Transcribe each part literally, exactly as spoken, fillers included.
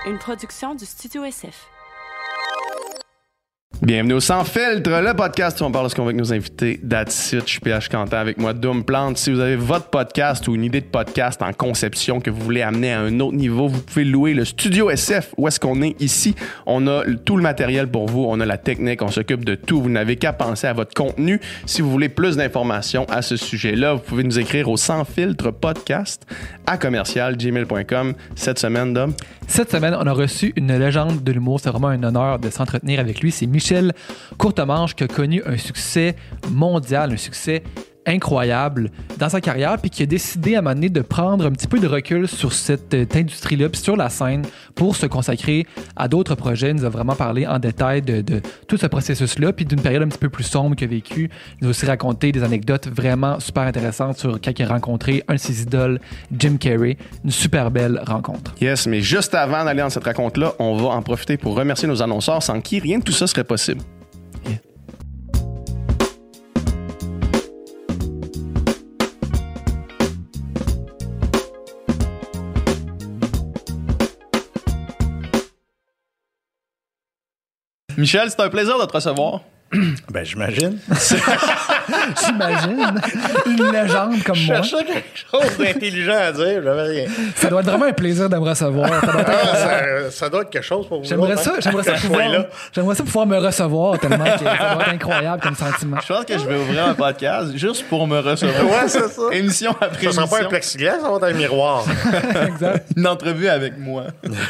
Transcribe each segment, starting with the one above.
une production du Studio S F. Bienvenue au Sans Filtre, le podcast où on parle de ce qu'on veut avec nos invités. That's it, je suis P H Quentin avec moi, Doom Plante. Si vous avez votre podcast ou une idée de podcast en conception que vous voulez amener à un autre niveau, vous pouvez louer le Studio S F. Où est-ce qu'on est ici? On a tout le matériel pour vous, on a la technique, on s'occupe de tout. Vous n'avez qu'à penser à votre contenu. Si vous voulez plus d'informations à ce sujet-là, vous pouvez nous écrire au Sans Filtre Podcast à commercial gmail point com. Cette semaine, Dom? Cette semaine, on a reçu une légende de l'humour. C'est vraiment un honneur de s'entretenir avec lui. C'est Michel Courtemanche qui a connu un succès mondial, un succès incroyable dans sa carrière, puis qui a décidé à un moment donné de prendre un petit peu de recul sur cette euh, industrie-là, puis sur la scène, pour se consacrer à d'autres projets. Il nous a vraiment parlé en détail de, de tout ce processus-là, puis d'une période un petit peu plus sombre qu'il a vécu. Il nous a aussi raconté des anecdotes vraiment super intéressantes sur quand il a rencontré un de ses idoles, Jim Carrey. Une super belle rencontre. Yes, mais juste avant d'aller dans cette raconte-là, on va en profiter pour remercier nos annonceurs sans qui rien de tout ça serait possible. Yeah. Michel, c'est un plaisir de te recevoir. Ben, j'imagine. J'imagine. Une légende comme Je moi. cherchais quelque chose d'intelligent à dire, j'avais rien. Ça doit être vraiment un plaisir de me recevoir. Ça doit être Ah, ça, ça doit être quelque chose pour vous. J'aimerais autres, ça, hein? j'aimerais ça, Que je pouvoir, sois là. j'aimerais ça pouvoir me recevoir tellement que ça doit être incroyable comme sentiment. Je pense que je vais ouvrir un podcast juste pour me recevoir. Ouais, c'est ça. Émission après Ça émission. sera pas un plexiglas, ça va être un miroir. Exact. Une entrevue avec moi.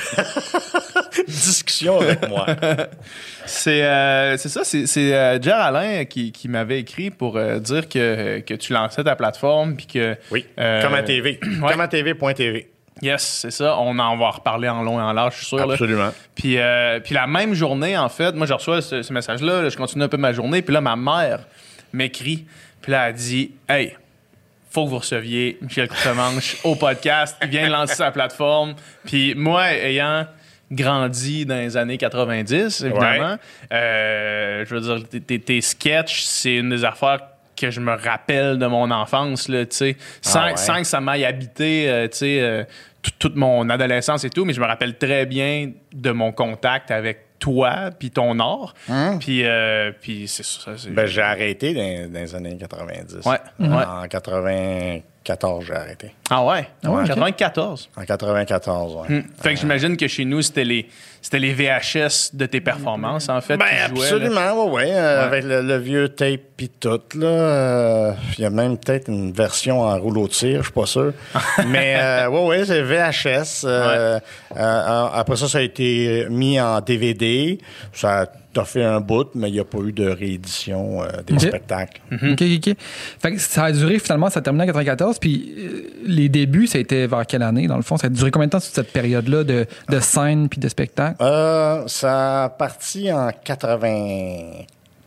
Discussion avec moi. C'est, euh, c'est ça, c'est, c'est euh, Jer Alain qui, qui m'avait écrit pour euh, dire que, que tu lançais ta plateforme. Puis que, Oui, euh, comme à T V. ouais. Comme à T V point T V. Yes, c'est ça. On en va reparler en long et en large, je suis sûr. Là. Absolument. Puis, euh, puis la même journée, en fait, moi, je reçois ce, ce message-là, là, je continue un peu ma journée, puis là, ma mère m'écrit, puis là, elle dit « Hey, faut que vous receviez Michel Courtemanche au podcast. Il vient de lancer sa plateforme. » Puis moi, ayant grandi dans les années quatre-vingt-dix, évidemment, Ouais. euh, je veux dire, tes, tes, tes sketchs, c'est une des affaires que je me rappelle de mon enfance, là, tu sais, sans, Ah ouais. sans que ça m'aille habité, euh, tu sais, euh, tout- toute mon adolescence et tout, mais je me rappelle très bien de mon contact avec toi puis ton art. Hein? Puis, euh, puis c'est ça. C'est... Ben, j'ai arrêté dans, dans les années quatre-vingt-dix. Ouais, ouais. En quatre-vingt-quatorze, j'ai arrêté. Ah ouais? Ouais. quatre-vingt-quatorze. En quatre-vingt-quatorze, ouais. Hum. Fait que j'imagine que chez nous, c'était les, c'était les V H S de tes performances, en fait, Ben, qui jouaient, là. absolument, oui, ouais, euh, Ouais. avec le, le vieux tape pis tout, là. euh, Il y a même peut-être une version en rouleau de cire, je suis pas sûr. Mais, euh, oui, oui, c'est V H S. euh, euh, après ça, ça a été mis en D V D. Ça a fait un bout, mais il n'y a pas eu de réédition euh, des Ok. spectacles. OK, OK, OK. Fait que ça a duré, finalement, ça a terminé en quatre-vingt-quatorze, puis euh, les débuts, ça a été vers quelle année, dans le fond? Ça a duré combien de temps, toute cette période-là de, de scène puis de spectacle? Euh, ça a parti en quatre-vingt-quatre,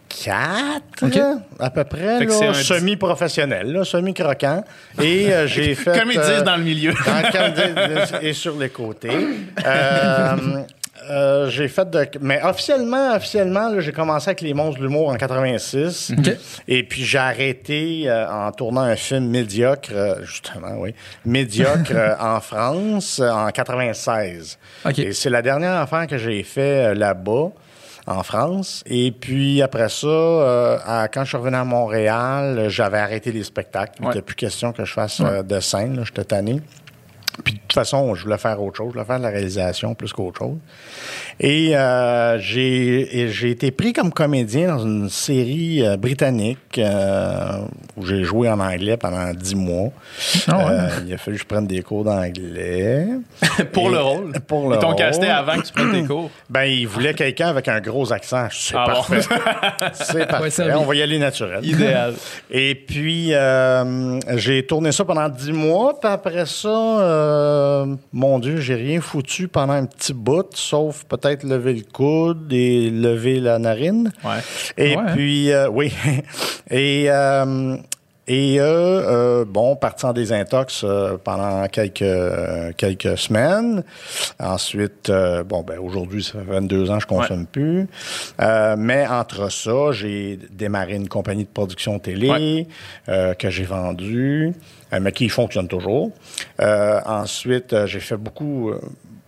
Ok. là, à peu près, Fait que là, c'est un- semi-professionnel, là, semi-croquant. Et euh, j'ai fait... Comme ils euh, disent dans le milieu. dans- comme ils disent, et sur les côtés. Euh, euh, j'ai fait de... Mais officiellement, officiellement, là, j'ai commencé avec Les Monstres de l'humour en quatre-vingt-six. OK. Et puis j'ai arrêté euh, en tournant un film médiocre, euh, justement, oui, médiocre euh, en France euh, en quatre-vingt-seize. OK. Et c'est la dernière affaire que j'ai fait euh, là-bas, en France. Et puis après ça, euh, à- quand je suis revenu à Montréal, euh, j'avais arrêté les spectacles. Il Ouais. n'était plus question que je fasse euh, de scène, là, j'étais tanné. Puis de toute façon, je voulais faire autre chose. Je voulais faire de la réalisation plus qu'autre chose. Et euh, j'ai et j'ai été pris comme comédien dans une série euh, britannique euh, où j'ai joué en anglais pendant dix mois. Ah ouais. Euh, il a fallu que je prenne des cours d'anglais. Pour Et- le rôle. Pour le Ils t'ont rôle. casté avant que tu prennes tes cours. Ben, il voulait quelqu'un avec un gros accent. C'est Ah bon? parfait. C'est parfait. ça, oui. On va y aller naturel. Idéal. Et puis, euh, j'ai tourné ça pendant dix mois. Puis après ça, euh, mon Dieu, j'ai rien foutu pendant un petit bout, sauf peut-être lever le coude et lever la narine. Ouais. Et Ouais, hein? puis, euh, oui. Et... euh, Et euh, euh, bon, parti en désintox euh, pendant quelques euh, quelques semaines. Ensuite, euh, bon, ben aujourd'hui, ça fait vingt-deux ans que je consomme Ouais. plus. Euh, mais entre ça, j'ai démarré une compagnie de production télé Ouais. euh, que j'ai vendue, euh, mais qui fonctionne toujours. Euh, ensuite, euh, j'ai fait beaucoup... euh,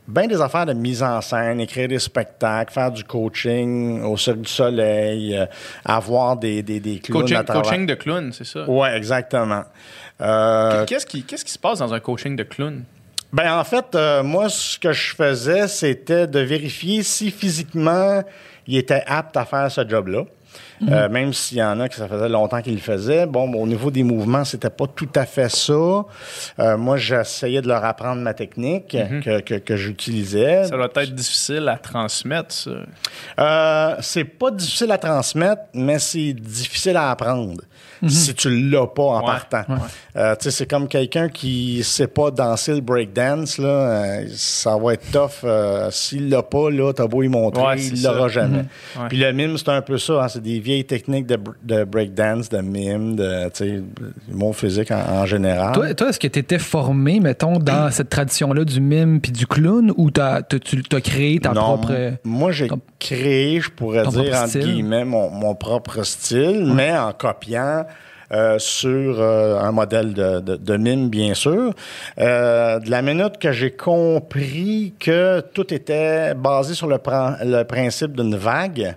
bien des affaires de mise en scène, écrire des spectacles, faire du coaching au Cirque du Soleil, euh, avoir des, des, des clowns Coaching, à travers... coaching de clown, c'est ça? Oui, exactement. Euh, Qu'est-ce qui, qu'est-ce qui se passe dans un coaching de clown? Ben en fait, euh, moi, ce que je faisais, c'était de vérifier si physiquement, il était apte à faire ce job-là. Mm-hmm. Euh, même s'il y en a que ça faisait longtemps qu'ils le faisaient. Bon, au niveau des mouvements, c'était pas tout à fait ça. Euh, moi, j'essayais de leur apprendre ma technique mm-hmm. que, que, que j'utilisais. Ça doit être difficile à transmettre, ça. Euh, c'est pas difficile à transmettre, mais c'est difficile à apprendre. Mm-hmm. Si tu l'as pas en ouais, partant. Ouais. Euh, tu sais, c'est comme quelqu'un qui sait pas danser le breakdance, là, euh, ça va être tough. Euh, s'il l'a pas, là, t'as beau y montrer, ouais, il l'aura jamais. Mm-hmm. Ouais. Puis le mime, c'est un peu ça, hein, c'est des vieilles techniques de, de breakdance, de mime, de, tu sais, mon physique en, en général. Toi, toi est-ce que tu étais formé, mettons, dans cette tradition-là du mime puis du clown, ou t'as, t'as, tu as créé ta non, propre... Moi, j'ai ton, créé, je pourrais dire, entre style. guillemets, mon, mon propre style, ouais. mais en copiant euh, sur euh, un modèle de, de, de mime, bien sûr. Euh, de la minute que j'ai compris que tout était basé sur le, pr- le principe d'une vague,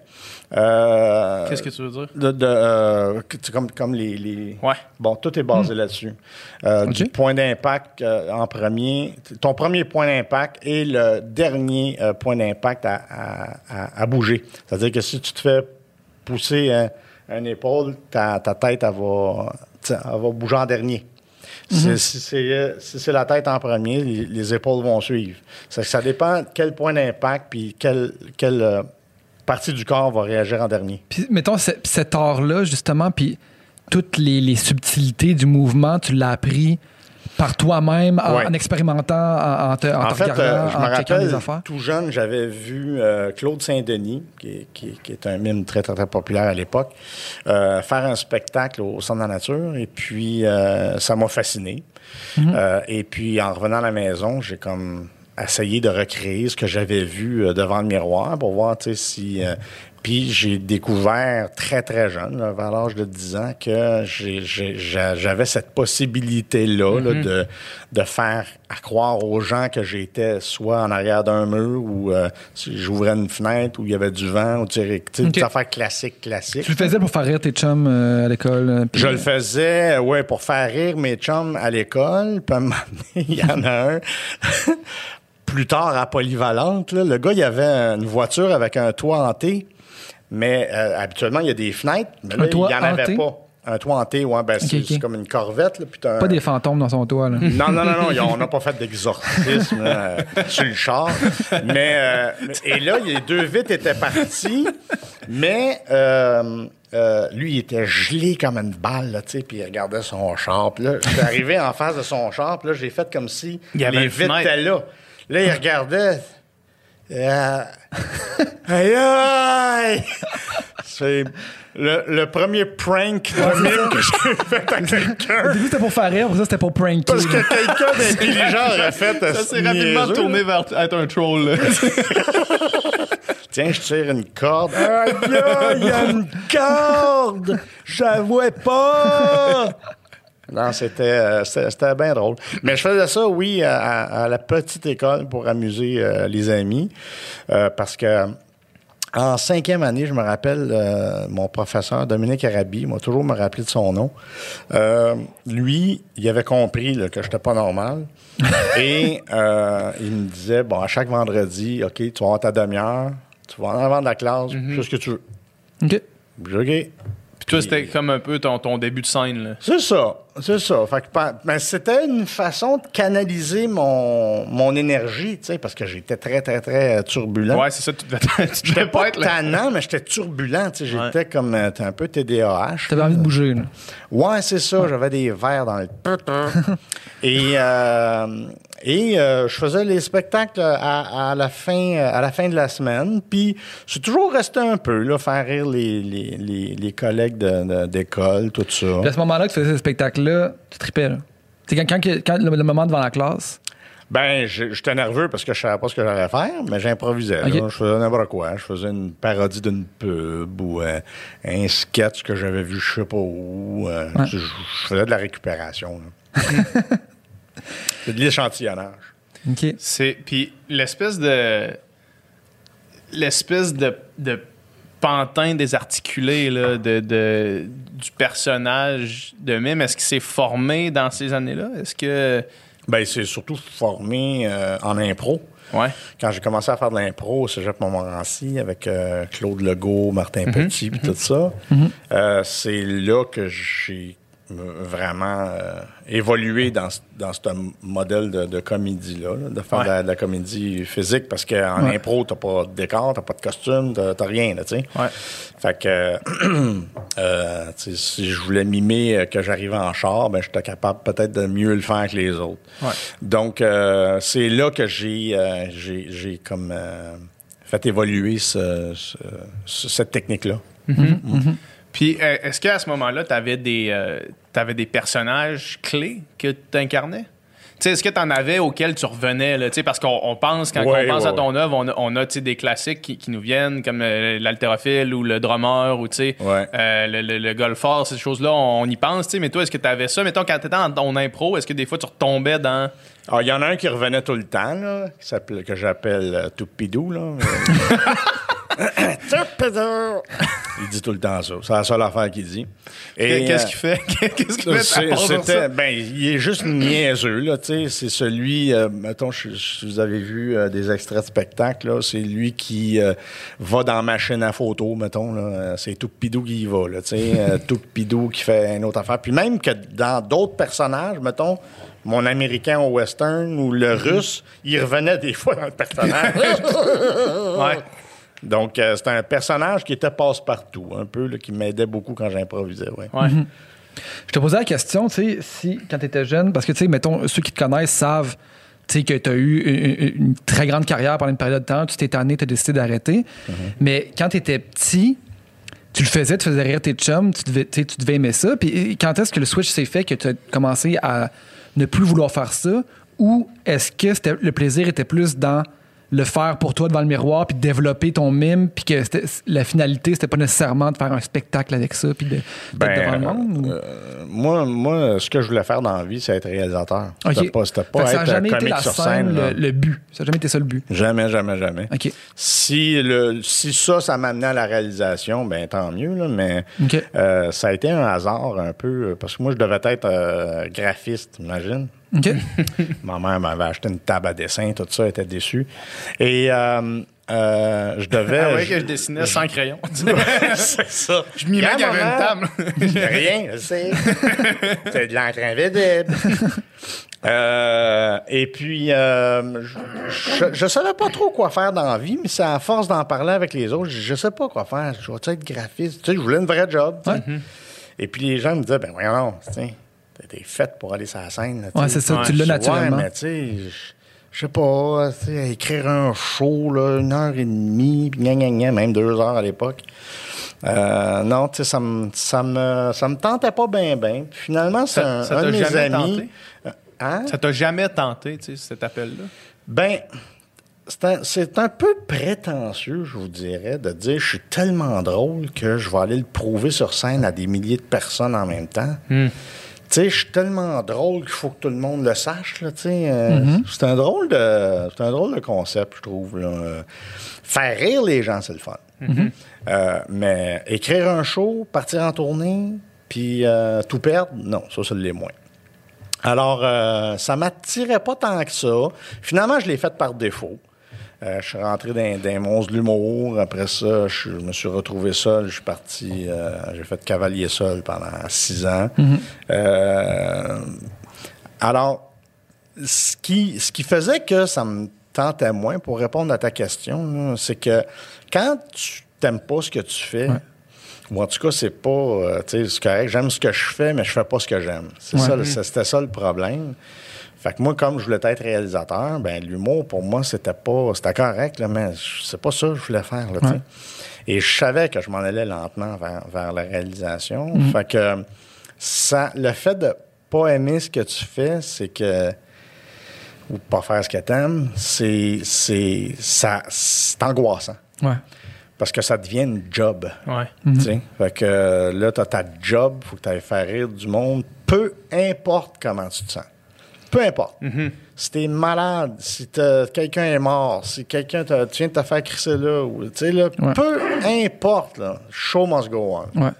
Euh, Qu'est-ce que tu veux dire? De, de, euh, comme, comme les, les... Ouais. Bon, tout est basé mmh. là-dessus. Euh, okay. Du point d'impact euh, en premier. Ton premier point d'impact et le dernier euh, point d'impact à, à, à, à bouger. C'est-à-dire que si tu te fais pousser un, un épaule, ta, ta tête, elle va, elle va bouger en dernier. Mmh. Si, si, c'est, si c'est la tête en premier, les, les épaules vont suivre. Ça, ça dépend de quel point d'impact puis quel... quel euh, partie du corps va réagir en dernier. Puis, mettons, cet art-là, justement, puis toutes les, les subtilités du mouvement, tu l'as appris par toi-même, en, ouais. en expérimentant, en, en te, en en te fait, regardant, euh, je en me checkant rappelle, des affaires? Tout jeune, j'avais vu euh, Claude Saint-Denis, qui, qui, qui est un mime très, très, très populaire à l'époque, euh, faire un spectacle au Centre de la Nature, et puis euh, ça m'a fasciné. Mm-hmm. Euh, et puis, en revenant à la maison, j'ai comme... essayer de recréer ce que j'avais vu euh, devant le miroir pour voir, tu sais, si... Euh, puis j'ai découvert très, très jeune, là, vers l'âge de dix ans, que j'ai, j'ai, j'avais cette possibilité-là mm-hmm. là, de, de faire à croire aux gens que j'étais soit en arrière d'un mur ou euh, si j'ouvrais une fenêtre où il y avait du vent, ou tu sais, okay. des affaires classiques, classiques. Tu le faisais pour faire rire tes chums euh, à l'école? Euh, Je le faisais, ouais, pour faire rire mes chums à l'école. Puis à un moment donné, il y en a un... Plus tard, à Polyvalente, là, le gars, il avait une voiture avec un toit hanté, mais euh, habituellement, il y a des fenêtres, mais là, il n'y en avait pas. Un toit hanté, ouais, ben, okay, c'est, okay. c'est comme une Corvette. Là, puis t'as un... Pas des fantômes dans son toit, là. Non, non, non, non, on n'a pas fait d'exorcisme euh, sur le char. Mais, euh, et là, les deux vitres étaient parties, mais... Euh, Euh, lui, il était gelé comme une balle, là, tu sais, puis il regardait son char. Puis là, j'étais arrivé en face de son char, puis là, j'ai fait comme si les vitres étaient là. Là, il regardait. Euh, aïe, aïe! C'est le, le premier prank de mime que j'ai fait à quelqu'un. Au début, c'était pour faire rire, pour ça, c'était pour pranker. Parce que quelqu'un d'intelligent aurait fait... Ça s'est rapidement tourné vers être un troll. Tiens, je tire une corde. Aïe, il y a une corde! Je la vois pas! Non, c'était, euh, c'était, c'était bien drôle. Mais je faisais ça, oui, à, à la petite école pour amuser euh, les amis. Euh, parce que en cinquième année, je me rappelle, euh, mon professeur Dominique Arabi m'a toujours me rappelé de son nom. Euh, lui, il avait compris là, que j'étais pas normal. Et euh, il me disait, bon, à chaque vendredi, OK, tu vas avoir ta demi-heure, tu vas en avant de la classe, mm-hmm. fais ce que tu veux. OK. OK. Puis toi, c'était comme un peu ton, ton début de scène, là. C'est ça, c'est ça. Fait que, ben, c'était une façon de canaliser mon, mon énergie, tu sais, parce que j'étais très, très, très turbulent. Ouais, c'est ça. Tu devais, tu j'étais pas être, tannant, mais j'étais turbulent, tu sais. J'étais ouais. comme un peu T D A H. T'avais envie de bouger, là. Ouais, c'est ça. J'avais des verres dans le... Et... Euh, Et euh, je faisais les spectacles à, à, la fin, à la fin de la semaine. Puis, je suis toujours resté un peu, là, faire rire les, les, les, les collègues de, de, d'école, tout ça. Puis à ce moment-là que tu faisais ces spectacles-là, tu tripais, là. Tu sais, quand, quand, quand le, le moment devant la classe... Ben, j'étais nerveux parce que je savais pas ce que j'allais faire, mais j'improvisais. Okay. Là. Je faisais n'importe quoi. Je faisais une parodie d'une pub ou euh, un sketch que j'avais vu je sais pas où. Euh, ouais. je, je faisais de la récupération, là. C'est de l'échantillonnage. OK. C'est, puis l'espèce de... L'espèce de... de pantin désarticulé là, de, de, du personnage de mime, est-ce qu'il s'est formé dans ces années-là? Est-ce que... Ben, c'est surtout formé euh, en impro. Ouais. Quand j'ai commencé à faire de l'impro au Cégep Montmorency avec euh, Claude Legault, Martin Mm-hmm. Petit, puis tout ça, Mm-hmm. euh, c'est là que j'ai vraiment euh, évolué dans, dans ce modèle de, de comédie-là, là, de faire ouais. de, la, de la comédie physique, parce qu'en ouais. impro, t'as pas de décor, t'as pas de costume, t'as, t'as rien, tu sais. Ouais. Fait que, euh, si je voulais mimer que j'arrivais en char, ben j'étais capable peut-être de mieux le faire que les autres. Ouais. Donc, euh, c'est là que j'ai, euh, j'ai, j'ai comme euh, fait évoluer ce, ce, ce, cette technique-là. Mm-hmm. Mm-hmm. Puis, euh, est-ce qu'à ce moment-là, tu avais des, euh, t'avais des personnages clés que tu incarnais? Tu sais, est-ce que tu en avais auxquels tu revenais? Là, parce qu'on on pense, quand ouais, on pense ouais, à ton œuvre, on a, on a des classiques qui, qui nous viennent, comme euh, l'haltérophile ou le drummer ou ouais. euh, le, le, le golfeur, ces choses-là, on, on y pense. Mais toi, est-ce que tu avais ça? Mettons, quand tu étais en ton impro, est-ce que des fois, tu retombais dans... Alors, il y en a un qui revenait tout le temps, là, qui s'appelle, que j'appelle euh, Toupidou, là. Toupidou! Il dit tout le temps ça. C'est la seule affaire qu'il dit. Et, Qu'est-ce euh, qu'il fait? Qu'est-ce qu'il fait? c'est, à part c'était, ça? ben, il est juste niaiseux, là, tu sais. C'est celui, euh, mettons, je, je, vous avez vu euh, des extraits de spectacle, là. C'est lui qui euh, va dans la machine à photo, mettons, là. C'est Toupidou qui y va, là, tu sais. euh, Toupidou qui fait une autre affaire. Puis même que dans d'autres personnages, mettons, mon Américain au western ou le Russe, il revenait des fois dans le personnage. Ouais. Donc, euh, c'était un personnage qui était passe-partout, un peu, là, qui m'aidait beaucoup quand j'improvisais, ouais. Ouais. Mm-hmm. Je te posais la question, tu sais, si, quand tu étais jeune, parce que, tu sais, mettons, ceux qui te connaissent savent, tu sais, que tu as eu une, une très grande carrière pendant une période de temps, tu t'es tanné, tu as décidé d'arrêter. Mm-hmm. Mais quand tu étais petit, tu le faisais, tu faisais rire tes chums, tu devais, tu devais aimer ça. Puis quand est-ce que le switch s'est fait, que tu as commencé à ne plus vouloir faire ça? Ou est-ce que c'était, le plaisir était plus dans le faire pour toi devant le miroir, puis de développer ton mime, puis que c'était, la finalité, c'était pas nécessairement de faire un spectacle avec ça, puis de, d'être ben, devant le monde? Euh, euh, moi, moi, ce que je voulais faire dans la vie, c'est être réalisateur. Okay. C'était pas, c'était pas fait que ça être n'a jamais été comique la sur scène, scène. le, le but. Ça n'a jamais été ça le but. Jamais, jamais, jamais. OK. Si, le, si ça, ça m'amenait à la réalisation, ben tant mieux, là, mais OK. euh, ça a été un hasard un peu, parce que moi, je devais être euh, graphiste, imagine. OK. Ma mère m'avait acheté une table à dessin, tout ça, elle était déçue. Et euh, euh, je devais... Ah ouais, je, que je dessinais je, sans crayon. c'est ça. Je m'y mets qu'il y avait une table. Rien, je sais. C'est de l'encre invisible. euh, et puis, euh, je, je savais pas trop quoi faire dans la vie, mais c'est à force d'en parler avec les autres, je, je sais pas quoi faire. Je vais être graphiste. Tu sais, je voulais une vraie job. Ouais. Mm-hmm. Et puis, les gens me disaient, ben voyons, tu sais, t'es faite pour aller sur la scène. Là, ouais, c'est ça, ouais, tu l'as naturellement. Ouais, mais tu sais, je sais pas, tu sais, écrire un show, là, une heure et demie, puis gna, gna, gna, même deux heures à l'époque. Euh, non, tu sais, ça me, ça me, ça me tentait pas bien, bien. Puis finalement, c'est ça, un, ça un de mes jamais amis. Tenté? Hein? Ça t'a jamais tenté, tu sais, cet appel-là? Ben, c'est un, c'est un peu prétentieux, je vous dirais, de dire je suis tellement drôle que je vais aller le prouver sur scène à des milliers de personnes en même temps. Mm. Tu sais, je suis tellement drôle qu'il faut que tout le monde le sache, là, tu sais. Euh, mm-hmm. C'est un drôle de, c'est un drôle de concept, je trouve, là. Faire rire les gens, c'est le fun. Mm-hmm. Euh, mais écrire un show, partir en tournée, puis euh, tout perdre, non, ça, ça l'est moins. Alors, euh, ça m'attirait pas tant que ça. Finalement, je l'ai fait par défaut. Euh, je suis rentré dans, dans les monstres de l'humour. Après ça, je, je me suis retrouvé seul. Je suis parti... Euh, j'ai fait cavalier seul pendant six ans. Mm-hmm. Euh, alors, ce qui, ce qui faisait que ça me tentait moins, pour répondre à ta question, là, c'est que quand tu t'aimes pas ce que tu fais... Ouais. Ou en tout cas, c'est pas... Euh, tu sais, c'est correct, j'aime ce que je fais, mais je fais pas ce que j'aime. C'est ouais. ça, mmh. C'était ça le problème. Fait que moi, comme je voulais être réalisateur, ben l'humour, pour moi, c'était pas... C'était correct, là, mais c'est pas ça que je voulais faire, là, tu sais. Ouais. Et je savais que je m'en allais lentement vers, vers la réalisation. Mmh. Fait que ça, le fait de pas aimer ce que tu fais, c'est que... Ou de pas faire ce que t'aimes, c'est... C'est... Ça, c'est angoissant. Ouais. Parce que ça devient une job. Ouais. Mm-hmm. Fait que euh, là, tu as ta job, il faut que tu ailles faire rire du monde, peu importe comment tu te sens. Peu importe. Mm-hmm. si t'es malade, si quelqu'un est mort, si quelqu'un te, tu viens de te faire crisser là, ou, tu sais, là, Ouais. peu importe, là, show must go on. Ouais.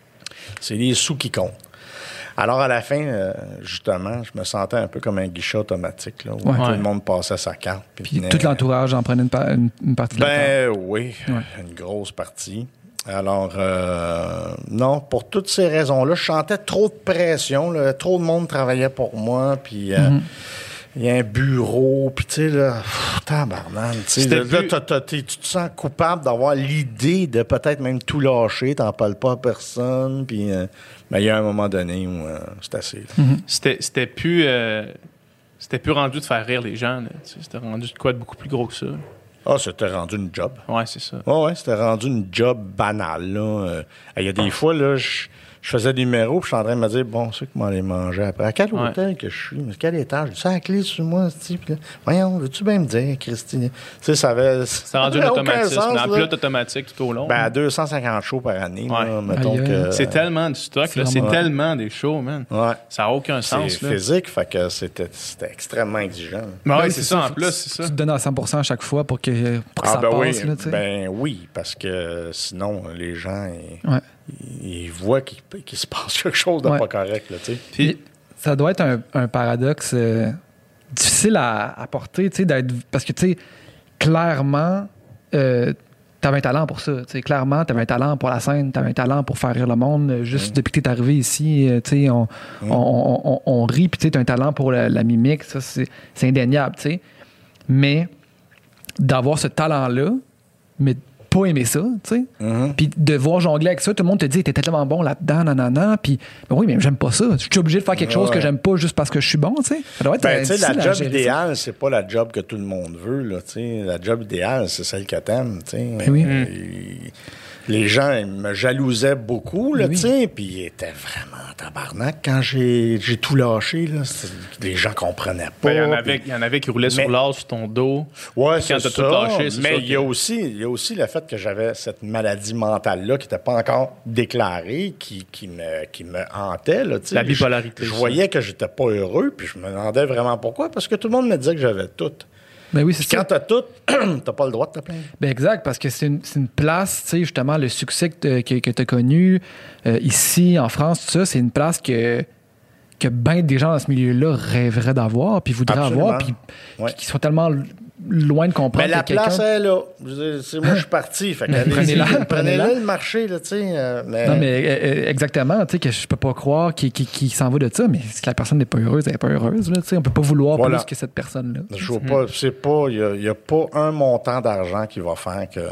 C'est les sous qui comptent. Alors, à la fin, euh, justement, je me sentais un peu comme un guichet automatique, là, où Ouais. tout Ouais. le monde passait sa carte. Puis venait- tout l'entourage en prenait une, pa- une, une partie de la Ben oui, Ouais. une grosse partie. Alors, euh, non, pour toutes ces raisons-là, je sentais trop de pression, là, trop de monde travaillait pour moi, puis... euh, Mm-hmm. il y a un bureau, puis tu sais, là, pff, tabarnane, tu sais, C'était là, plus- t'as- t'as- t'es- tu te sens coupable d'avoir l'idée de peut-être même tout lâcher, t'en parles pas à personne, puis euh, ben, il y a un moment donné où euh, c'est assez. là. C'était, c'était plus. euh, c'était plus rendu de faire rire les gens. Là, tu sais, c'était rendu de quoi de beaucoup plus gros que ça. Ah, c'était rendu une job. Ouais, c'est ça. Ouais, ouais, c'était rendu une job banale, là. Euh, Il y a des fois, là, je... Je faisais des numéros, puis je suis en train de me dire, bon, c'est comment aller manger après. À quel Ouais. hôtel que je suis? Mais quel étage? J'ai ça la clé sur moi, tu sais. Voyons, veux-tu bien me dire, Christine? Tu sais, ça avait. C'est rendu un ça avait aucun automatisme. sens, En là. pilote automatique tout au long. Ben, à deux cent cinquante shows par année, Ouais. là, mettons Aïe, aïe. que. c'est tellement du stock, c'est là, c'est vraiment- tellement des shows, man. Ouais. Ça n'a aucun C'est sens. Là. physique, fait que c'était, c'était extrêmement exigeant. Ben Ouais, ouais, c'est ça, en faut- plus, tu- c'est ça. Tu te donnes à cent pour cent à chaque fois pour que, pour que Ah, ça ben passe. oui, Là, tu sais. ben oui, parce que sinon, les gens, ils, Ouais. ils voient qu'il, qu'il se passe quelque chose de Ouais. pas correct, là, tu sais. Puis, Ça doit être un, un paradoxe euh, difficile à, à porter, tu sais, d'être, parce que, tu sais, clairement, euh, t'avais un talent pour ça. Tu sais, clairement, t'avais un talent pour la scène, t'avais un talent pour faire rire le monde. Euh, Juste depuis que t'es arrivé ici, euh, tu sais, on, on, on, on- on rit, puis tu sais, t'as un talent pour la, la mimique. Ça, c'est, c'est indéniable, tu sais. Mais d'avoir ce talent-là, mais pas aimer ça, tu sais. Mhm. Puis de voir jongler avec ça, tout le monde te dit, t'es tellement bon là-dedans, nanana. Puis, ben oui, mais j'aime pas ça. Je suis obligé de faire quelque chose Ouais. que j'aime pas juste parce que je suis bon, tu sais. Ça doit être Ben, tu sais, difficile la à job gérer ça. idéale, c'est pas la job que tout le monde veut, là, tu sais. La job idéale, c'est celle que t'aimes, tu sais. Ben oui. Euh, ils- Les gens ils me jalousaient beaucoup, là, Oui. tu sais, puis ils étaient vraiment tabarnak quand j'ai, j'ai tout lâché, là. C'est- Les gens comprenaient pas. ben, il y en puis- avait, il y en avait qui roulaient sur Mais- l'as sur ton dos. Ouais, Quand c'est t'as ça. tout lâché, c'est mais sûr il y a que- aussi, il y a aussi le fait que j'avais cette maladie mentale-là qui n'était pas encore déclarée, qui, qui me, qui me hantait, là, tu sais. La bipolarité, Je, je ça. voyais que j'étais pas heureux, puis je me demandais vraiment pourquoi, parce que tout le monde me disait que j'avais tout. Ben oui, c'est Puis ça. quand t'as tout, t'as pas le droit de te plaindre. Ben exact, parce que c'est une, c'est une place, tu sais, justement, le succès que, t'as- que, que tu as connu euh, ici, en France, tout ça, c'est une place que, que bien des gens dans ce milieu-là rêveraient d'avoir, puis voudraient Absolument. avoir, puis Ouais. puis qui sont tellement l- loin de comprendre Mais la que quelqu'un... place est là. Je veux dire, c'est moi, je suis parti. Fait que Mais allez-y, prenez-la, prenez-la, prenez-la. le marché, là, tu sais. euh, mais... Non, mais euh, euh, exactement, tu sais, que je peux pas croire qu'il qu'il- qu'il s'en va de ça, mais si la personne n'est pas heureuse, elle n'est pas heureuse, là, tu sais. On peut pas vouloir Voilà. plus que cette personne-là. Je vois pas, c'est pas, il n'y a, pas un montant d'argent qui va faire que,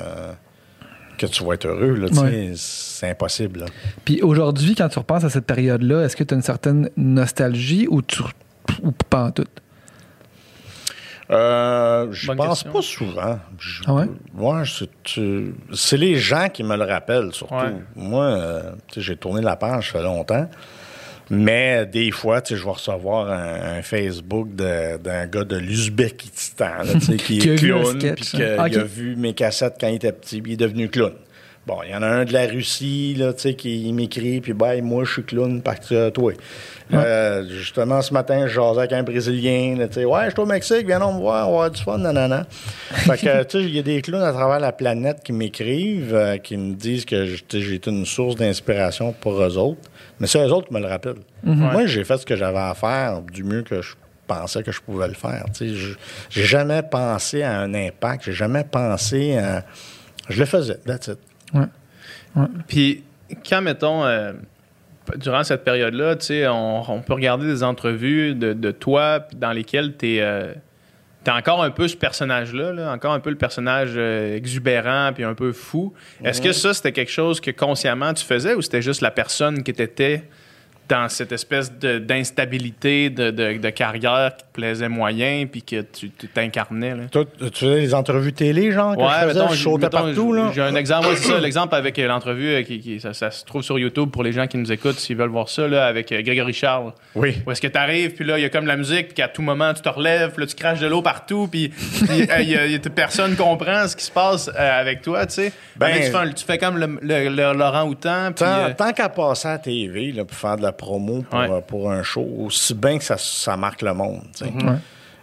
que tu vas être heureux, là, tu sais. Ouais. C'est impossible, là. Puis aujourd'hui, quand tu repenses à cette période-là, est-ce que tu as une certaine nostalgie ou, tu, ou pas en tout? Euh, je Bonne pense question. pas souvent. Je- Ah ouais? ouais, c'est, tu- c'est les gens qui me le rappellent, surtout. Ouais. Moi, euh, tu sais, j'ai tourné la page, ça fait longtemps. Mais des fois, tu sais, je vais recevoir un, un Facebook de- d'un gars de l'Ouzbékistan, là, tu sais, qui Qui a est vu un clown, sketch, puis qu'il hein. Ah, a ok. vu mes cassettes quand il était petit, puis il est devenu clown. Bon, il y en a un de la Russie, là, tu sais, qui m'écrit, puis ben, moi, je suis clown, parce que toi. Euh, justement, ce matin, je jasais avec un Brésilien, là, tu sais, ouais, je suis au Mexique, viens donc me voir, on va avoir du fun, nanana. Fait que, tu sais, il y a des clowns à travers la planète qui m'écrivent, euh, qui me disent que tu sais, j'ai été une source d'inspiration pour eux autres. Mais c'est eux autres qui me le rappellent. Moi, j'ai fait ce que j'avais à faire du mieux que je pensais que je pouvais le faire. Tu sais, je- j'ai jamais pensé à un impact, j'ai jamais pensé à... Je le faisais, that's it. Ouais. Puis, quand, mettons, euh, durant cette période-là, tu sais, on, on peut regarder des entrevues de, de toi puis dans lesquelles tu es encore un peu ce personnage-là, là, encore un peu le personnage euh, exubérant puis un peu fou. Est-ce que ça, c'était quelque chose que consciemment tu faisais ou c'était juste la personne qui t'étais dans cette espèce de- d'instabilité de, de, de carrière qui te plaisait moyen puis que tu tu t'incarnais, là? Toi, tu faisais des entrevues télé, genre, que je faisais, je sautais mettons, partout, là? J'ai un exemple, ouais, c'est ça, l'exemple avec euh, l'entrevue, euh, qui, qui- ça, ça se trouve sur YouTube pour les gens qui nous écoutent s'ils veulent voir ça, là, avec euh, Grégory Charles. Oui. Où est-ce que tu arrives, puis là, il y a comme la musique, puis qu'à tout moment, tu te relèves, puis là, tu craches de l'eau partout, puis puis, euh, il y a- il y a- personne comprend ce qui se passe euh, avec toi, tu sais. Ben- Ben, tu, fais un- tu fais comme le, le- le Laurent Houtan, puis... Tant, euh, tant qu'à passer à la T V là, pour faire de la promo pour, Ouais. euh, pour un show, aussi bien que ça, ça marque le monde. tu sais. Ouais.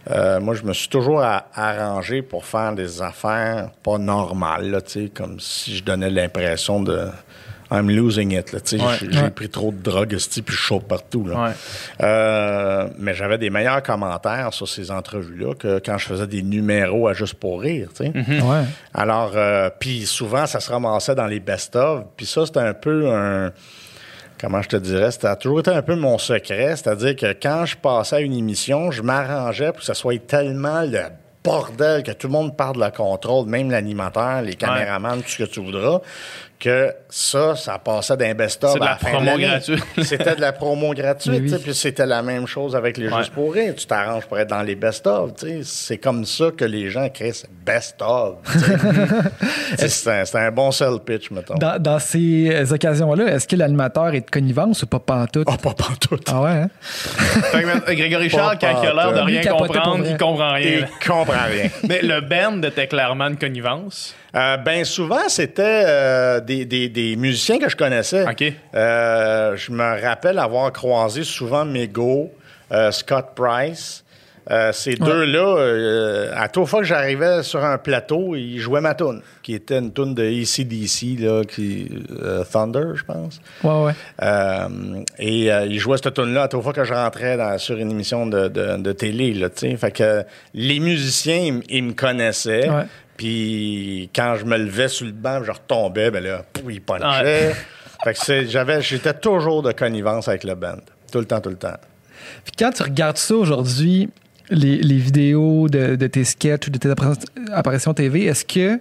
Euh, moi, je me suis toujours a- arrangé pour faire des affaires pas normales, là, tu sais, comme si je donnais l'impression de I'm losing it, là, tu sais, Ouais. j'ai, j'ai Ouais. pris trop de drogue, esti, puis je saute partout, là. Ouais. Euh, mais j'avais des meilleurs commentaires sur ces entrevues-là que quand je faisais des numéros à Juste pour rire, tu sais. Ouais. Alors, euh, puis souvent, ça se ramassait dans les best-of, puis ça, c'était un peu un... Comment je te dirais? Ça a toujours été un peu mon secret, c'est-à-dire que quand je passais à une émission, je m'arrangeais pour que ça soit tellement le bordel que tout le monde parle de le contrôle, même l'animateur, les caméramans, tout ce que tu voudras, que ça, ça passait d'un best-of C'est de à la la fin promo de l'année. gratuite. C'était de la promo gratuite, Oui, oui. tu sais, puis c'était la même chose avec les Ouais. Juste pour rire. Tu t'arranges pour être dans les best-of, tu sais. C'est comme ça que les gens créent ce best-of, tu sais. Tu sais, c'est un, c'est un bon sell pitch, mettons. Dans, dans ces occasions-là, est-ce que l'animateur est de connivence ou pas pantoute? Oh, pas pantoute. Ah ouais, hein? Fait que, Grégory Charles, quand il a l'air de Lui rien capotait pour comprendre, vrai. il comprend rien. Il là. comprend rien. Mais le band était clairement de connivence. Euh, ben souvent, c'était euh, des, des, des musiciens que je connaissais. OK. Euh, je me rappelle avoir croisé souvent Mego, euh, Scott Price. Euh, ces deux-là, euh, à toute fois que j'arrivais sur un plateau, ils jouaient ma toune, qui était une toune de A C D C, là, qui, euh, Thunder, je pense. Ouais, ouais. Euh, et euh, ils jouaient cette tune-là à toute fois que je rentrais dans, sur une émission de, de, de télé, là, tu sais. Fait que les musiciens, ils, m- ils me connaissaient. Ouais. Puis quand je me levais sur le banc, je retombais, ben là, pouf, ils punchaient. Fait que c'est, j'avais, j'étais toujours de connivence avec le band. Tout le temps, tout le temps. Puis quand tu regardes ça aujourd'hui, les, les vidéos de, de tes sketchs ou de tes appara- apparitions T V, est-ce que.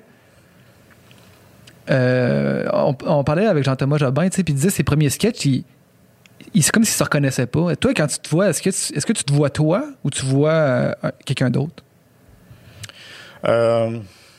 Euh, on, on parlait avec Jean-Thomas Jobin, tu sais, puis il disait ses premiers sketchs, il, il- c'est comme s'il se reconnaissait pas. Et toi, quand tu te vois, est-ce que tu, est-ce que tu te vois toi ou tu vois euh, quelqu'un d'autre? Euh,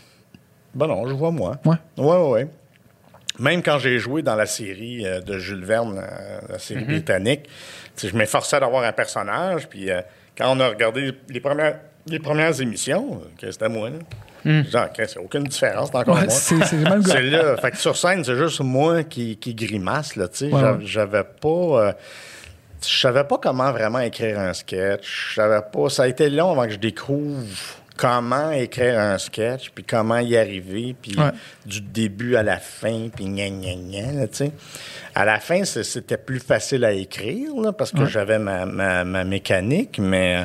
ben non, je vois moi. Ouais. Ouais, ouais, ouais. Même quand j'ai joué dans la série euh, de Jules Verne, euh, la série britannique, tu sais, je m'efforçais d'avoir un personnage. Puis euh, quand on a regardé les premières, les premières émissions, euh, que c'était moi, là. Genre, okay, c'est aucune différence, c'est encore Ouais, moi. c'est, c'est même C'est là. Fait que sur scène, c'est juste moi qui, qui grimace, là, tu sais. Ouais, J'a- ouais. J'avais pas... euh, je savais pas comment vraiment écrire un sketch. Je savais pas... Ça a été long avant que je découvre comment écrire un sketch, puis comment y arriver, puis Ouais. du début à la fin, puis gna gna gna, là, tu sais. À la fin, c'est- c'était plus facile à écrire, là, parce que Ouais. j'avais ma, ma, ma mécanique, mais...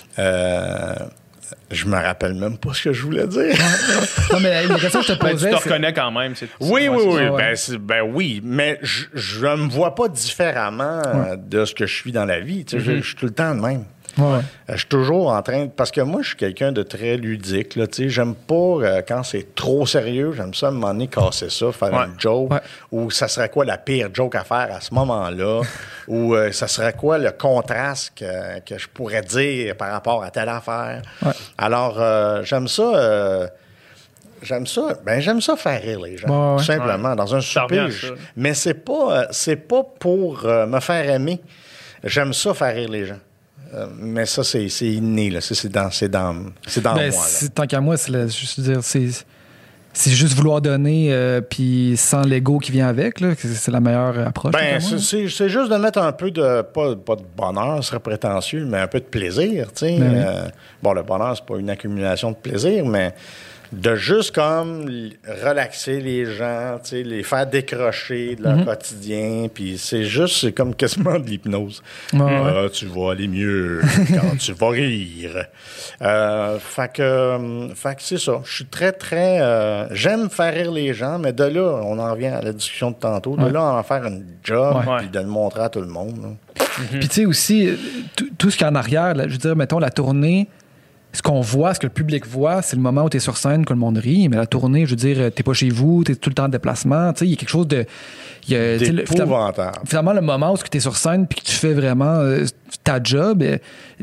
Euh, je me rappelle même pas ce que je voulais dire. Non, mais la question que je te Ben, tu posais, te c'est- reconnais quand même. C'est, Oui, c'est- oui, ouais, oui. ça, ouais. Ben, c'est- ben oui, mais je, je me vois pas différemment euh, de ce que je suis dans la vie. Tu sais, je, je suis tout le temps de même. Ouais, ouais. Euh, Je suis toujours en train... Parce que moi, je suis quelqu'un de très ludique. Là, tu sais. J'aime pas euh, quand c'est trop sérieux. J'aime ça, à un moment donné, casser ça, faire Ouais. une joke. Ouais. Ou ça serait quoi la pire joke à faire à ce moment-là? Ou euh, ça serait quoi le contraste que, que je pourrais dire par rapport à telle affaire? Ouais. Alors, euh, j'aime ça... euh, J'aime ça. Ben, j'aime ça faire rire les gens. Ouais, ouais. Tout simplement, dans un Ça revient à souper. ça. je- Mais c'est pas, euh, c'est pas pour euh, me faire aimer. J'aime ça faire rire les gens. Euh, mais ça, c'est, c'est inné, là. Ça, c'est dans, c'est dans, c'est dans Ben, moi, là. c'est- tant qu'à moi, c'est, la- je veux dire, c'est, c'est juste vouloir donner, euh, puis sans l'ego qui vient avec, là, que c'est la meilleure approche. tant Ben, qu'à moi, c'est, là. c'est, c'est juste de mettre un peu de, pas, pas de bonheur, ce serait prétentieux, mais un peu de plaisir, tu sais. Ben oui. Euh, bon, le bonheur, c'est pas une accumulation de plaisir, mais de juste comme l- relaxer les gens, tu sais, les faire décrocher de leur Mm-hmm. quotidien, puis c'est juste, c'est comme quasiment de l'hypnose. Ouais, ouais. Ah, tu vas aller mieux quand tu vas rire. Euh, fait que, euh, fait que c'est ça. Je suis très, très... euh, j'aime faire rire les gens, mais de là, on en revient à la discussion de tantôt, de Ouais. là, en faire une job, Ouais. puis de le montrer à tout le monde. là. Puis tu sais aussi, euh, tout- tout ce qu'il y a en arrière, là, je veux dire, mettons, la tournée, ce qu'on voit, ce que le public voit, c'est le moment où tu es sur scène, que le monde rit, mais la tournée, je veux dire, t'es pas chez vous, t'es tout le temps en déplacement, tu sais, il y a quelque chose de... il y a, tu sais, le- finalement, D'épouvantable. finalement, le moment où tu es sur scène puis que tu fais vraiment euh, ta job, euh,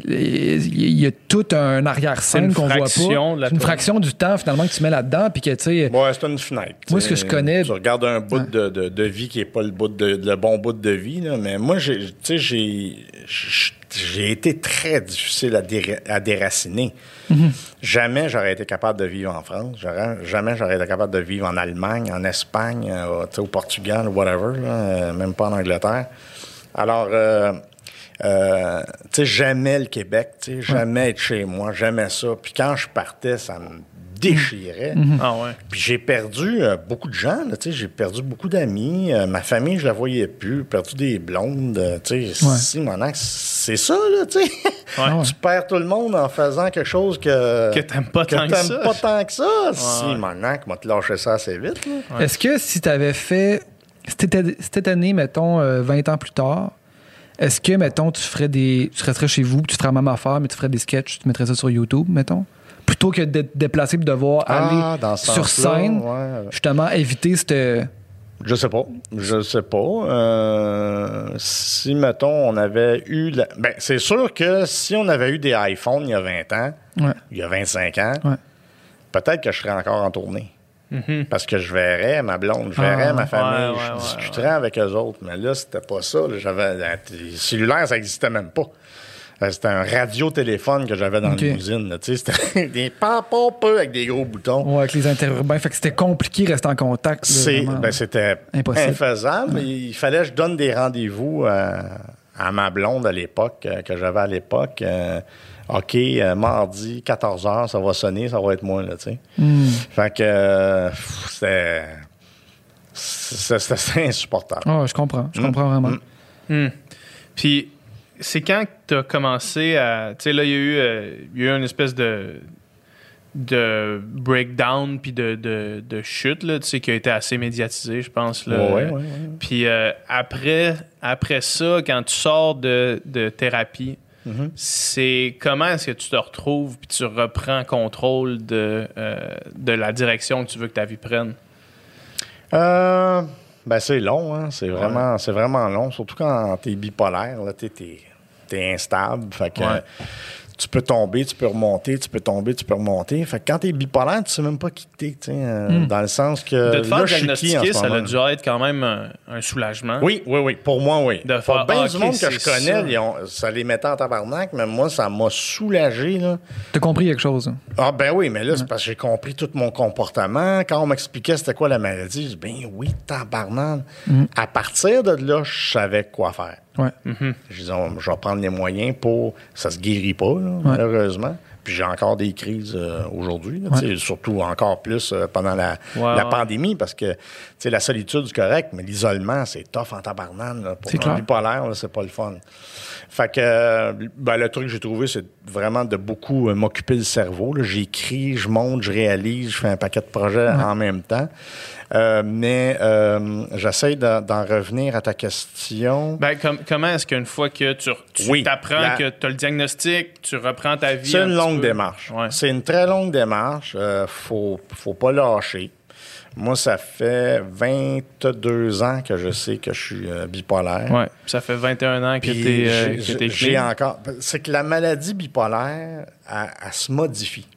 il y a tout un arrière-scène une qu'on voit pas. fraction de la C'est une tournée. fraction du temps, finalement, que tu mets là-dedans, puis que, tu sais... Ouais, c'est une fenêtre. Moi, ce que t'sais. je connais- Tu regardes un bout Ouais. de, de, de vie qui n'est pas le, bout de, le bon bout de vie, là, mais moi, j'ai, tu sais, j'ai, j'ai été très difficile à, déra- à déraciner. Mm-hmm. Jamais j'aurais été capable de vivre en France. J'aurais- jamais j'aurais été capable de vivre en Allemagne, en Espagne, euh, tu sais, au Portugal, whatever, là, euh, même pas en Angleterre. Alors, euh, Euh, tu sais, j'aimais le Québec, tu sais, j'aimais être chez moi, j'aimais ça. Puis quand je partais, ça me déchirait. Mm-hmm. Ah ouais. Puis j'ai perdu euh, beaucoup de gens, là, tu sais, j'ai perdu beaucoup d'amis. Euh, ma famille, je la voyais plus. J'ai perdu des blondes, euh, tu sais. Ouais. Si, mon ex, c'est ça, là, tu sais. Ouais. Tu perds tout le monde en faisant quelque chose que... Que t'aimes pas que tant que t'aimes ça. pas tant que ça. Ouais, Si, ouais. mon ex m'a te lâché ça assez vite, là. Ouais. Est-ce que si tu avais fait cette, cette année, mettons, euh, vingt ans plus tard, est-ce que, mettons, tu ferais des. Tu resterais chez vous, tu ferais la même affaire, mais tu ferais des sketchs, tu mettrais ça sur YouTube, mettons? Plutôt que de te déplacer et de devoir Ah, aller dans ce sur sens-là, scène, ouais. justement, éviter cette. Je sais pas. Je sais pas. Euh, si, mettons, on avait eu... La... Ben, c'est sûr que si on avait eu des iPhones il y a vingt ans, Ouais. il y a vingt-cinq ans, Ouais. peut-être que je serais encore en tournée. Mhm. Parce que je verrais ma blonde, je verrais Ah, ma famille, ouais, ouais, je ouais, discuterais avec eux autres. Mais là, c'était pas ça. Là. J'avais... Les cellulaires, ça n'existait même pas. Euh, C'était un radiotéléphone que j'avais dans Ok. la limousine. Là. Tu sais, c'était des pampos avec des gros boutons. Ouais, avec les interurbains. Fait que c'était compliqué de rester en contact. là, C'est, vraiment. ben, c'était Impossible. infaisable. Il fallait que je donne des rendez-vous à, à ma blonde à l'époque, euh, que j'avais à l'époque. Euh, OK, euh, mardi, quatorze heures, ça va sonner, ça va être moi, là, tu sais. Hmm. Fait que euh, pff, c'était, c'était, c'était insupportable. Ah, je comprends. Je comprends vraiment. Hmm. Puis, c'est quand tu as commencé à. Tu sais, là, il y a eu, euh, il y a eu une espèce de, de breakdown puis de, de, de chute, là, tu sais, qui a été assez médiatisé, je pense. Là. Ouais, ouais, ouais. Puis, euh, après, après ça, quand tu sors de, de thérapie, Mm-hmm. c'est comment est-ce que tu te retrouves puis tu reprends contrôle de, euh, de la direction que tu veux que ta vie prenne? Euh, ben, c'est long, hein. C'est vraiment, ouais. c'est vraiment long. Surtout quand t'es bipolaire, là, t'es, t'es, t'es instable. Fait que Ouais. euh, tu peux tomber, tu peux remonter, tu peux tomber, tu peux remonter. Fait que quand t'es bipolaire, tu sais même pas qui t'es, tu sais, euh, Mm. dans le sens que. De te faire là, je suis qui en diagnostiquer, ce ça a moment? dû être quand même un, un soulagement. Oui, oui, oui. Pour moi, oui. De Pour faire, bien ah, du ok, monde que c'est je connais, ça. ils ont- ça les mettait en tabarnak, mais moi, ça m'a soulagé, là. T'as compris quelque chose? hein? Ah ben oui, mais là, c'est parce que j'ai compris tout mon comportement. Quand on m'expliquait c'était quoi la maladie, je dis, ben oui, tabarnak. À partir de là, je savais quoi faire. Ouais. Je dis, on- je vais prendre les moyens pour... Ça se guérit pas, là, malheureusement. Puis j'ai encore des crises euh, aujourd'hui, là, Ouais. tu sais, surtout encore plus euh, pendant la, Ouais, la ouais. pandémie, parce que tu sais, la solitude, c'est correct, mais l'isolement, c'est tough en tabarnane. Là, pour C'est un clair. bipolaire, là, c'est pas le fun. Fait que euh, ben, le truc que j'ai trouvé, c'est vraiment de beaucoup euh, m'occuper le cerveau. Là. J'écris, je monte, je réalise, je fais un paquet de projets en même temps. Euh, mais euh, j'essaie de- d'en revenir à ta question. Ben, com- comment est-ce qu'une fois que tu, tu Oui, t'apprends la- que tu as le diagnostic, tu reprends ta vie? C'est un une petit longue peu? démarche. Ouais. C'est une très longue démarche. Euh, faut, faut pas lâcher. Moi, ça fait vingt-deux ans que je sais que je suis euh, bipolaire. Ouais. Ça fait vingt et un ans que Puis tu es j'ai- clean. j'ai encore. C'est que la maladie bipolaire, elle, elle se modifie.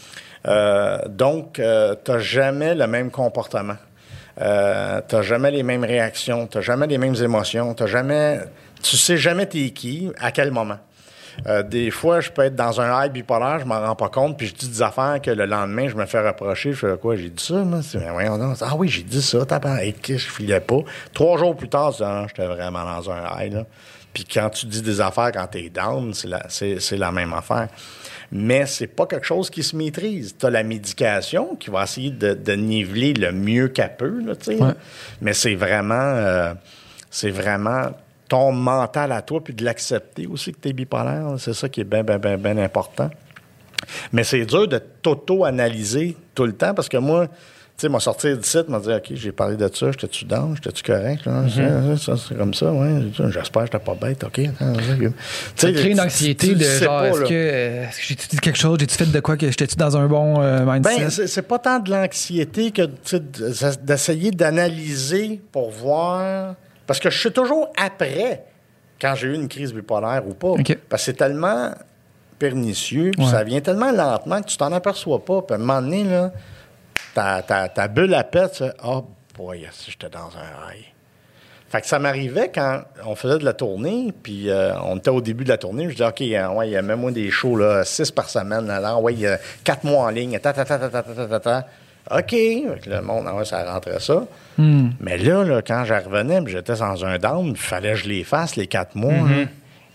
Euh, donc, euh, tu n'as jamais le même comportement. Euh, tu n'as jamais les mêmes réactions. Tu n'as jamais les mêmes émotions. T'as jamais, tu sais jamais t'es qui, à quel moment. Euh, des fois, je peux être dans un high bipolaire, je m'en rends pas compte, puis je dis des affaires que le lendemain, je me fais reprocher. Je fais quoi? J'ai dit ça, moi? C'est, ben, voyons donc. Ah oui, j'ai dit ça. T'as et que je filais pas. Trois jours plus tard, je dis, ah, j'étais vraiment dans un high, là. Puis quand tu dis des affaires quand t'es down, c'est la, c'est, c'est la même affaire. Mais c'est pas quelque chose qui se maîtrise. Tu as la médication qui va essayer de, de niveler le mieux qu'elle peut, là, tu sais. Ouais. Mais c'est vraiment, euh, c'est vraiment ton mental à toi, puis de l'accepter aussi que tu es bipolaire. Là. C'est ça qui est bien, bien, bien, bien important. Mais c'est dur de t'auto-analyser tout le temps parce que moi, tu sais, m'a sorti du site, m'a dit, OK, j'ai parlé de ça, j'étais-tu down, j'étais-tu correct? Là? Mm-hmm. ça, c'est comme ça, ouais. J'espère que j'étais pas bête, OK. Attends, Ça crée une anxiété de genre, est-ce que, euh, est-ce que j'ai-tu dit quelque chose? J'ai-tu fait de quoi? Que j'étais-tu dans un bon euh, mindset? Ben, c'est, c'est pas tant de l'anxiété que tu sais, de- d'essayer d'analyser pour voir. Parce que je suis toujours après quand j'ai eu une crise bipolaire ou pas. OK. Parce que c'est tellement pernicieux, puis Ouais. ça vient tellement lentement que tu t'en aperçois pas. Puis à un moment donné, là, ta, ta, ta bulle à pète, tu fais, oh boy, yes, j'étais dans un high. Fait que ça m'arrivait quand on faisait de la tournée, puis euh, on était au début de la tournée, je disais, OK, euh, ouais, il y a même moi des shows, là, six par semaine, là, ouais, il y a quatre mois en ligne, ta, ta, ta, ta, ta, ta, ta, ta. OK, fait que le monde, ah ouais, ça rentrait ça. Mais là, là, quand j'en revenais, puis j'étais dans un down, il fallait que je les fasse, les quatre mois. là.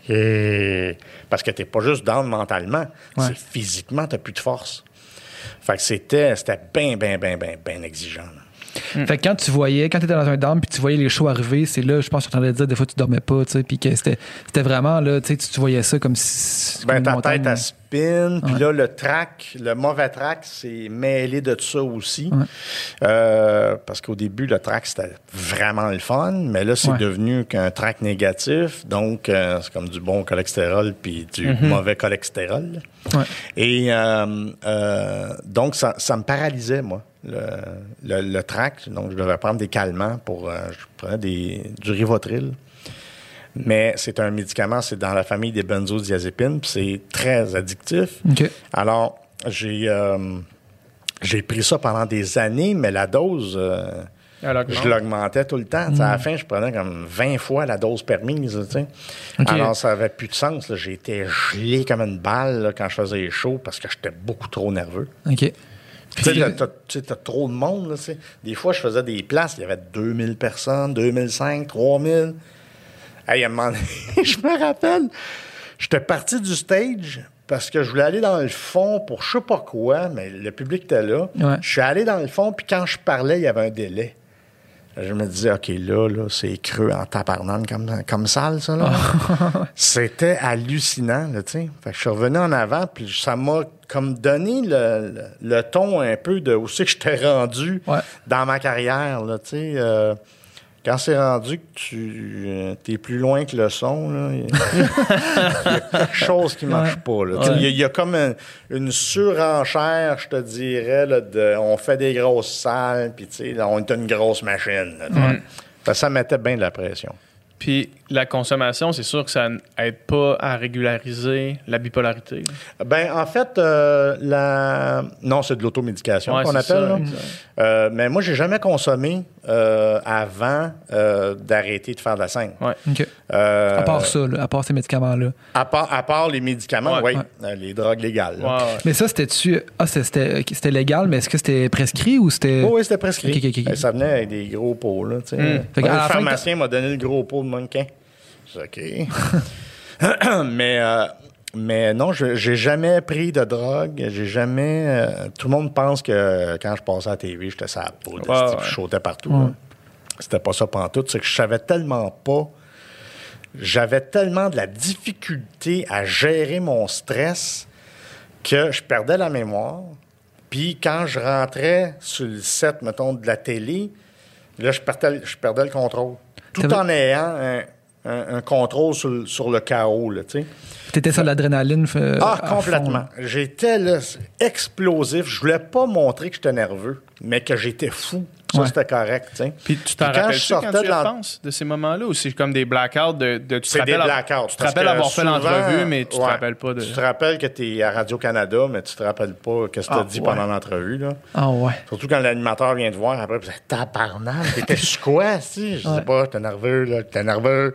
Et... Parce que t'es pas juste down mentalement, Ouais. c'est physiquement, t'as plus de force. Fait que c'était, c'était bien, bien, bien, bien, bien exigeant. là. Fait que quand tu voyais, quand tu étais dans un down puis tu voyais les shows arriver, c'est là, je pense que tu entendais dire des fois tu dormais pas, tu sais, puis que c'était, c'était vraiment là, tu sais, tu tu voyais ça comme si. Ben, comme ta une montagne. tête, elle spin, puis Ouais. là, le track, le mauvais track, c'est mêlé de ça aussi. Ouais. Euh, parce qu'au début, le track, c'était vraiment le fun, mais là, c'est Ouais. devenu qu'un track négatif, donc euh, c'est comme du bon cholestérol puis du mauvais cholestérol. Ouais. Et euh, euh, donc, ça, ça me paralysait, moi, le, le, le track. Donc, je devais prendre des calmants pour... euh, je prenais des, du Rivotril. Mais c'est un médicament, c'est dans la famille des benzodiazépines, puis c'est très addictif. OK. Alors, j'ai, euh, j'ai pris ça pendant des années, mais la dose, euh, Elle augmente. je l'augmentais tout le temps. Tu sais, À la fin, je prenais comme vingt fois la dose permise. Tu sais. OK. Alors, ça n'avait plus de sens. Là. J'étais gelé comme une balle là, quand je faisais les shows parce que j'étais beaucoup trop nerveux. OK. Tu sais, t'as, t'as- tu sais, t'as trop de monde. Là, tu sais. Des fois, je faisais des places, il y avait deux mille personnes, deux mille cinq, trois mille. Hey, à un moment donné, je me rappelle, j'étais parti du stage parce que je voulais aller dans le fond pour je sais pas quoi, mais le public était là. Ouais. Je suis allé dans le fond, puis quand je parlais, il y avait un délai. Je me disais, OK, là, là c'est creux en tabarnane comme, comme salle, ça, là. C'était hallucinant, là, tu sais. Fait que je suis revenu en avant, puis ça m'a comme donné le, le, le ton un peu de où c'est que j'étais rendu Ouais. dans ma carrière, là, tu sais. Euh, quand c'est rendu que tu euh, t'es plus loin que le son, là, il y a quelque chose qui marche Ouais. pas. Là. Tu sais, Il y, a- il y a comme un- une surenchère, je te dirais, là, de, on fait des grosses salles, puis tu sais, là, on est une grosse machine. Là, tu sais. Fait que ça mettait bien de la pression. Puis la consommation, c'est sûr que ça n'aide pas à régulariser la bipolarité. Ben, en fait, euh, la... non, c'est de l'automédication Ouais, qu'on c'est appelle. ça, là. exact. Euh, mais moi, j'ai jamais consommé euh, avant euh, d'arrêter de faire de la scène. Ouais. OK. Euh, À part ça, là, à part ces médicaments-là. à part, à part les médicaments, Ouais. oui, euh, les drogues légales. là. Ouais, ouais. Mais ça, c'était-tu. Ah, c'est- c'était, c'était légal, mais est-ce que c'était prescrit ou c'était. Oh, oui, c'était prescrit. Ok, ok, ok. Ben, ça venait avec des gros pots, là, tu sais. Mm. Fait qu'à Ouais, la le fin, pharmacien m'a donné le gros pot de mannequin. C'est OK. mais, euh, mais non, je j'ai jamais pris de drogue. J'ai jamais... euh, tout le monde pense que quand je passais à la T V, j'étais sur la poudre. Ouais, esti, ouais. Je sautais partout. Ouais. là. C'était pas ça pantoute. C'est que je savais tellement pas... J'avais tellement de la difficulté à gérer mon stress que je perdais la mémoire. Puis quand je rentrais sur le set, mettons, de la télé, là, je perdais, je perdais le contrôle. Tout T'avais- en ayant un, un- un contrôle sur, le- sur le chaos, là, tu sais. T'étais sur l'adrénaline. euh, Ah, à fond, complètement. là. J'étais là, explosif. Je voulais pas montrer que j'étais nerveux, mais que j'étais fou. Ça, Ouais. c'était correct, tu sais. Puis tu t'en Puis quand rappelles je quand sortais tu y de l'en- repenses de ces moments-là ou c'est comme des blackouts de, de tu te C'est des rappelles, blackouts. tu te parce rappelles que avoir fait souvent, l'entrevue, mais tu te ouais, rappelles pas de. Tu te rappelles que tu es à Radio-Canada, mais tu te rappelles pas ce que tu as Ah, dit ouais. pendant l'entrevue, là. Ah, ouais. Surtout quand l'animateur vient te voir après, puis tabarnak, t'étais sur quoi, si? Je Ouais. sais pas, t'es nerveux, là, t'es nerveux.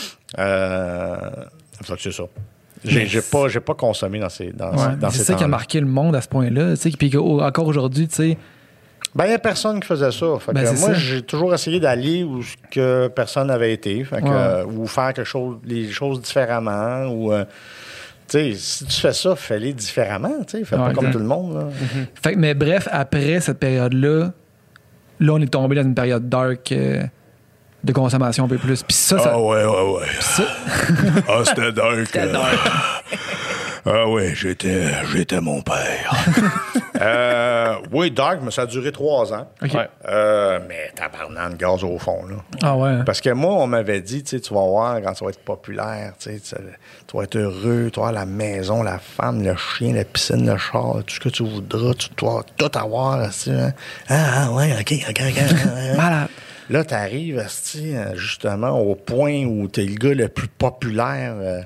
Euh. Fait que c'est ça. J'ai, j'ai pas, j'ai pas consommé dans ces, dans, Ouais. dans C'est ces ça qui a temps-là. marqué le monde à ce point-là. tu sais, Puis qu'au- encore aujourd'hui, tu sais. Ben, il y a personne qui faisait ça. Fait Ben, que c'est moi, ça. j'ai toujours essayé d'aller où ce que personne n'avait été. Fait que, Ouais. euh, ou faire quelque chose, les choses différemment. Ou, euh, tu sais, si tu fais ça, fais-les différemment. Tu sais, fais Ouais, pas comme exact. tout le monde. Là. Fait que, mais bref, après cette période-là, là, on est tombé dans une période dark euh, de consommation un peu plus. Puis ça, ça. ouais, ouais, ouais. ça- Ah, c'était dark. C'était euh. dark. Ah ouais, j'étais, j'étais mon père. Euh, oui, Dark, mais ça a duré trois ans. OK. Ouais. Euh, mais tabarnak, gaz au fond, là. Ah, ouais. Parce que moi, on m'avait dit, tu sais, tu vas voir quand ça va être populaire, tu sais, tu tu vas être heureux, tu vas avoir la maison, la femme, le chien, la piscine, le char, tout ce que tu voudras, tu dois tout avoir, tu sais, hein. Ah, ah, ouais, OK, OK, OK. Malade. Là, tu arrives, justement, au point où tu es le gars le plus populaire euh,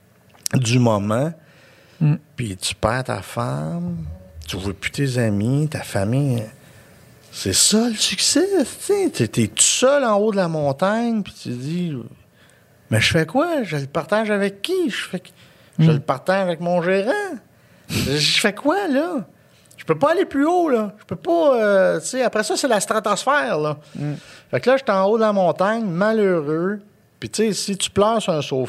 du moment, Mm. puis tu perds ta femme, tu vois plus tes amis, ta famille. C'est ça le succès, tu sais. T'es tout seul en haut de la montagne, puis tu te dis, mais je fais quoi? Je le partage avec qui? Je fais, je Mm. le partage avec mon gérant. je je fais quoi, là? Je peux pas aller plus haut, là. Je peux pas, euh, tu sais, après ça, c'est la stratosphère, là. Fait que là, j'étais en haut de la montagne, malheureux. Puis, tu sais, si tu pleures sur un sofa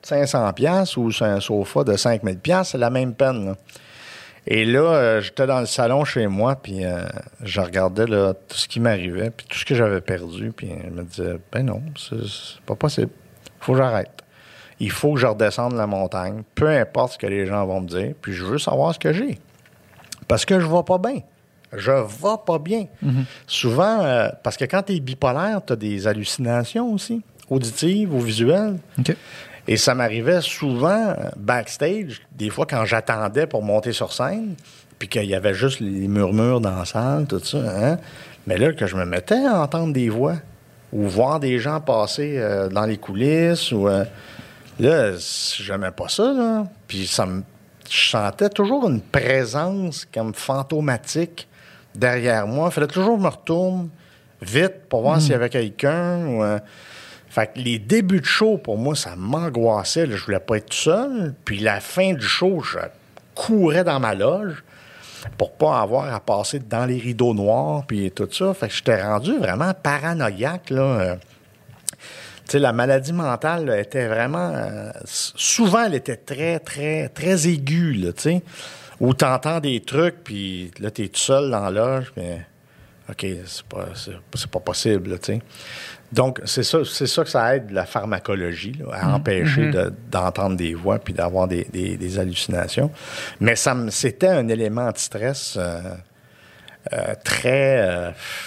cinq cents piastres ou sur un sofa de cinq mille piastres, c'est la même peine. Là. Et là, euh, j'étais dans le salon chez moi, puis euh, je regardais là, tout ce qui m'arrivait, puis tout ce que j'avais perdu, puis je me disais, ben non, c'est, c'est pas possible. Il faut que j'arrête. Il faut que je redescende la montagne, peu importe ce que les gens vont me dire, puis je veux savoir ce que j'ai. Parce que je vais pas bien. Je vais pas bien. Mm-hmm. Souvent, euh, parce que quand tu es bipolaire, tu as des hallucinations aussi, auditives ou visuelles. OK. Et ça m'arrivait souvent backstage, des fois quand j'attendais pour monter sur scène, puis qu'il y avait juste les murmures dans la salle, tout ça. Hein? Mais là, que je me mettais à entendre des voix ou voir des gens passer euh, dans les coulisses, ou euh, là, j'aimais pas ça. Là. Puis ça me, je sentais toujours une présence comme fantomatique derrière moi. Il fallait toujours que je me retourne vite pour voir mmh. s'il y avait quelqu'un. Ou, euh, Fait que les débuts de show, pour moi, ça m'angoissait. Là. Je voulais pas être tout seul. Puis la fin du show, je courais dans ma loge pour pas avoir à passer dans les rideaux noirs puis tout ça. Fait que j'étais rendu vraiment paranoïaque, là. Tu sais, la maladie mentale là, était vraiment... Euh, souvent, elle était très, très, très aiguë, là, tu sais. Où t'entends des trucs, puis là, t'es tout seul dans la loge, puis... OK, c'est pas, c'est, c'est pas possible, là, tu sais. Donc, c'est ça, c'est ça que ça aide, la pharmacologie, là, à mmh. empêcher mmh. De, d'entendre des voix puis d'avoir des, des, des hallucinations. Mais ça me, c'était un élément anti-stress euh, euh, très... Euh,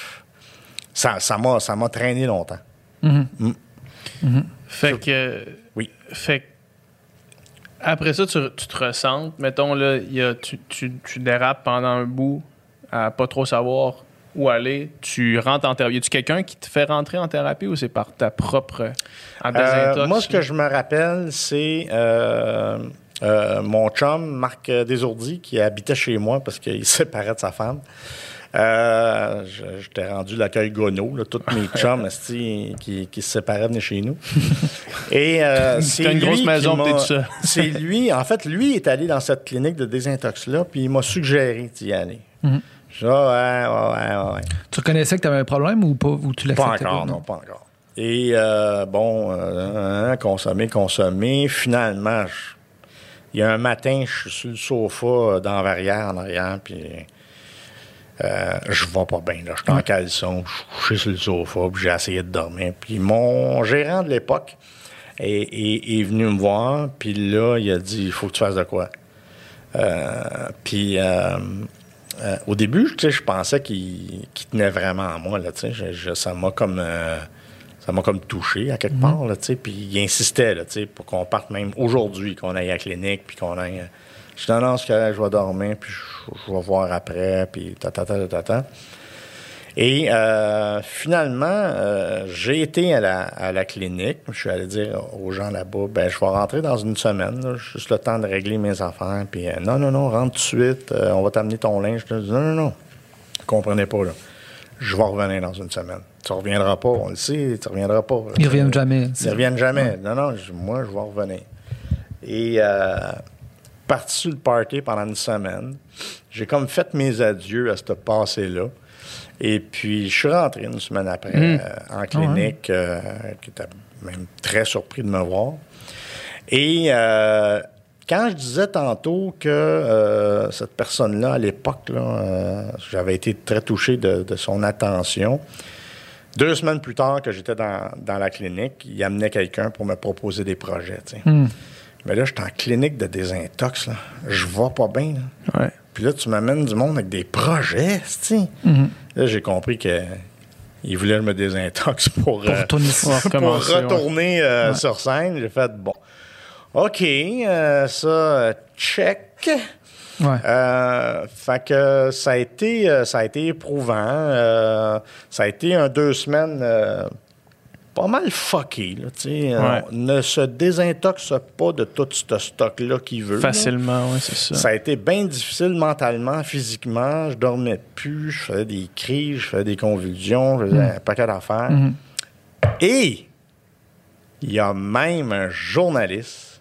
ça, ça, m'a, ça m'a traîné longtemps. Mmh. Mmh. Mmh. Fait que... Oui. Fait que... Après ça, tu, tu te ressentes. Mettons, là, y a, tu, tu, tu dérapes pendant un bout à pas trop savoir où aller. Tu rentres en thérapie. Y a-tu quelqu'un qui te fait rentrer en thérapie ou c'est par ta propre en désintox? Euh, moi, ce que je me rappelle, c'est euh, euh, mon chum, Marc Desourdis, qui habitait chez moi parce qu'il se séparait de sa femme. Euh, je, j'étais rendu l'accueil Gonneau, là, tous mes chums esti, qui, qui se séparaient venaient chez nous. Et euh, c'est T'as une grosse maison, peut-être ça. C'est lui, en fait, lui est allé dans cette clinique de désintox-là, puis il m'a suggéré d'y aller. Mm-hmm. Je dis, ah, ouais, ouais, ouais, ouais. Tu reconnaissais que tu avais un problème ou pas, ou tu l'acceptais pas encore, pas? Non, pas encore. Et euh, bon, euh, hein, consommer, consommer. Finalement, il y a un matin, je suis sur le sofa dans la verrière en arrière, puis... Euh, je vais pas bien, là. Je suis en caleçon, je suis couché sur le sofa, puis j'ai essayé de dormir. Puis mon gérant de l'époque est, est, est venu me voir, puis là, il a dit, il faut que tu fasses de quoi. Euh, puis euh, euh, au début, tu sais, je pensais qu'il, qu'il tenait vraiment à moi, là, tu sais. Je, je, ça m'a comme... Euh, ça m'a comme touché à quelque part, là, tu sais. Puis il insistait, là, tu sais, pour qu'on parte même aujourd'hui, qu'on aille à la clinique, puis qu'on aille... Je dis, non, non, c'est correct, je vais dormir, puis je, je vais voir après, puis tatata, tatata. Et euh, finalement, euh, j'ai été à la, à la clinique. Je suis allé dire aux gens là-bas, ben je vais rentrer dans une semaine, là, juste le temps de régler mes affaires. Puis euh, non, non, non, rentre tout de suite, euh, on va t'amener ton linge. Je dis, non, non, non, vous comprenez pas, là. Je vais revenir dans une semaine. Tu reviendras pas, on le sait, tu reviendras pas. Là. Ils reviennent jamais. Ils reviennent jamais. Ouais. Non, non, je, moi, je vais revenir. Et... Euh, parti sur le party pendant une semaine. J'ai comme fait mes adieux à ce passé-là. Et puis, je suis rentré une semaine après mmh. euh, en clinique, oh, ouais. euh, qui était même très surpris de me voir. Et euh, quand je disais tantôt que euh, cette personne-là, à l'époque, là, euh, j'avais été très touché de, de son attention, deux semaines plus tard que j'étais dans, dans la clinique, il amenait quelqu'un pour me proposer des projets, tu sais. Mmh. Mais là, je suis en clinique de désintox, là. Je vais pas bien, là. Ouais. Puis là, tu m'amènes du monde avec des projets, tu sais. Mm-hmm. Là, j'ai compris que il voulait que je me désintox pour, pour euh, retourner, pour retourner euh, ouais. sur scène. J'ai fait, bon, OK, euh, ça, check. Ouais. Euh, fait que ça a été, euh, ça a été éprouvant. Euh, ça a été un deux semaines... Euh, pas mal fucké, là, tu sais. Ouais. Ne se désintoxe pas de tout ce stock-là qu'il veut. Facilement, oui, c'est ça. Ça a été bien difficile mentalement, physiquement. Je dormais plus, je faisais des crises, je faisais des convulsions, je faisais mmh. un paquet d'affaires. Mmh. Et il y a même un journaliste,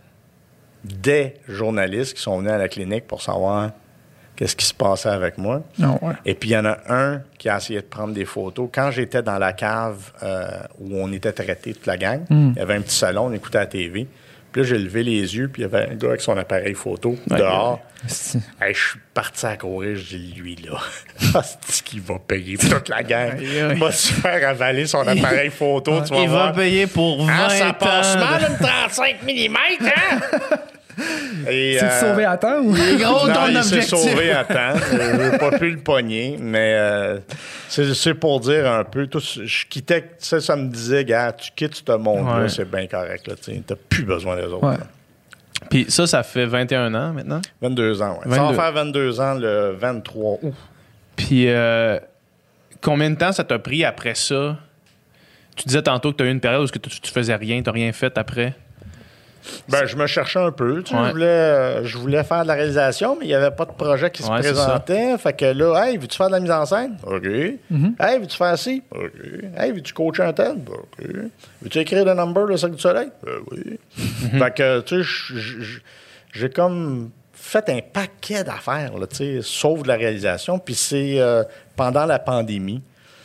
des journalistes qui sont venus à la clinique pour savoir qu'est-ce qui se passait avec moi. Oh, ouais. Et puis, il y en a un qui a essayé de prendre des photos. Quand j'étais dans la cave euh, où on était traités, toute la gang, mm. il y avait un petit salon, on écoutait la T V. Puis là, j'ai levé les yeux, puis il y avait un gars avec son appareil photo Ouais, dehors. C'est- Hey, je suis parti à courir, je dis, lui, là, ah, c'est qu'il va payer toute la gang. Il va se faire avaler son appareil photo, tu vas Il voir. va payer pour vingt Ah, ça passe ans. mal, une trente-cinq millimètres, hein? Et, C'est euh, sauvé à temps ou? Gros, non, ton il s'est objectif. sauvé à temps. Je n'ai pas pu le pogner, mais euh, c'est, c'est pour dire un peu. Tout, je quittais, tu sais, ça me disait, gars, tu quittes ce monde-là, Ouais. c'est bien correct. Tu n'as plus besoin des autres. Ouais. là. Puis ça, ça fait vingt et un ans maintenant. vingt-deux ans, ouais. Ça vingt-deux. va faire vingt-deux ans le vingt-trois août. Puis euh, combien de temps ça t'a pris après ça? Tu disais tantôt que tu as eu une période où tu, tu faisais rien, tu n'as rien fait après. Ben, je me cherchais un peu. Tu sais, Ouais. je, voulais, euh, je voulais faire de la réalisation, mais il n'y avait pas de projet qui se Ouais, c'est présentait. Fait que là, hey, veux-tu faire de la mise en scène? OK. Mm-hmm. Hey, veux-tu faire ci? OK. Hey, veux-tu coacher un tel? OK. Veux-tu écrire le number, le Cirque du Soleil? Ben oui. Mm-hmm. Fait que, tu sais, je- je- je- j'ai comme fait un paquet d'affaires, là, tu sais, sauf de la réalisation. Puis c'est euh, pendant la pandémie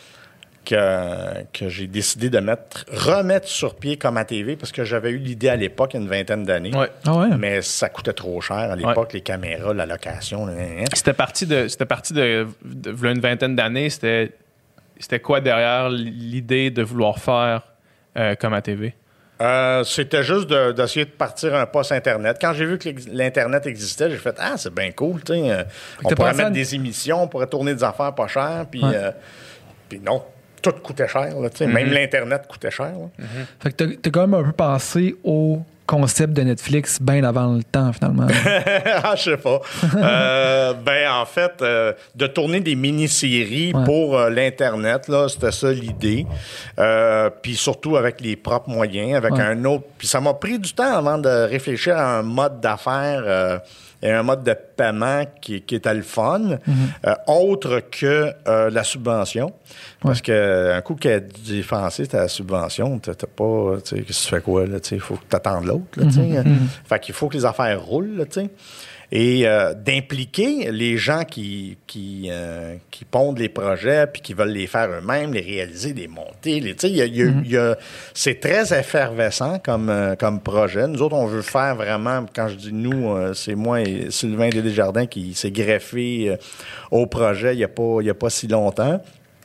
que, que j'ai décidé de mettre, remettre sur pied Comme à T V, parce que j'avais eu l'idée à l'époque, il y a une vingtaine d'années. Ouais. Ah ouais? Mais ça coûtait trop cher à l'époque, les caméras, la location. Là, hein. C'était parti de, c'était parti de, de, v'là une vingtaine d'années. C'était, c'était quoi derrière l'idée de vouloir faire euh, Comme à T V? Euh, c'était juste de- d'essayer de partir un poste Internet. Quand j'ai vu que l'ex- l'Internet existait, j'ai fait « Ah, c'est bien cool, tu sais. euh, on t'as pourrait pensé mettre à- des émissions, on pourrait tourner des affaires pas chères. » Puis Ouais. euh, puis non, tout coûtait cher. Là, tu sais. Même l'Internet coûtait cher. Là. Fait que t'as, t'as quand même un peu pensé au concept de Netflix bien avant le temps, finalement. Ah, je sais pas. Euh, ben, en fait, euh, de tourner des mini-séries Ouais. pour euh, l'Internet, là, c'était ça l'idée. Euh, puis surtout avec les propres moyens, avec Ouais. un autre... Puis ça m'a pris du temps avant de réfléchir à un mode d'affaires euh, et un mode de paiement qui, qui était le fun, euh, autre que euh, la subvention. Parce que un coup qui a défensé ta subvention, t'as t'as pas, tu sais, qu'est-ce que tu fais quoi, là, tu sais, il faut que t'attendes l'autre, là, tu sais. Fait qu'il faut que les affaires roulent, là, tu sais. Et euh, d'impliquer les gens qui, qui, euh, qui pondent les projets puis qui veulent les faire eux-mêmes, les réaliser, les monter. Les, tu sais, il y a- il y a- il y a- c'est très effervescent comme, euh, comme projet. Nous autres, on veut faire vraiment, quand je dis nous, euh, c'est moi et Sylvain Desjardins qui s'est greffé euh, au projet il n'y a pas, il y a pas si longtemps.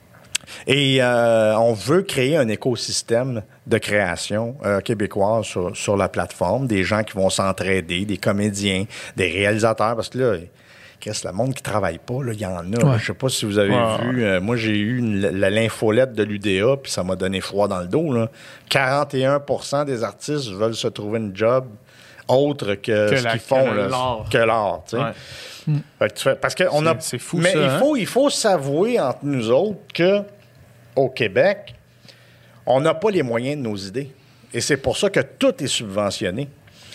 Et euh, on veut créer un écosystème de création euh, québécoise sur, sur la plateforme, des gens qui vont s'entraider, des comédiens, des réalisateurs, parce que là, qu'est-ce le monde qui travaille pas, là, il y en a. Ouais. Je sais pas si vous avez Ouais. vu, euh, moi j'ai eu une- la- l'infolette de l'U D A, puis ça m'a donné froid dans le dos. Là. quarante et un pour cent des artistes veulent se trouver une job autre que, Que ce la- qu'ils font, que là, l'art. que l'art. Tu sais. Ouais. Fait que tu fais- parce que on a, C'est- c'est fou, mais ça, il hein? faut, il faut s'avouer entre nous autres que au Québec, on n'a pas les moyens de nos idées. Et c'est pour ça que tout est subventionné.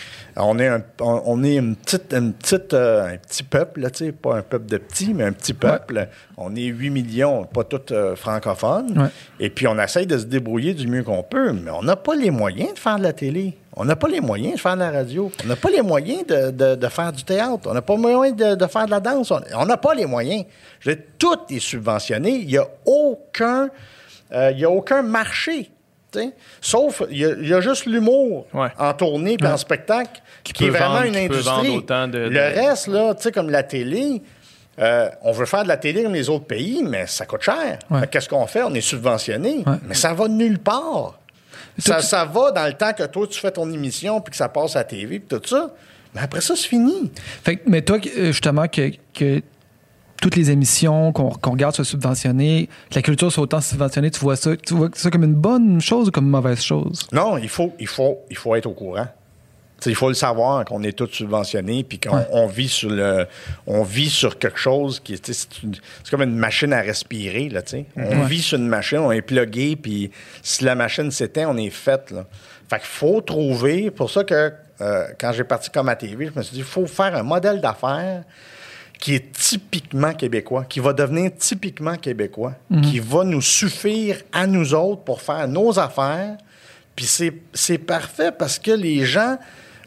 On est un, on, on est une petite, une petite, euh, un petit peuple, là, tu sais, pas un peuple de petits, mais un petit peuple. On est huit millions, pas tous euh, francophones. Ouais. Et puis, on essaye de se débrouiller du mieux qu'on peut, mais on n'a pas les moyens de faire de la télé. On n'a pas les moyens de faire de la radio. On n'a pas les moyens de, de- de faire du théâtre. On n'a pas les moyens de, de faire de la danse. On- On n'a pas les moyens. Je veux dire, tout est subventionné. Il n'y a aucun, euh, il y a aucun marché. T'sais. Sauf, il y, a- il y a juste l'humour Ouais. en tournée puis en spectacle qui, peut est vraiment vendre- une qui peut industrie. vendre autant de- Le de- reste, là, tu sais, comme la télé, euh, on veut faire de la télé comme les autres pays, mais ça coûte cher. Ouais. Fait que Qu'est-ce qu'on fait? On est subventionné, Ouais. mais ça va nulle part. Ça, Tout- ça va dans le temps que toi, tu fais ton émission puis que ça passe à la T V puis tout ça. Mais après ça, c'est fini. Fait que, mais toi, euh, justement, que, que toutes les émissions qu'on qu'on regarde soient subventionnées, que la culture soit autant subventionnée, tu vois ça, tu vois ça comme une bonne chose ou comme une mauvaise chose? Non, il faut, il faut, il faut être au courant. T'sais, il faut le savoir qu'on est tous subventionnés puis qu'on Ouais. on vit sur le, on vit sur quelque chose qui est, t'sais, c'est, une- c'est comme une machine à respirer là. Tu sais, on Ouais. vit sur une machine, on est plugué puis si la machine s'éteint, on est fait là. Fait qu'il faut trouver. Pour ça que euh, quand j'ai parti Comme à T V, je me suis dit, il faut faire un modèle d'affaires qui est typiquement québécois, qui va devenir typiquement québécois, qui va nous suffire à nous autres pour faire nos affaires. Puis c'est, c'est parfait parce que les gens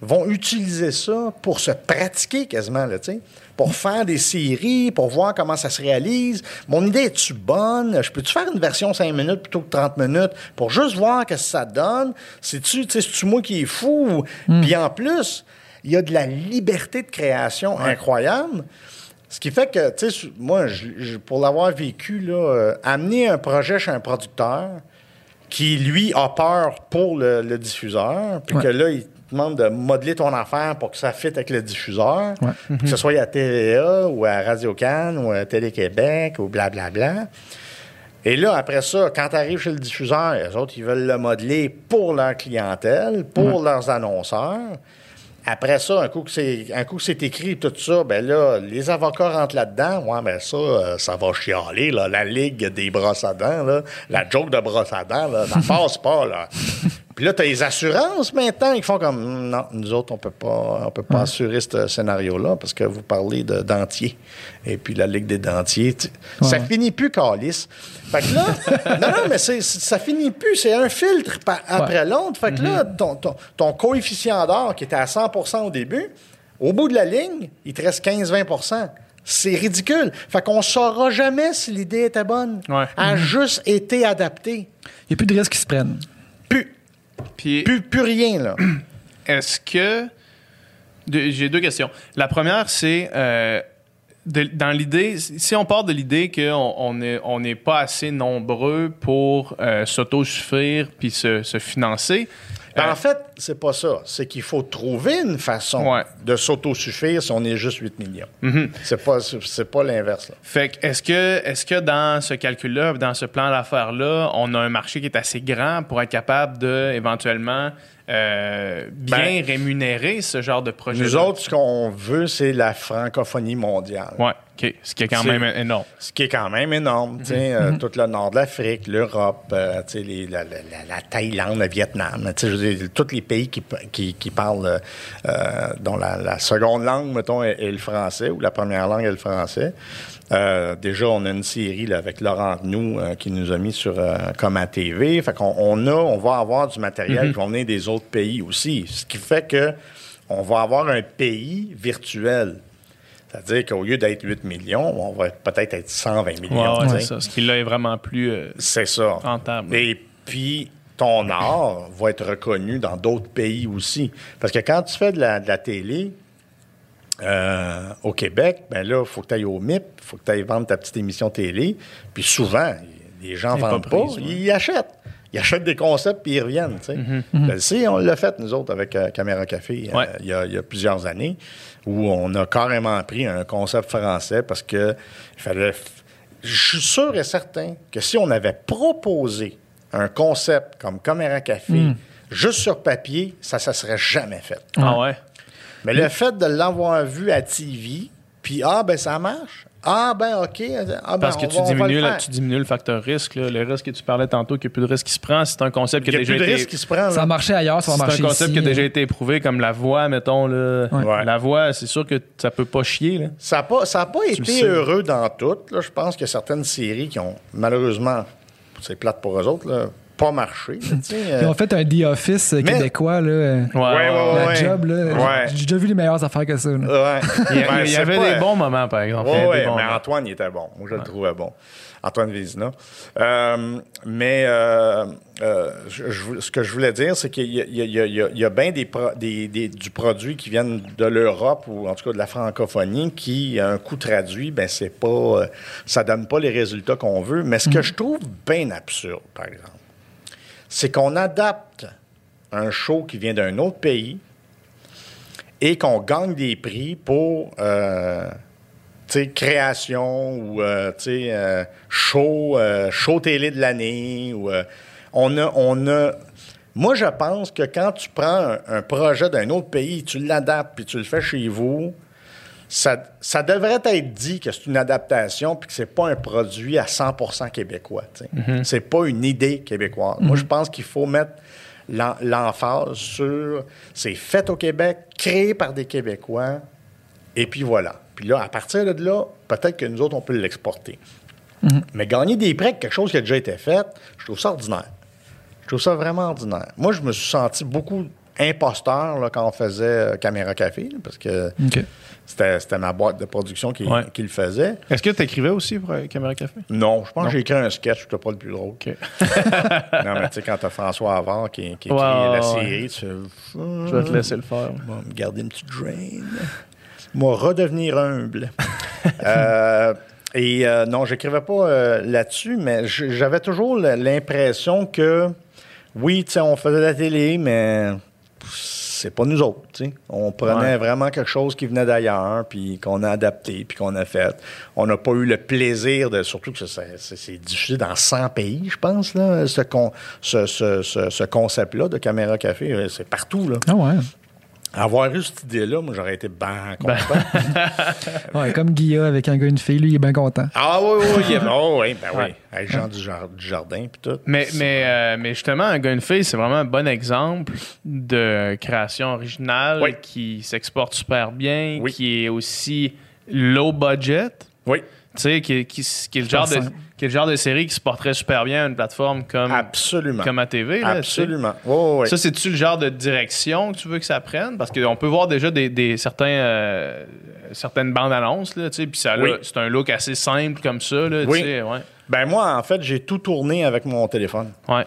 vont utiliser ça pour se pratiquer quasiment, là, tu sais, pour faire des séries, pour voir comment ça se réalise. Mon idée, est-tu bonne? Je peux-tu faire une version cinq minutes plutôt que trente minutes pour juste voir ce que ça donne? C'est-tu, tu sais, c'est-tu moi qui est fou? Mm. Puis en plus, il y a de la liberté de création ouais. incroyable. Ce qui fait que, tu sais, moi, je, je, pour l'avoir vécu, là, euh, amener un projet chez un producteur qui, lui, a peur pour le, le diffuseur, puis ouais. que là, il demande de modeler ton affaire pour que ça fitte avec le diffuseur, ouais. mm-hmm. que ce soit à T V A ou à Radio-Can ou à Télé-Québec ou blablabla. Et là, après ça, quand tu arrives chez le diffuseur, les autres, ils veulent le modeler pour leur clientèle, pour ouais. leurs annonceurs. Après ça, un coup que c'est, un coup que c'est écrit tout ça, ben là, les avocats rentrent là-dedans. Ouais, ben ça, euh, ça va chialer, là. La ligue des brosses à dents, là. La joke de brosse à dents, là, ça passe pas, là. Puis là, t'as les assurances maintenant qui font comme non, nous autres, on peut pas, on peut pas ouais. assurer ce scénario-là parce que vous parlez de dentiers. Et puis la Ligue des dentiers, tu... ouais. ça finit plus, câlisse. Fait que là, non, non, mais c'est, ça finit plus. C'est un filtre pa- après ouais. l'autre. Fait que mm-hmm. là, ton, ton, ton coefficient d'or qui était à cent pour cent au début, au bout de la ligne, il te reste quinze à vingt pour cent. C'est ridicule. Fait qu'on saura jamais si l'idée était bonne. Ouais. Elle a mm-hmm. juste été adaptée. Il n'y a plus de risques qui se prennent. Plus. Puis, plus, plus rien, là. Est-ce que... De, j'ai deux questions. La première, c'est... Euh, de, dans l'idée... Si on part de l'idée qu'on on n'est on est pas assez nombreux pour euh, s'autosuffire puis se, se financer... Ben, euh, en fait, c'est pas ça. C'est qu'il faut trouver une façon ouais. de s'autosuffire si on est juste huit millions. Mm-hmm. C'est pas, c'est, c'est pas l'inverse, là. Fait que est-ce que, est-ce que dans ce calcul-là, dans ce plan d'affaires-là, on a un marché qui est assez grand pour être capable de, éventuellement, euh, bien ben, rémunérer ce genre de projet? Nous autres, ce qu'on veut, c'est la francophonie mondiale. Oui, OK. Ce qui est quand c'est, même énorme. Ce qui est quand même énorme. Mm-hmm. Euh, mm-hmm. Tout le nord de l'Afrique, l'Europe, euh, les, la, la, la Thaïlande, le Vietnam, je veux dire, tous les pays qui, qui, qui parlent, euh, dont la, la seconde langue, mettons, est, est le français, ou la première langue est le français. Euh, déjà, on a une série là, avec Laurent Gnou euh, qui nous a mis sur euh, comme à T V. Fait qu'on on a, on va avoir du matériel mm-hmm. qui va venir des autres pays aussi. Ce qui fait que on va avoir un pays virtuel. C'est-à-dire qu'au lieu d'être huit millions, on va peut-être être cent vingt millions. Ouais, ouais, c'est ça. Ce qui là est vraiment plus euh, c'est ça. rentable. Et puis, ton art va être reconnu dans d'autres pays aussi. Parce que quand tu fais de la, de la télé, Euh, au Québec, ben là, il faut que tu ailles au M I P, il faut que tu ailles vendre ta petite émission télé. Puis souvent, les gens ne vendent pas, prise, pas ouais. ils achètent. Ils achètent des concepts puis ils reviennent. Tu sais. Mm-hmm. Ben, si, on l'a fait, nous autres, avec euh, Caméra Café, ouais. euh, il y a, il y a plusieurs années, où on a carrément pris un concept français parce que il fallait. Je suis sûr et certain que si on avait proposé un concept comme Caméra Café mm. juste sur papier, ça ne serait jamais fait. Ah ouais? Mais le fait de l'avoir vu à T V, puis ah, ben ça marche. Ah, ben OK. Ah, ben, Parce que on tu, va, diminues, le là, tu diminues le facteur risque. Là. Le risque que tu parlais tantôt, qu'il n'y a plus de risque qui se prend, c'est un concept qui a, a déjà été... Qui se prend, ça a marché ailleurs, ça va marcher ici. C'est un concept ici, qui a déjà été éprouvé, comme la voix, mettons. Là. Ouais. La voix, c'est sûr que ça peut pas chier. Là. Ça n'a pas, ça a pas été heureux dans toutes. Là. Je pense qu'il y a certaines séries qui ont, malheureusement, c'est plate pour eux autres, là, pas marché. Là, euh... Ils ont fait un The Office Mais... québécois. Là, ouais, ouais, ouais, la ouais. job. Là, ouais. J'ai déjà vu les meilleures affaires que ça. Là. Ouais. il y, a, ben, il y avait pas... des bons moments, par exemple. Ouais, ouais, bons mais moments. Antoine, il était bon. Moi, je ouais. le trouvais bon. Antoine Vézina. Euh, mais euh, euh, je, je, ce que je voulais dire, c'est qu'il y a, il y a, il y a, il y a bien des, pro, des, des, du produit qui viennent de l'Europe ou en tout cas de la francophonie qui, à un coup traduit, ben c'est pas, euh, ça donne pas les résultats qu'on veut. Mais ce que je trouve bien absurde, par exemple, c'est qu'on adapte un show qui vient d'un autre pays et qu'on gagne des prix pour euh, création ou euh, euh, show, euh, show télé de l'année. Ou, euh, on a, on a... Moi, je pense que quand tu prends un, un projet d'un autre pays, tu l'adaptes puis tu le fais chez vous, ça, ça devrait être dit que c'est une adaptation puis que c'est pas un produit à cent pour cent québécois. Mm-hmm. C'est pas une idée québécoise. Mm-hmm. Moi, je pense qu'il faut mettre l'en, l'emphase sur c'est fait au Québec, créé par des Québécois, et puis voilà. Puis là, à partir de là, peut-être que nous autres, on peut l'exporter. Mm-hmm. Mais gagner des prix avec quelque chose qui a déjà été fait, je trouve ça ordinaire. Je trouve ça vraiment ordinaire. Moi, je me suis senti beaucoup imposteur là, quand on faisait euh, Caméra Café, là, parce que OK. c'était, c'était ma boîte de production qui, Ouais. qui le faisait. Est-ce que tu écrivais aussi pour euh, Caméra Café? Non, je pense Non. que j'ai écrit un sketch, c'était pas le plus drôle. OK. Non, mais tu sais, quand t'as François Havard qui, qui écrit Ouais, la ouais, série, tu fais... Je vais te laisser le faire. Bon, me garder une petite drain. Moi, redevenir humble. euh, et euh, non, j'écrivais pas euh, là-dessus, mais j- j'avais toujours l'impression que, oui, tu sais, on faisait de la télé, mais c'est pas nous autres, tu sais. On prenait Ouais. vraiment quelque chose qui venait d'ailleurs, puis qu'on a adapté, puis qu'on a fait. On n'a pas eu le plaisir de... Surtout que ça- c'est, c'est diffusé dans cent pays, je pense, là, ce, con, ce, ce, ce, ce concept-là de Caméra Café. C'est partout, là. Ah ouais. Avoir eu cette idée-là, moi, j'aurais été bien content. Ouais, comme Guilla avec un gars et une fille, lui, il est bien content. Ah oui, oui, oui. Oh, oui, ben oui. Ouais. Hey, Jean du, jar- du Jardin, puis tout. Mais, mais, euh, mais justement, un gars une fille, c'est vraiment un bon exemple de création originale Oui. qui s'exporte super bien, Oui. qui est aussi low budget. Oui, Tu sais, qui, qui, qui, est le genre de, simple. qui est le genre de série qui se porterait super bien à une plateforme comme, absolument. comme à T V. Là, tu sais. Absolument. Oui, oui, oui. Ça, c'est-tu le genre de direction que tu veux que ça prenne? Parce qu'on peut voir déjà des, des certains, euh, certaines bandes annonces, là, tu sais, puis ça, là, Oui. c'est un look assez simple comme ça, là, tu Oui. sais, ouais. Ben moi, en fait, j'ai tout tourné avec mon téléphone. Ouais.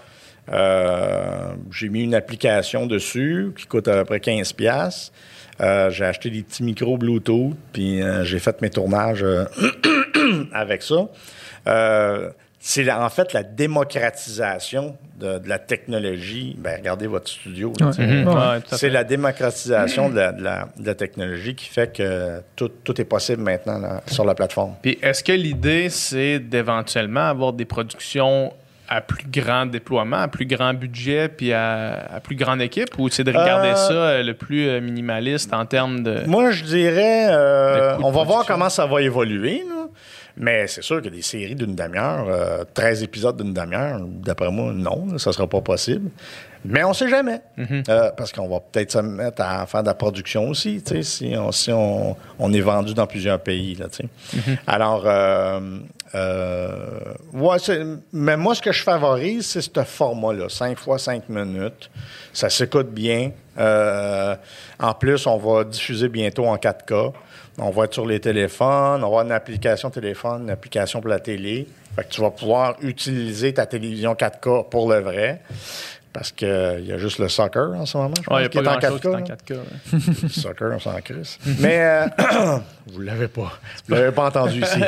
Euh, j'ai mis une application dessus qui coûte à peu près quinze piastres. Euh, j'ai acheté des petits micros Bluetooth, puis euh, j'ai fait mes tournages euh, avec ça. Euh, c'est la- en fait la démocratisation de, de la technologie. Ben, regardez votre studio. là, Ouais. tu sais. Mhm. Ouais. Ouais, tout à C'est fait. la démocratisation de la, de la- de la technologie qui fait que tout, tout est possible maintenant là, sur la plateforme. Puis est-ce que l'idée, c'est d'éventuellement avoir des productions à plus grand déploiement, à plus grand budget, puis à, à plus grande équipe, ou c'est de regarder Euh, ça euh, le plus euh, minimaliste en termes de... Moi, je dirais, euh, De coût de on va voir production. comment ça va évoluer, là. Mais c'est sûr que des séries d'une demi-heure, euh, treize épisodes d'une demi-heure, d'après moi, non, là, ça sera pas possible. Mais on sait jamais. Euh, parce qu'on va peut-être se mettre à faire de la production aussi, tu sais, si on, si on, on est vendu dans plusieurs pays, là, tu sais. Alors, euh, euh, ouais, c'est- mais moi, ce que je favorise, c'est ce format-là, cinq fois cinq minutes. Ça s'écoute bien. Euh, en plus, on va diffuser bientôt en quatre K. On va être sur les téléphones, on va avoir une application téléphone, une application pour la télé. Fait que tu vas pouvoir utiliser ta télévision quatre K pour le vrai. Parce qu'il y a juste le soccer en ce moment, je pense, Ouais, il n'y a qui pas est en grand-chose quatre K. qui est en là. quatre K. ouais. Le soccer, on s'en crisse. Mais euh, vous ne l'avez pas. Vous ne l'avez pas entendu ici.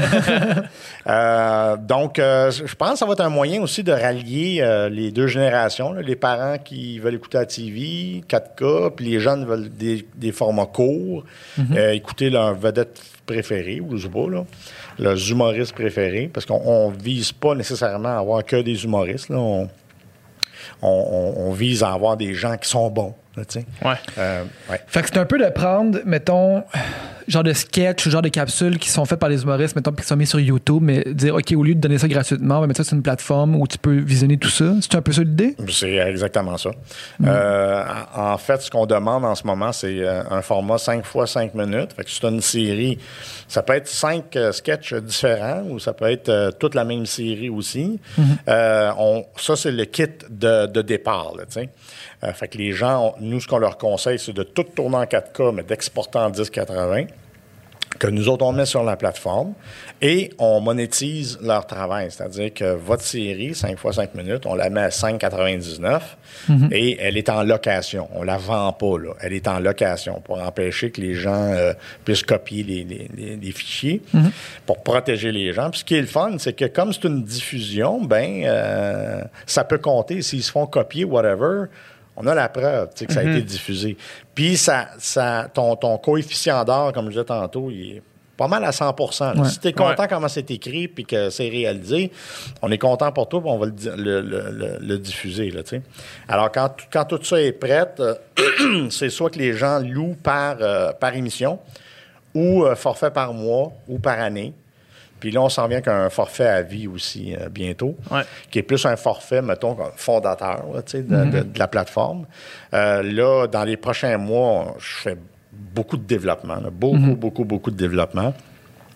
Euh, donc, euh, je pense que ça va être un moyen aussi de rallier euh, les deux générations. Là. Les parents qui veulent écouter la T V, quatre K, puis les jeunes veulent des, des formats courts, euh, écouter leur vedette préférée, ou je sais pas, là, leurs humoristes préférés, parce qu'on ne vise pas nécessairement à avoir que des humoristes. Là. On, on, on- on vise à avoir des gens qui sont bons. Là, tu sais. Ouais. Euh, ouais. Fait que c'est un peu de prendre, mettons, genre de sketch ou genre de capsules qui sont faites par les humoristes, mettons, puis qui sont mis sur YouTube, mais dire, OK, au lieu de donner ça gratuitement, on va mettre ça sur une plateforme où tu peux visionner tout ça. C'est un peu ça l'idée? C'est exactement ça. Euh, en en fait, ce qu'on demande en ce moment, c'est euh, un format cinq fois cinq minutes. Fait que c'est une série. Ça peut être cinq euh, sketchs différents ou ça peut être euh, toute la même série aussi. Euh, on, ça, c'est le kit de, de départ. Là, tu sais. Euh, fait que les gens, on- nous, ce qu'on leur conseille, c'est de tout tourner en quatre K, mais d'exporter en dix quatre-vingts. Que nous autres, on met sur la plateforme et on monétise leur travail. C'est-à-dire que votre série, cinq fois cinq minutes, on la met à cinq quatre-vingt-dix-neuf et elle est en location. On la vend pas, là. Elle est en location pour empêcher que les gens euh, puissent copier les, les- les- les fichiers, pour protéger les gens. Puis ce qui est le fun, c'est que comme c'est une diffusion, ben euh, ça peut compter. S'ils se font copier, whatever, on a la preuve, tu sais, que ça a été diffusé. Puis ça, ça, ton, ton coefficient d'or, comme je disais tantôt, il est pas mal à cent pour cent. là. Ouais. Si tu es content Ouais. comment c'est écrit puis que c'est réalisé, on est content pour toi puis on va le, di- le, le- le- le diffuser. Là, tu sais. Alors, quand, tout- quand tout ça est prêt, euh, c'est soit que les gens louent par, euh, par émission ou euh, forfait par mois ou par année. Puis là, on s'en vient qu'un forfait à vie aussi euh, bientôt, Ouais. qui est plus un forfait, mettons, comme fondateur là, tu sais, de, de- de la plateforme. Euh, là, dans les prochains mois, je fais beaucoup de développement, là, beaucoup, beaucoup, beaucoup de développement.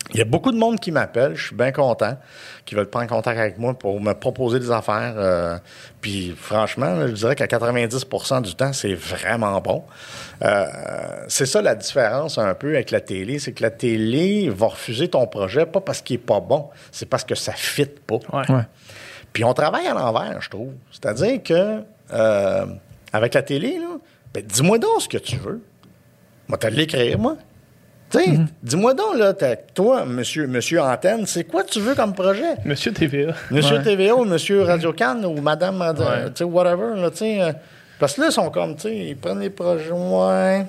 Il y a beaucoup de monde qui m'appelle, je suis bien content, qui veulent prendre contact avec moi pour me proposer des affaires. Euh, puis franchement, là, je dirais qu'à quatre-vingt-dix pour cent du temps, c'est vraiment bon. Euh, c'est ça la différence un peu avec la télé, c'est que la télé va refuser ton projet, pas parce qu'il est pas bon, c'est parce que ça ne fit pas. Ouais. Ouais. Puis on travaille à l'envers, je trouve. C'est-à-dire que euh, avec la télé, là, ben, dis-moi donc ce que tu veux. Moi, t'as de l'écrire, moi. Tu sais, mm-hmm. dis-moi donc, là, toi, monsieur, monsieur Antenne, c'est quoi tu veux comme projet? Monsieur T V A. Monsieur Ouais. T V A ou monsieur Radio-Can ou madame, Radio, Ouais. tu sais, whatever, là, tu sais. Euh, parce que là, ils sont comme, tu sais, ils prennent les projets, ouais,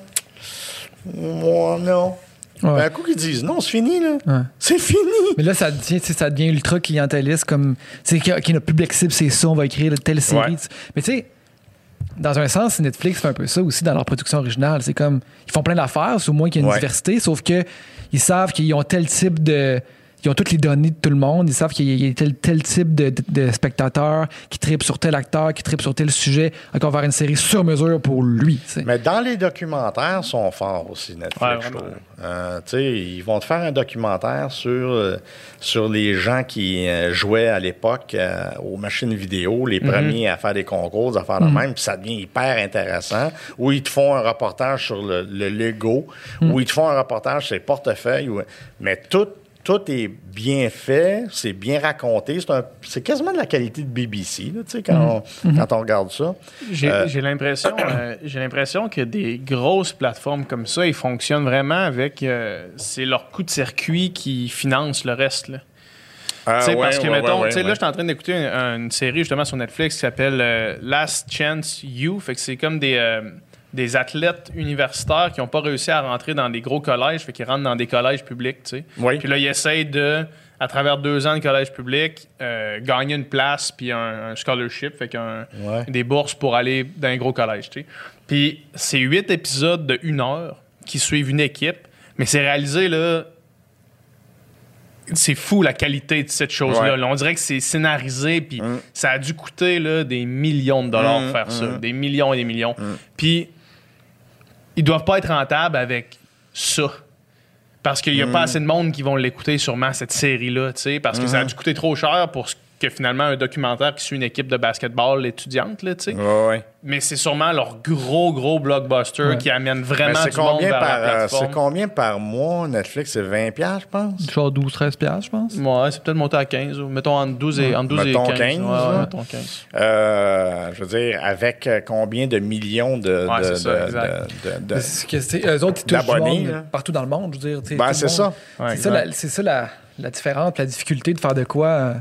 moi, non. Ouais. Ben, un coup qu'ils disent non, c'est fini, là. Ouais. C'est fini. Mais là, ça devient, tu sais, ça devient ultra clientéliste, comme, tu sais, qui qui est notre public cible, c'est ça, on va écrire telle série. Ouais. Mais tu sais, dans un sens, Netflix fait un peu ça aussi dans leur production originale. C'est comme, ils font plein d'affaires, au moins qu'il y a une Ouais. diversité, sauf que ils savent qu'ils ont tel type de... Ils ont toutes les données de tout le monde. Ils savent qu'il y a tel, tel type de, de, de spectateurs qui trippent sur tel acteur, qui trippent sur tel sujet. Donc, on va faire une série sur mesure pour lui. Tu sais. Mais dans les documentaires, ils sont forts aussi, Netflix, Ouais, je vraiment. trouve. Euh, tu sais, ils vont te faire un documentaire sur, euh, sur les gens qui euh, jouaient à l'époque euh, aux machines vidéo, les premiers à faire des concours, des affaires de même, puis ça devient hyper intéressant. Ou ils te font un reportage sur le, le Lego, ou ils te font un reportage sur les portefeuilles. Ou... Mais tout Tout est bien fait, c'est bien raconté. C'est, un, c'est quasiment de la qualité de B B C, là, tu sais, quand, on, quand on regarde ça. J'ai, Euh, j'ai l'impression, euh, j'ai l'impression que des grosses plateformes comme ça, ils fonctionnent vraiment avec... euh, c'est leur coup de circuit qui finance le reste, là. Ah, Tu sais, ouais, parce que, ouais, mettons, ouais, tu sais, ouais. là, je suis en train d'écouter une, une série justement sur Netflix qui s'appelle euh, Last Chance You. Fait que c'est comme des, euh, des athlètes universitaires qui n'ont pas réussi à rentrer dans des gros collèges, fait qu'ils rentrent dans des collèges publics, tu sais. Oui. Puis là, ils essayent de, à travers deux ans de collège public, euh, gagner une place puis un, un scholarship, fait qu'un, Ouais. des bourses pour aller dans un gros collège, tu sais. Puis c'est huit épisodes de une heure qui suivent une équipe, mais c'est réalisé, là... C'est fou la qualité de cette chose-là. Ouais. Là, on dirait que c'est scénarisé, puis Mm. ça a dû coûter là, des millions de dollars Mm, faire ça. mm. Des millions et des millions. Puis, ils doivent pas être rentables avec ça. Parce qu'il y a pas assez de monde qui vont l'écouter sûrement, cette série-là, tu sais, parce que ça a dû coûter trop cher pour ce que finalement un documentaire qui suit une équipe de basketball étudiante, là, tu sais. Ouais, ouais. Mais c'est sûrement leur gros, gros blockbuster Ouais. qui amène Mais vraiment c'est du monde combien, vers par, la euh, plateforme. c'est combien par mois, Netflix? C'est vingt dollars, je pense? Genre douze treize piastres, je pense. Ouais, c'est peut-être monté à quinze. Ou mettons entre douze et, entre douze Mettons et quinze. quinze, Ouais, ouais, hein? mettons quinze. Euh, je veux dire, avec euh, combien de millions de, Ouais, de, c'est ça, de- exact. de- de- de- C'est que c'est- eux autres, ils touchent du d'abonnés, monde là. partout dans le monde, je veux dire. tu sais, Ben, tout le c'est monde. ça. Ouais, C'est ça, exact. la, c'est ça la, la différence, la difficulté de faire de quoi euh,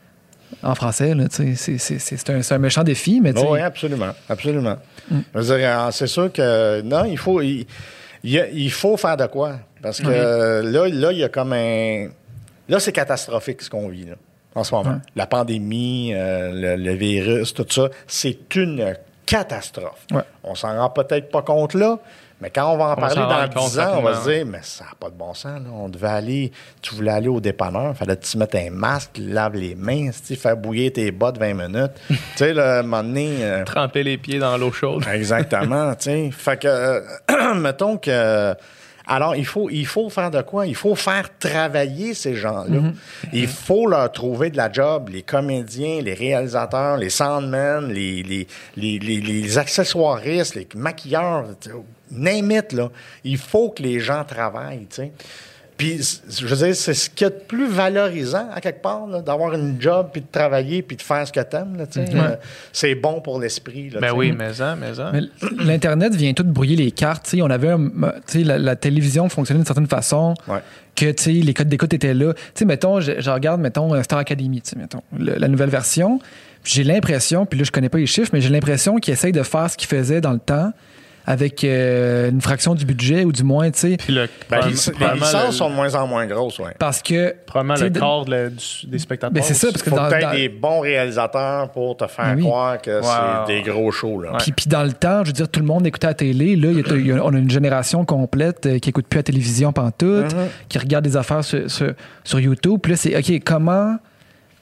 en français. Là, tu sais. c'est, c'est, c'est, c'est, un, c'est un méchant défi, mais tu sais, Oui, absolument. Absolument. Je veux dire, euh, c'est sûr que non, il faut, il, il y a- il faut faire de quoi. Parce que euh, là, là, il y a comme un. Là, c'est catastrophique ce qu'on vit là, en ce moment. Ouais. La pandémie, euh, le, le virus, tout ça, c'est une catastrophe. Ouais. On s'en rend peut-être pas compte là, mais quand on va en On va parler s'en dans rendre compte dix ans, on va rapidement. se dire, mais ça n'a pas de bon sens. Là. On devait aller, tu voulais aller au dépanneur, il fallait que tu mettes un masque, lave les mains, tu sais, faire bouillir tes bottes vingt minutes. tu sais, là, à un moment donné. euh, Tremper les pieds dans l'eau chaude. Exactement, tu sais. Fait que, euh, mettons que... Alors, il faut, il faut faire de quoi? Il faut faire travailler ces gens-là. Il faut leur trouver de la job, les comédiens, les réalisateurs, les soundmen, les, les, les, les, les accessoiristes, les maquilleurs, tu sais, name it, là. Il faut que les gens travaillent, tu sais. Puis, c- je veux dire, c'est ce qu'il y a de plus valorisant, à quelque part, là, d'avoir une job, puis de travailler, puis de faire ce que t'aimes, là, tu sais. Euh, c'est bon pour l'esprit, là, Ben tu sais. oui, mais ça, mais ça. mais l'Internet vient tout brouiller les cartes. tu sais. On avait un- tu sais, la, la télévision fonctionnait d'une certaine façon. Ouais. Que tu sais, les codes d'écoute étaient là. Tu sais, mettons, je, je regarde, mettons, Star Academy, tu sais, mettons, le- la nouvelle version. Puis j'ai l'impression, puis là, je connais pas les chiffres, mais j'ai l'impression qu'ils essayent de faire ce qu'ils faisaient dans le temps avec euh, une fraction du budget, ou du moins, tu sais, Puis le, Ben, probable- les, les probablement licences le- sont de moins en moins grosses, oui. parce que... probablement tu sais, le de- quart de la- du- des spectateurs. Ben, c'est ça, aussi. parce que Faut dans, peut-être dans- des bons réalisateurs pour te faire Ben oui. croire que c'est ouais, des gros shows. Là. Puis, puis dans le temps, je veux dire, tout le monde écoutait la télé. Là, il y a- il y a- on a une génération complète euh, qui écoute plus la télévision pantoute, Mm-hmm. qui regarde des affaires sur, sur, sur YouTube. Puis là, c'est OK, comment,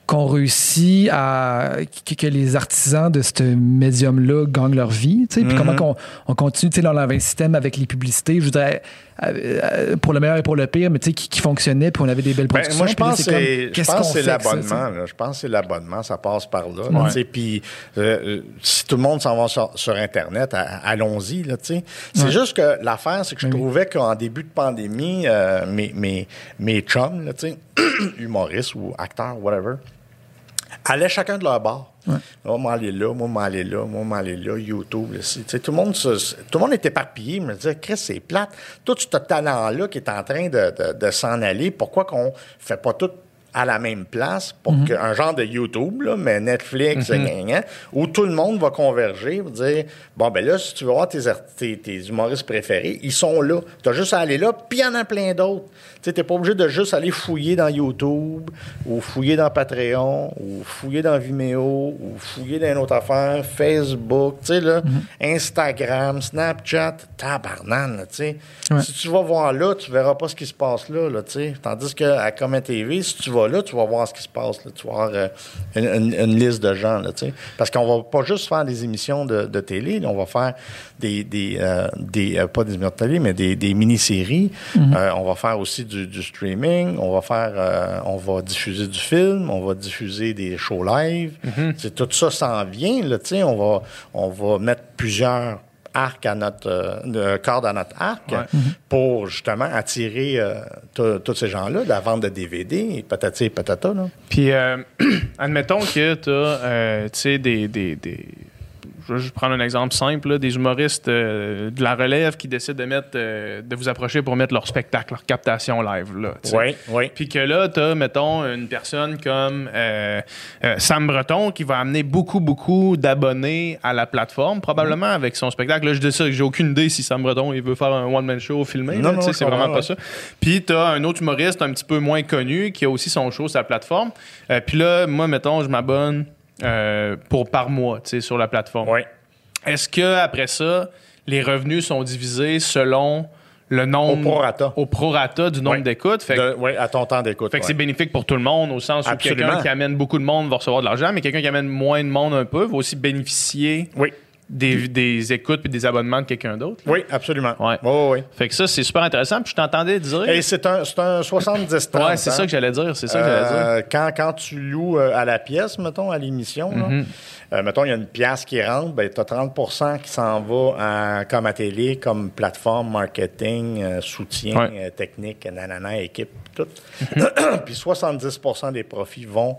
qu'on réussit à que, que les artisans de ce médium-là gagnent leur vie, tu sais, puis Mm-hmm. comment qu'on on continue, tu sais, là, on avait un système avec les publicités, je voudrais euh, pour le meilleur et pour le pire, mais tu sais, qui, qui fonctionnait, puis on avait des belles Ben, productions. moi, je puis là, pense que comme, c'est, je qu'est-ce pense qu'on que c'est fait avec ça, l'abonnement. tu sais? là. Je pense que c'est l'abonnement, ça passe par là. là, Ouais. tu sais, puis euh, euh, si tout le monde s'en va sur, sur Internet, à- allons-y. Là, tu sais. C'est Ouais. juste que l'affaire, c'est que je Ben oui. trouvais qu'en début de pandémie, euh, mes, mes, mes chums, là, tu sais, humoristes ou acteurs, whatever, allaient chacun de leur bord. Ouais. Moi, moi, aller là, moi, moi, aller là, moi, moi, aller là, YouTube, là, tu sais, tout le monde, se- tout le monde est éparpillé. Je me disais, Chris, c'est plate. Tout ce talent-là qui est en train de, de, de s'en aller, pourquoi qu'on fait pas tout à la même place pour Mm-hmm. qu'un genre de YouTube, là, mais Netflix, gna, gna, où tout le monde va converger, va dire, bon, ben là, si tu veux voir tes, art- tes, tes humoristes préférés, ils sont là. Tu as juste à aller là, puis il y en a plein d'autres. Tu sais, t'es pas obligé de juste aller fouiller dans YouTube, ou fouiller dans Patreon, ou fouiller dans Vimeo, ou fouiller dans une autre affaire, Facebook, tu sais, là, Instagram, Snapchat, tabarnane, là, tu sais. Ouais. Si tu vas voir là, tu verras pas ce qui se passe là, là, tu sais. Tandis qu'à Comet T V, si tu vas là, tu vas voir ce qui se passe, là. Tu vas voir euh, une, une- une liste de gens, là, tu sais. Parce qu'on va pas juste faire des émissions de, de télé, là, on va faire des, des, euh, des euh, pas des émissions de télé, mais des, des mini-séries. Euh, on va faire aussi du, du streaming, on va faire, euh, on va diffuser du film, on va diffuser des shows live. C'est tout ça s'en vient, là, tu sais. On va, on va mettre plusieurs arc à notre euh, corde à notre arc Ouais. pour justement attirer euh, tout- tous ces gens-là de la vente de D V D et patati et patata. Là. Puis, euh, admettons que tu as, tu sais, des, des, des... Je vais juste prendre un exemple simple, là, des humoristes euh, de la relève qui décident de mettre, euh, de vous approcher pour mettre leur spectacle, leur captation live, là. tu sais. Oui, oui. Puis que là, tu as, mettons, une personne comme euh, euh, Sam Breton qui va amener beaucoup, beaucoup d'abonnés à la plateforme, probablement avec son spectacle. Là, je dis ça, j'ai aucune idée si Sam Breton il veut faire un one-man show filmé. Non, là, non, tu sais, je c'est vraiment comprends, pas ça. Puis tu as un autre humoriste un petit peu moins connu qui a aussi son show sur la plateforme. Euh, Puis là, moi, mettons, je m'abonne euh, pour par mois, tu sais, sur la plateforme. Oui. Est-ce que après ça, les revenus sont divisés selon le nombre... Au prorata. Au prorata du nombre Oui. d'écoutes? Fait que De- oui, à ton temps d'écoute. fait que ouais. c'est bénéfique pour tout le monde, au sens où Absolument. quelqu'un qui amène beaucoup de monde va recevoir de l'argent, mais quelqu'un qui amène moins de monde un peu va aussi bénéficier Oui, des, des écoutes et des abonnements de quelqu'un d'autre. oui, absolument. Ouais. Oui, oui, oui. Fait que ça, c'est super intéressant. Puis je t'entendais dire... Et c'est un, c'est un soixante-dix trente. ouais, c'est ça que j'allais dire. C'est ça que j'allais dire. Euh, quand, quand tu loues euh, à la pièce, mettons, à l'émission, là, Mm-hmm. euh, mettons, il y a une pièce qui rentre, ben, tu as trente pour cent qui s'en va à, comme à télé, comme plateforme, marketing, euh, soutien, Ouais. euh, technique, nanana, équipe, tout. Puis soixante-dix pour cent des profits vont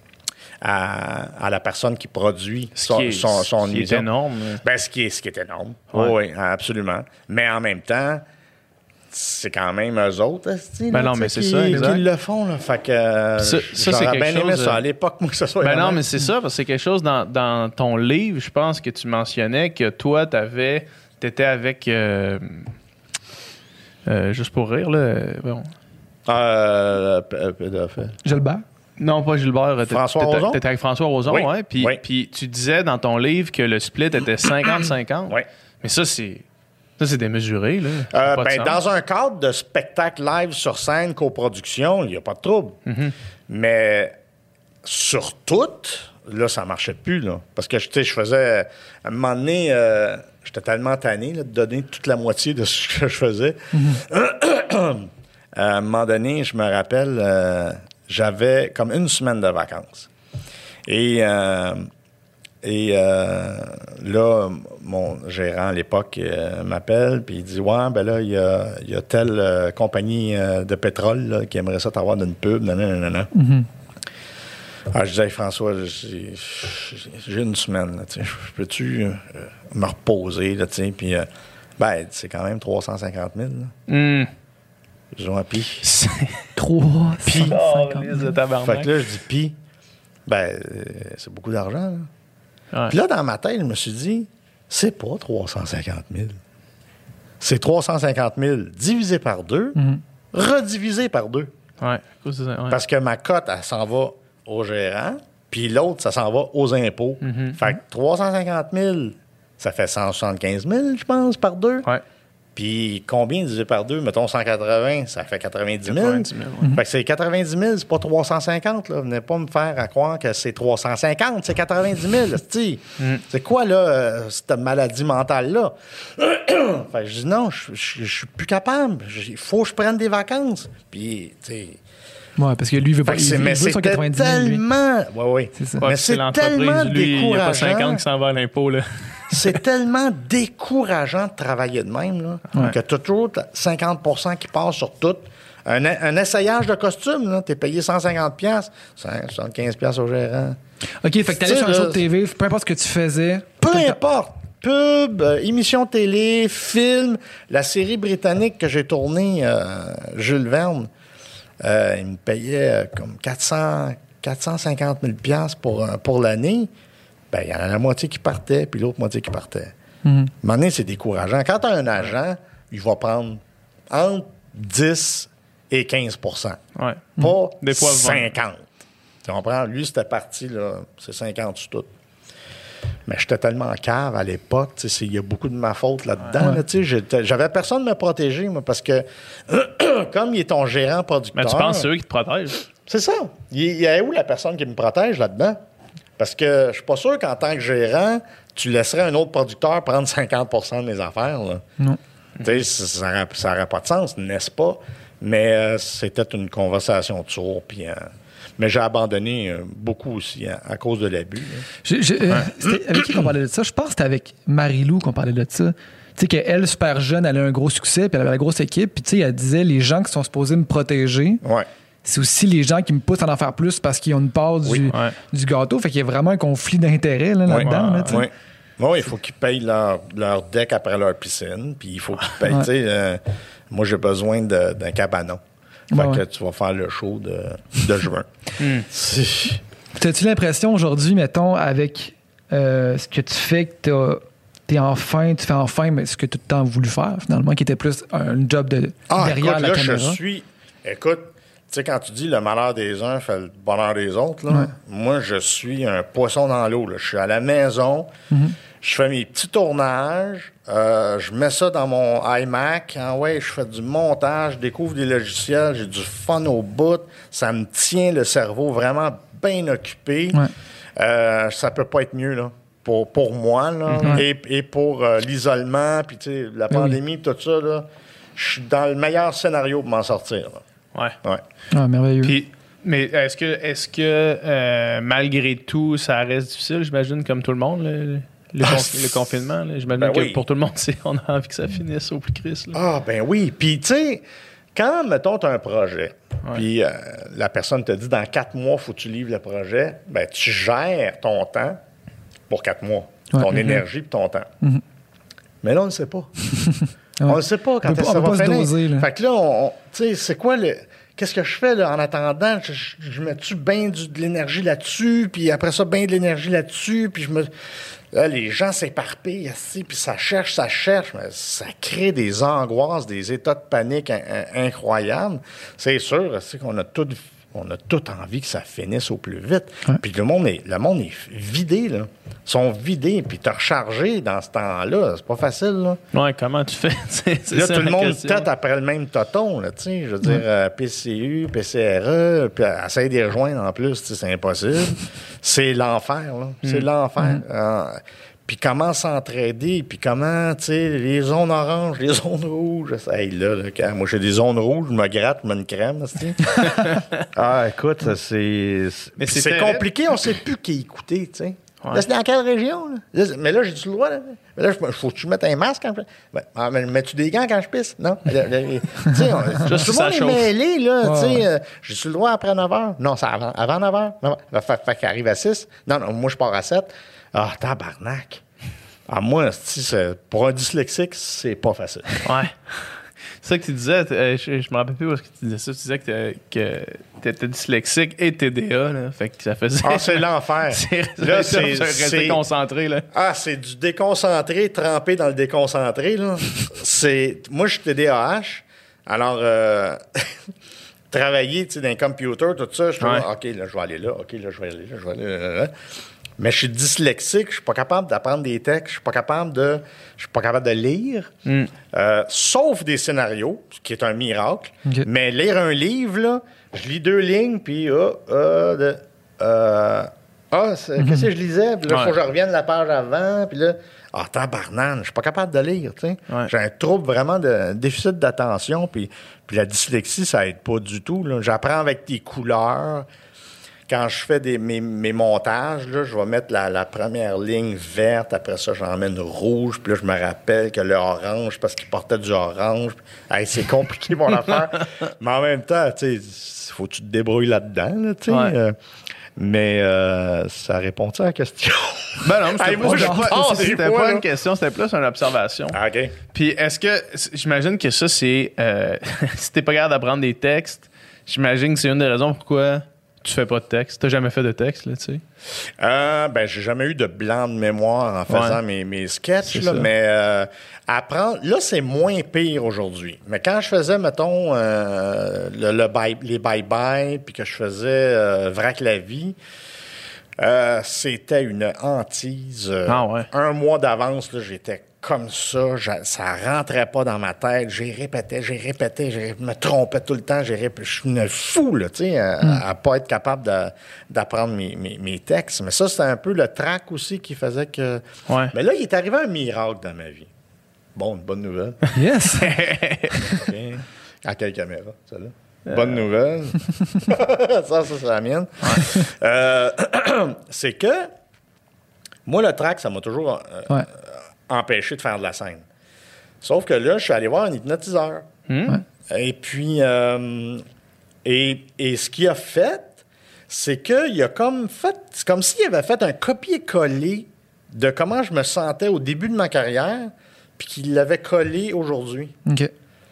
à, à la personne qui produit Ce son, qui est, son, son ce qui est émission. énorme. Ben, ce qui est, ce qui est énorme. Ouais. Oui, absolument. Mais en même temps, c'est quand même eux autres, esti, Ben là, non, tu mais sais, c'est qui, ça, exact. qui le font. Là. Fait que euh, Ça- ça, c'est j'aurais quelque bien aimé chose, ça euh, à l'époque, moi, que ce soit Ben la non, même. mais c'est ça, parce que c'est quelque chose dans, dans ton livre, je pense que tu mentionnais que toi, t'avais, t'étais avec... euh, euh, juste pour rire, là... euh, bon. Euh, p- euh, pédophile. Gilbert? Non, pas Gilbert. t'étais- François t'étais- Roson? T'étais avec François Roson, Oui. ouais. Puis, Oui. puis tu disais dans ton livre que le split était cinquante cinquante. Oui. Mais ça, c'est... Ça, c'est démesuré, là. Ça Euh, a pas de ben, sens. dans un cadre de spectacle live sur scène, coproduction, il n'y a pas de trouble. Mm-hmm. Mais sur toutes, là, ça marchait plus. Là. Parce que, tu sais, je faisais... À un moment donné, euh, j'étais tellement tanné là, de donner toute la moitié de ce que je faisais. À un moment donné, je me rappelle, euh, j'avais comme une semaine de vacances. Et, euh, et euh, là, mon gérant à l'époque euh, m'appelle, puis il dit « Ouais, ben là, il y a, il y a telle euh, compagnie euh, de pétrole là, qui aimerait ça t'avoir d'une pub, nanana. Mm-hmm. Alors, je disais, hey, François, j'ai, j'ai une semaine, là, tu sais, je peux-tu euh, me reposer, là, tu sais, puis, euh, ben, c'est quand même trois cent cinquante mille, là. Hum. Je dis, ouais, puis. trois cent cinquante Oh, liste de tabarnak. Fait que là, je dis, puis, ben, euh, c'est beaucoup d'argent, là. Ouais. Puis là, dans ma tête, je me suis dit, c'est pas trois cent cinquante mille. C'est trois cent cinquante mille divisé par deux, redivisé par deux. Ouais. Quoi, c'est ça? Ouais. Parce que ma cote, elle s'en va au gérant, puis l'autre, ça s'en va aux impôts. Fait que trois cent cinquante mille, ça fait cent soixante-quinze mille, je pense, par deux. Ouais. Puis combien divisé par deux? Mettons cent quatre-vingts, ça fait quatre-vingt-dix mille. quatre-vingt-dix mille, ouais. Fait que c'est quatre-vingt-dix mille, c'est pas trois cent cinquante. Là. Venez pas me faire à croire que c'est trois cent cinquante, c'est quatre-vingt-dix mille. Mm. C'est quoi, là, euh, cette maladie mentale-là? Fait que je dis non, je suis plus capable. Il faut que je prenne des vacances. Puis, tu sais... Ouais, parce que lui, il veut pas. Il, mais il veut son quatre-vingt-dix mille, tellement. Oui, oui. C'est ça. Mais Ouais, c'est l'entreprise, tellement lui, il n'y a pas cinquante décourageant. qui s'en va à l'impôt, là. C'est tellement décourageant de travailler de même, là, Ouais. que tu as toujours cinquante pour cent qui passe sur tout. Un, un essayage de costume, tu es payé cent cinquante piastres, soixante-quinze piastres au gérant. OK, fait que t'allais sur un Tu sais, show là, de T V, peu importe ce que tu faisais. Peu tout le temps. importe. Pub, euh, émission télé, film, la série britannique que j'ai tournée, euh, Jules Verne, euh, il me payait euh, comme quatre cents, quatre cent cinquante mille piastres pour, euh, pour l'année. Ben, il y en a la moitié qui partait, puis l'autre moitié qui partait. Mhm. À un moment donné, c'est décourageant. Quand tu as un agent, il va prendre entre dix et quinze pour cent. Ouais. Pas Des fois, vingt. cinquante. Tu comprends? Lui, c'était parti, là, c'est cinquante sur tout. Mais j'étais tellement cave à l'époque, tu sais, il y a beaucoup de ma faute là-dedans. Ouais. Là, tu sais, j'étais- j'avais personne de me protéger, moi, parce que comme il est ton gérant producteur... Mais tu penses que c'est eux qui te protègent? C'est ça. Il il y a où la personne qui me protège là-dedans? Parce que je suis pas sûr qu'en tant que gérant, tu laisserais un autre producteur prendre cinquante pour cent de mes affaires. Là. Non. Tu sais, ça n'aurait pas de sens, n'est-ce pas? Mais euh, c'était une conversation de sourds. Puis, euh, mais j'ai abandonné euh, beaucoup aussi hein, à cause de l'abus. là. Je- je- euh, c'était avec qui qu'on parlait de ça? Je pense que c'était avec Marie-Lou qu'on parlait de ça. Tu sais, qu'elle, super jeune, elle a un gros succès, puis elle avait la grosse équipe. Puis, tu sais, elle disait, les gens qui sont supposés me protéger, Ouais. c'est aussi les gens qui me poussent à en faire plus parce qu'ils ont une part du, Ouais. du gâteau. Fait qu'il y a vraiment un conflit d'intérêts là, là-dedans. là, tu sais. Oui. Oui, il faut qu'ils payent leur, leur deck après leur piscine, puis il faut qu'ils payent. Ouais. Tu sais, euh, moi, j'ai besoin de- d'un cabanon. Fait Ouais, que ouais. tu vas faire le show de, de juin. C'est- T'as-tu l'impression aujourd'hui, mettons, avec euh, ce que tu fais, que t'as- t'es enfin, tu fais enfin mais ce que tu as tout le temps voulu faire, finalement, qui était plus un job de, Ah, derrière écoute, la là, caméra? je suis... Écoute, tu sais, quand tu dis le malheur des uns fait le bonheur des autres, là, Ouais. moi, je suis un poisson dans l'eau. là. Je suis à la maison, je fais mes petits tournages, euh, je mets ça dans mon iMac, ah ouais, je fais du montage, je découvre des logiciels, j'ai du fun au bout, ça me tient le cerveau vraiment bien occupé. Ouais. Euh, ça peut pas être mieux, là. Pour, pour moi, là, Ouais. et, et pour euh, l'isolement, puis tu sais, la Ben oui. pandémie, tout ça, là, je suis dans le meilleur scénario pour m'en sortir. Là. Ouais. Ouais. Ah, merveilleux. Puis, mais est-ce que, est-ce que euh, malgré tout, ça reste difficile, j'imagine, comme tout le monde, le, le, Ah, con- c'est- le confinement? Là? J'imagine Ben que oui. pour tout le monde, c'est, on a envie que ça finisse au plus Christ. Là. Ah, ben oui. Puis, tu sais, quand, mettons, tu as un projet, puis euh, la personne te dit dans quatre mois, il faut que tu livres le projet, ben tu gères ton temps pour quatre mois, Ouais. ton Mhm. énergie et ton temps. Mais là, on ne le sait pas. Ouais. On ne sait pas quand On peut est-ce pas- que ça on peut va pas se finir. doser, là. Fait que là, on, on- tu sais, c'est quoi le... Qu'est-ce que je fais là, en attendant? Je, je, je mets-tu bien du- de l'énergie là-dessus, puis après ça, bien de l'énergie là-dessus, puis je me... Là, les gens s'éparpillent, ici, puis ça cherche, ça cherche, mais ça crée des angoisses, des états de panique in- in- incroyables. C'est sûr, c'est qu'on a tout... On a tout envie que ça finisse au plus vite. Ouais. Puis le monde est, le monde est vidé, là. Ils sont vidés, puis te recharger dans ce temps-là, c'est pas facile, là. Ouais, comment tu fais? c'est, c'est Là, ça tout le la monde question. tête après le même toton, là, tu sais. Je veux dire, euh, P C U, P C R E, puis euh, essaye de les rejoindre en plus, tu sais, c'est impossible. C'est l'enfer, là. C'est l'enfer. Euh, puis comment s'entraider, puis comment, tu sais, les zones oranges, les zones rouges. Hey, là, là, quand moi, j'ai des zones rouges, je me gratte, je me une crème, tu sais. Ah, écoute, c'est... Mais puis c'est c'est terrible. compliqué, on sait plus qui écouter, tu sais. Ouais. Là, c'est dans quelle région, là? Là, c'est- mais là, j'ai-tu le droit, là? Mais là, il faut que tu mettes un masque quand je... Ben, ah, mais mets-tu des gants quand je pisse? Non. Là, là, tu sais, on- Juste tout si ça le monde est chauffe. mêlé, là, Ouais, tu sais. ouais. euh, j'ai-tu le droit après neuf heures? Non, c'est avant, avant neuf heures. Non, fait, fait qu'il arrive à six. Non, non, moi, je pars à sept. Ah, tabarnak. Ah, moi, si c'est- pour un dyslexique, c'est pas facile. Ouais. C'est ça que tu disais, t- euh, je, je me rappelle plus où est-ce que tu disais ça. Tu disais que, que t'étais dyslexique et T D A, là. Fait que ça faisait. Ah, c'est l'enfer. c'est Là, là, c'est- c'est rester c'est- concentré, là. Ah, c'est du déconcentré trempé dans le déconcentré, là. C'est... Moi, je suis T D A H. Alors, euh... travailler, tu sais, dans un computer, tout ça, je suis Ouais. là, OK, là, je vais aller là. OK, là, je vais aller là. Je vais aller là, là, là. Mais je suis dyslexique, je suis pas capable d'apprendre des textes, je suis pas capable de, je suis pas capable de lire, Mm. euh, sauf des scénarios, ce qui est un miracle. Ok. Mais lire un livre, là, je lis deux lignes, puis ah, ah, de, euh, ah, c'est- Mhm. qu'est-ce que je lisais? Puis là, il Ouais. faut que je revienne la page avant, puis là, ah, tabarnane, je suis pas capable de lire, tu sais. Ouais. J'ai un trouble vraiment de déficit d'attention, puis, puis la dyslexie, ça aide pas du tout, là. J'apprends avec des couleurs. Quand je fais des, mes, mes montages, là, je vais mettre la, la première ligne verte, après ça, j'en mets une rouge, puis là, je me rappelle que le orange, parce qu'il portait du orange. Hey, c'est compliqué, mon affaire. Mais en même temps, tu sais, faut que tu te débrouilles là-dedans, là, tu sais. Ouais. euh, mais euh, ça répond-tu à la question? Ben non, mais c'était Hey, pas, moi, je c'était pas- pars des c'était fois, pas là. une question, c'était plus une observation. Ah, OK. Puis est-ce que, j'imagine que ça, c'est, euh, si t'es pas capable d'apprendre des textes, j'imagine que c'est une des raisons pourquoi tu fais pas de texte. T'as jamais fait de texte, là, tu sais. Euh, ben, j'ai jamais eu de blanc de mémoire en faisant Ouais. mes, mes sketchs, C'est là, ça. mais euh, apprendre, là, c'est moins pire aujourd'hui. Mais quand je faisais, mettons, euh, le, le bye- les bye-bye, puis que je faisais euh, Vrac la vie, euh, c'était une hantise. Euh, Ah ouais. Un mois d'avance, là, j'étais comme ça, j'a- ça rentrait pas dans ma tête. J'ai répété, j'ai répété, je me trompais tout le temps. J'ai répété. Je suis une fou, là, tu sais, à, à pas être capable de- d'apprendre mes, mes, mes textes. Mais ça, c'était un peu le trac aussi qui faisait que... Ouais. Mais là, il est arrivé un miracle dans ma vie. Bon, une bonne nouvelle. Yes! OK. À quelle caméra, celle-là? Bonne nouvelle. ça, ça, c'est la mienne. Euh, c'est que moi, le trac, ça m'a toujours euh, Ouais. empêché de faire de la scène. Sauf que là, je suis allé voir un hypnotiseur. Et puis, euh, et, et ce qu'il a fait, c'est qu'il a comme fait, c'est comme s'il avait fait un copier-coller de comment je me sentais au début de ma carrière, puis qu'il l'avait collé aujourd'hui. OK.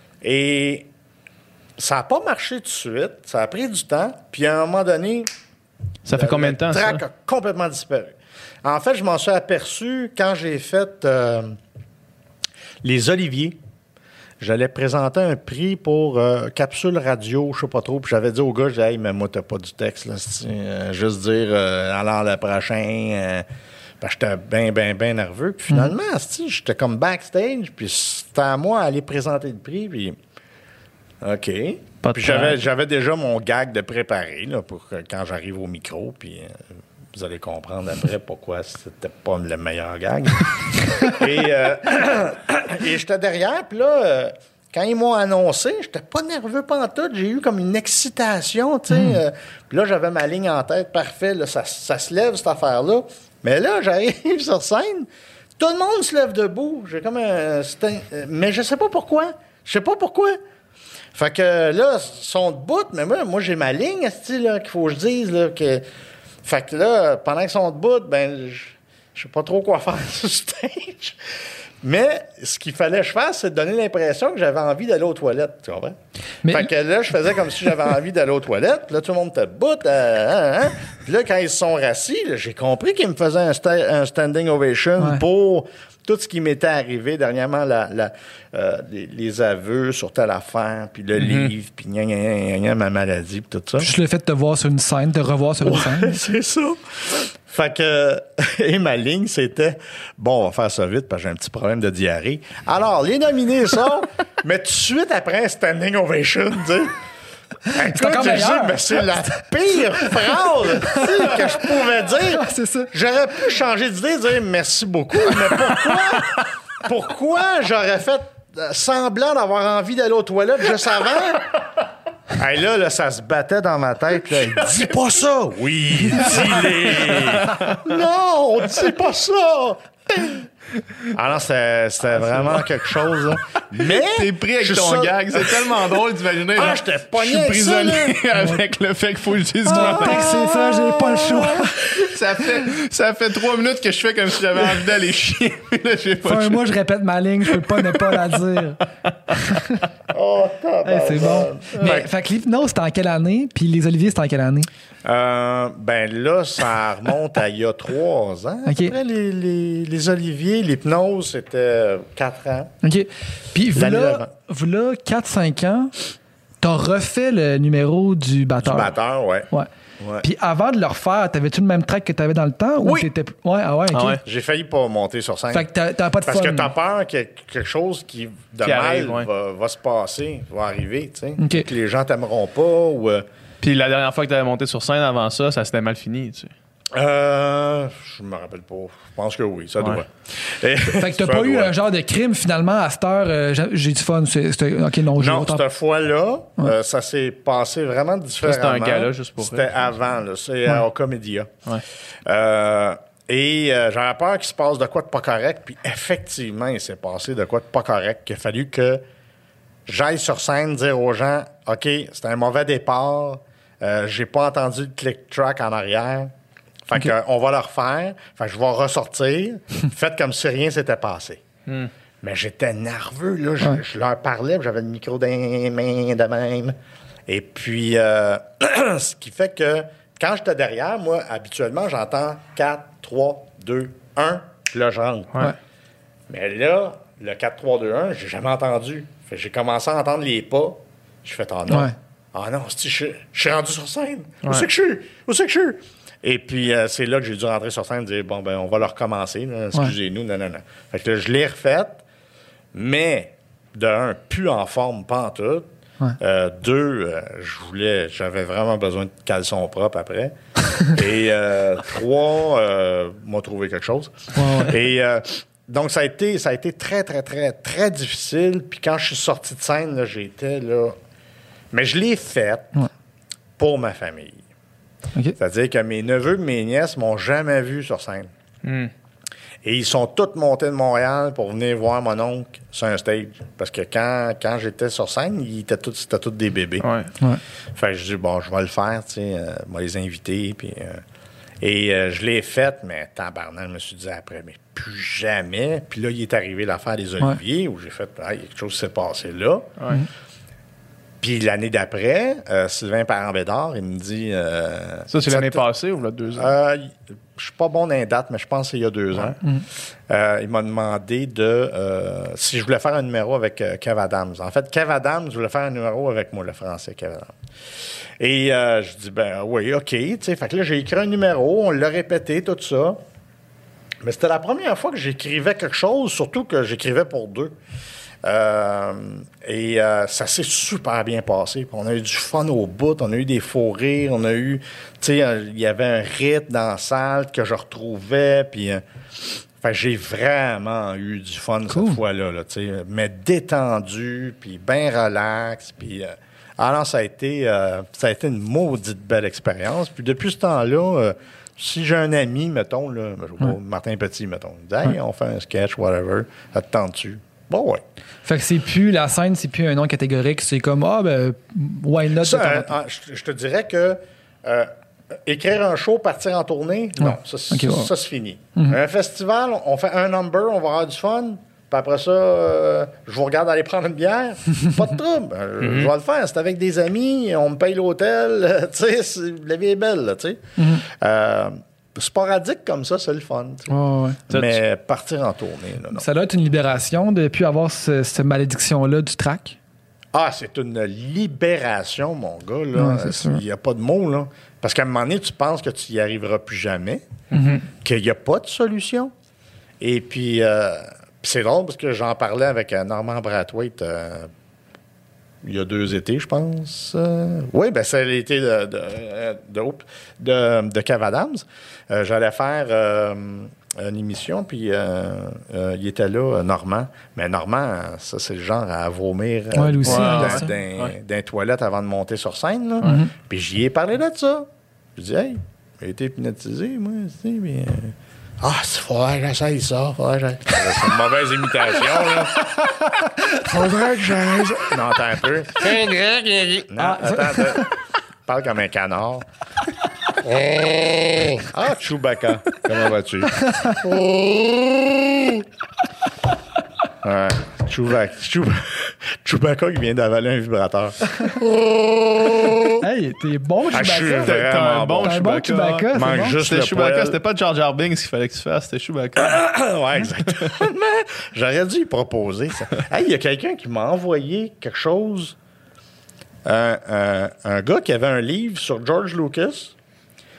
Et ça n'a pas marché tout de suite, ça a pris du temps, puis à un moment donné, Ça fait le- combien de temps, le ça? trac a complètement disparu. En fait, je m'en suis aperçu quand j'ai fait euh, les Oliviers. J'allais présenter un prix pour euh, capsule radio, je sais pas trop. Puis j'avais dit au gars, j'ai dit, hey, mais moi, t'as pas du texte, là. c'est, euh, juste dire, euh, alors le prochain. Euh, parce que j'étais bien, bien, bien nerveux. Puis finalement, mm. j'étais comme backstage. Puis c'était à moi d'aller présenter le prix. Puis, OK. Pas de Puis j'avais, trac. j'avais déjà mon gag de préparé, là, pour que quand j'arrive au micro. Puis. Euh, vous allez comprendre après pourquoi c'était pas le meilleur gag. et, euh, et j'étais derrière, puis là, euh, quand ils m'ont annoncé, j'étais pas nerveux pantoute. J'ai eu comme une excitation, tu sais. Mm. Euh, puis là, j'avais ma ligne en tête, parfait. Là, ça, ça se lève, cette affaire-là. Mais là, j'arrive sur scène, tout le monde se lève debout. J'ai comme un... c'était- Mais je sais pas pourquoi. Je sais pas pourquoi. Fait que là, ils sont debout, mais moi, moi j'ai ma ligne, esti, là, qu'il faut que je dise, là, que... Fait que là, pendant qu'ils sont debout, ben, je, je sais pas trop quoi faire sur stage. Mais ce qu'il fallait que je fasse, c'est de donner l'impression que j'avais envie d'aller aux toilettes, tu comprends? Mais- Fait que là, je faisais comme si j'avais envie d'aller aux toilettes. Puis là, tout le monde était debout. euh, hein, hein. Puis là, quand ils se sont rassis, là, j'ai compris qu'ils me faisaient un, sta- un standing ovation Ouais. pour tout ce qui m'était arrivé dernièrement, la, la, euh, les, les aveux sur telle affaire, puis le livre, puis gna, gna, gna, gna, ma maladie, puis tout ça. Juste le fait de te voir sur une scène, de revoir sur une scène. C'est ça. Fait que, et ma ligne, c'était, bon, on va faire ça vite parce que j'ai un petit problème de diarrhée. Alors, les nominés sont, mais tout de suite après un standing ovation, tu sais. Écoute, encore j'ai dit, meilleur. mais c'est la pire phrase tu sais, que je pouvais dire. Ah, c'est ça. J'aurais pu changer d'idée, dire merci beaucoup, mais pourquoi, pourquoi j'aurais fait euh, semblant d'avoir envie d'aller aux toilettes juste avant? Hey, là, là, ça se battait dans ma tête. Là. Dis pas ça! Oui, dis-les! Non, dis pas ça! Alors, c'était, c'était vraiment quelque chose. Là. Mais. T'es pris avec je ton suis ça- gag. C'est tellement drôle d'imaginer. Ah, genre, j'étais pogné je suis avec ça, prisonnier là. avec le fait qu'il faut que je dise Ah, mon texte. c'est ça, j'ai pas le choix. Ça fait, ça fait trois minutes que je fais comme si j'avais envie d'aller chier. Là, j'ai pas Fait le un choix. mois, je répète ma ligne, je peux pas ne pas la dire. Oh, Hey, c'est bon. Mais, fait que l'hypnose, c'était en quelle année? Puis les Oliviers, c'était en quelle année? Euh, ben là, ça remonte à il y a trois ans. OK. Après, les, les, les Oliviers, l'hypnose, c'était quatre ans. OK. Puis L'année voilà, d'avant. voilà quatre cinq ans, t'as refait le numéro du batteur. Du batteur, ouais. Ouais. Ouais. Puis avant de le refaire, t'avais-tu le même track que t'avais dans le temps? Ou Oui. t'étais... Ouais, ah ouais, OK. Ah ouais. J'ai failli pas monter sur scène. Fait que t'as, t'as pas de Parce fun. que t'as peur que quelque chose qui de Qui mal arrive, ouais. va, va se passer, va arriver, tu sais. OK. Que les gens t'aimeront pas ou... Euh, Puis la dernière fois que t'avais monté sur scène avant ça, ça s'était mal fini, tu sais. euh, je me rappelle pas. Je pense que oui, ça Ouais. doit. Et- Fait que t'as ça pas eu doit. un genre de crime, finalement, à cette heure, euh, j'ai, j'ai du fun. C'est, c'est- OK, non, j'ai Non, autant... cette fois-là, euh, ça s'est passé vraiment différemment. c'était un gala, juste pour C'était rire, avant, là. C'est euh, au Comédia. Ouais. Euh, et euh, j'avais peur qu'il se passe de quoi de pas correct. Puis effectivement, il s'est passé de quoi de pas correct. Il a fallu que j'aille sur scène dire aux gens, OK, c'était un mauvais départ. Euh, j'ai pas entendu le click-track en arrière. Fait OK. que, euh, on va le refaire. Fait que je vais ressortir. Faites comme si rien s'était passé. Mais j'étais nerveux, là. Je, Ouais. je leur parlais, puis j'avais le micro dans les mains de même. Et puis, euh, ce qui fait que quand j'étais derrière, moi, habituellement, j'entends quatre, trois, deux, un, puis là, je rentre. Ouais. Mais là, le quatre, trois, deux, un, j'ai jamais entendu. Fait que j'ai commencé à entendre les pas. Je fais, ah non. Ouais. Ah non, c'est-tu, je, je suis rendu sur scène. Où Ouais. c'est que je suis? Où c'est que je suis? Et puis, euh, c'est là que j'ai dû rentrer sur scène et dire, bon, ben, on va le recommencer. Là. Excusez-nous. Non, non, non. Fait que là, je l'ai refaite, mais de un, plus en forme, pas en tout. Ouais. Euh, deux, euh, je voulais, j'avais vraiment besoin de caleçons propres après. Et euh, trois, euh, m'a trouvé quelque chose. Ouais, ouais. Et euh, donc, ça a été, ça a été très, très, très, très difficile. Puis quand je suis sorti de scène, là, j'étais là. Mais je l'ai faite Ouais. pour ma famille. OK. C'est-à-dire que mes neveux et mes nièces m'ont jamais vu sur scène. Hmm. Et ils sont tous montés de Montréal pour venir voir mon oncle sur un stage. Parce que quand, quand j'étais sur scène, ils étaient tous, c'était tous des bébés. Ouais. Ouais. Fait que je dis, bon, je vais le faire, tu sais, euh, je vais les inviter. Puis, euh, et euh, je l'ai faite, mais tabarnak, je me suis dit après, mais plus jamais. Puis là, il est arrivé l'affaire des Oliviers, où j'ai fait, ah, il y a quelque chose qui s'est passé là. Ouais. Puis l'année d'après, euh, Sylvain Parent-Bédard, il me dit... euh, Ça, c'est l'année cette- passée ou là, deux ans? Euh, y- je suis pas bon dans les dates, mais je pense que c'est il y a deux ans. Euh, il m'a demandé de euh, si je voulais faire un numéro avec euh, Kev Adams. En fait, Kev Adams voulait faire un numéro avec moi, le français Kev Adams. Et euh, je dis, ben oui, OK. tu sais. Fait que là, j'ai écrit un numéro, on l'a répété, tout ça. Mais c'était la première fois que j'écrivais quelque chose, surtout que j'écrivais pour deux. Euh, et euh, ça s'est super bien passé. Puis on a eu du fun au bout, on a eu des faux rires, on a eu, tu sais, un- il y avait un rythme dans la salle que je retrouvais, puis euh, fait que j'ai vraiment eu du fun Cool. cette fois-là, là, tu sais, mais détendu, puis bien relax, puis euh, alors ça a été, euh, ça a été une maudite belle expérience. Puis depuis ce temps-là, euh, si j'ai un ami, mettons, là, je sais pas, Martin Petit, mettons, il dit, hey, on fait un sketch, whatever, ça te tente-tu? Bon, ouais. Fait que c'est plus la scène, c'est plus un nom catégorique, c'est comme ah ben why not? Ça, de temps en euh, temps. ah, je, je te dirais que euh, écrire un show, partir en tournée, non, ça, c'est- Ok, ouais. ça, c'est fini. Un festival, on fait un number, on va avoir du fun, puis après ça, euh, je vous regarde aller prendre une bière, pas de trouble. Euh, Je vais le faire, c'est avec des amis, on me paye l'hôtel, euh, tu sais, c'est- la vie est belle, là, tu sais. Euh, sporadique comme ça, c'est le fun. tu sais. Ouais, ouais. Ça, Mais partir en tournée, là, non. Ça doit être une libération de plus avoir ce- cette malédiction-là du track. Ah, c'est une libération, mon gars. Là. Ouais, c'est sûr. Il n'y a pas de mots. Là. Parce qu'à un moment donné, tu penses que tu n'y arriveras plus jamais, Mm-hmm. qu'il n'y a pas de solution. Et puis, euh, puis c'est drôle parce que j'en parlais avec euh, Normand Brathwaite euh, il y a deux étés, je pense. Euh, oui, ben c'est l'été de, de, de, de, de Kev Adams. Euh, j'allais faire euh, une émission, puis euh, euh, il était là, Normand. Mais Normand, ça, c'est le genre à vomir euh, Ouais, lui aussi, dans, hein, dans, ça. dans- dans les toilettes avant de monter sur scène. Là. Puis j'y ai parlé de ça. Je dis, hey, j'ai été hypnotisé, moi, tu sais, mais... euh, ah, il faudrait que j'essaye ça, faudrait que j'essaye. C'est une mauvaise imitation, là. Faudrait que j'aille ça. Non, attends un peu. Non, attends, attends. Parle comme un canard. Ah, Chewbacca. Comment vas-tu? Ouais, Chewbacca. Chew- Chewbacca qui vient d'avaler un vibrateur. Hey, t'es bon, Ah, je suis Chewbacca. vraiment T'as un bon T'as un bon Chewbacca. Chewbacca, c'est Manque bon. juste C'était le Chewbacca, poil. c'était pas Jar Jar Binks qu'il fallait que tu fasses, c'était Chewbacca. Ouais, exactement. J'aurais dû y proposer ça. Hey, il y a quelqu'un qui m'a envoyé quelque chose. Un, un- un gars qui avait un livre sur George Lucas.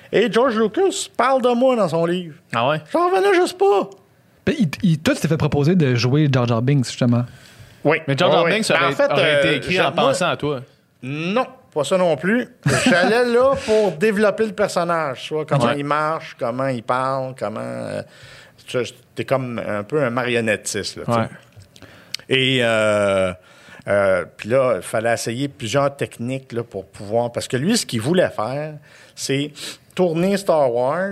Et George Lucas parle de moi dans son livre. Ah ouais? J'en revenais juste pas. Ben, il, il, toi, tu t'es fait proposer de jouer Jar Jar Binks, justement. Oui. Mais Jar Jar Oui, oui. Binks aurait, Ben, en fait, aurait été euh, écrit je- en moi- pensant à toi. Non, pas ça non plus. J'allais là pour développer le personnage, soit comment Ouais. il marche, comment il parle, comment... euh, tu sais, t'es comme un peu un marionnettiste, là, tu sais. Ouais. Et euh, euh, puis là, il fallait essayer plusieurs techniques là, pour pouvoir... Parce que lui, ce qu'il voulait faire, c'est tourner Star Wars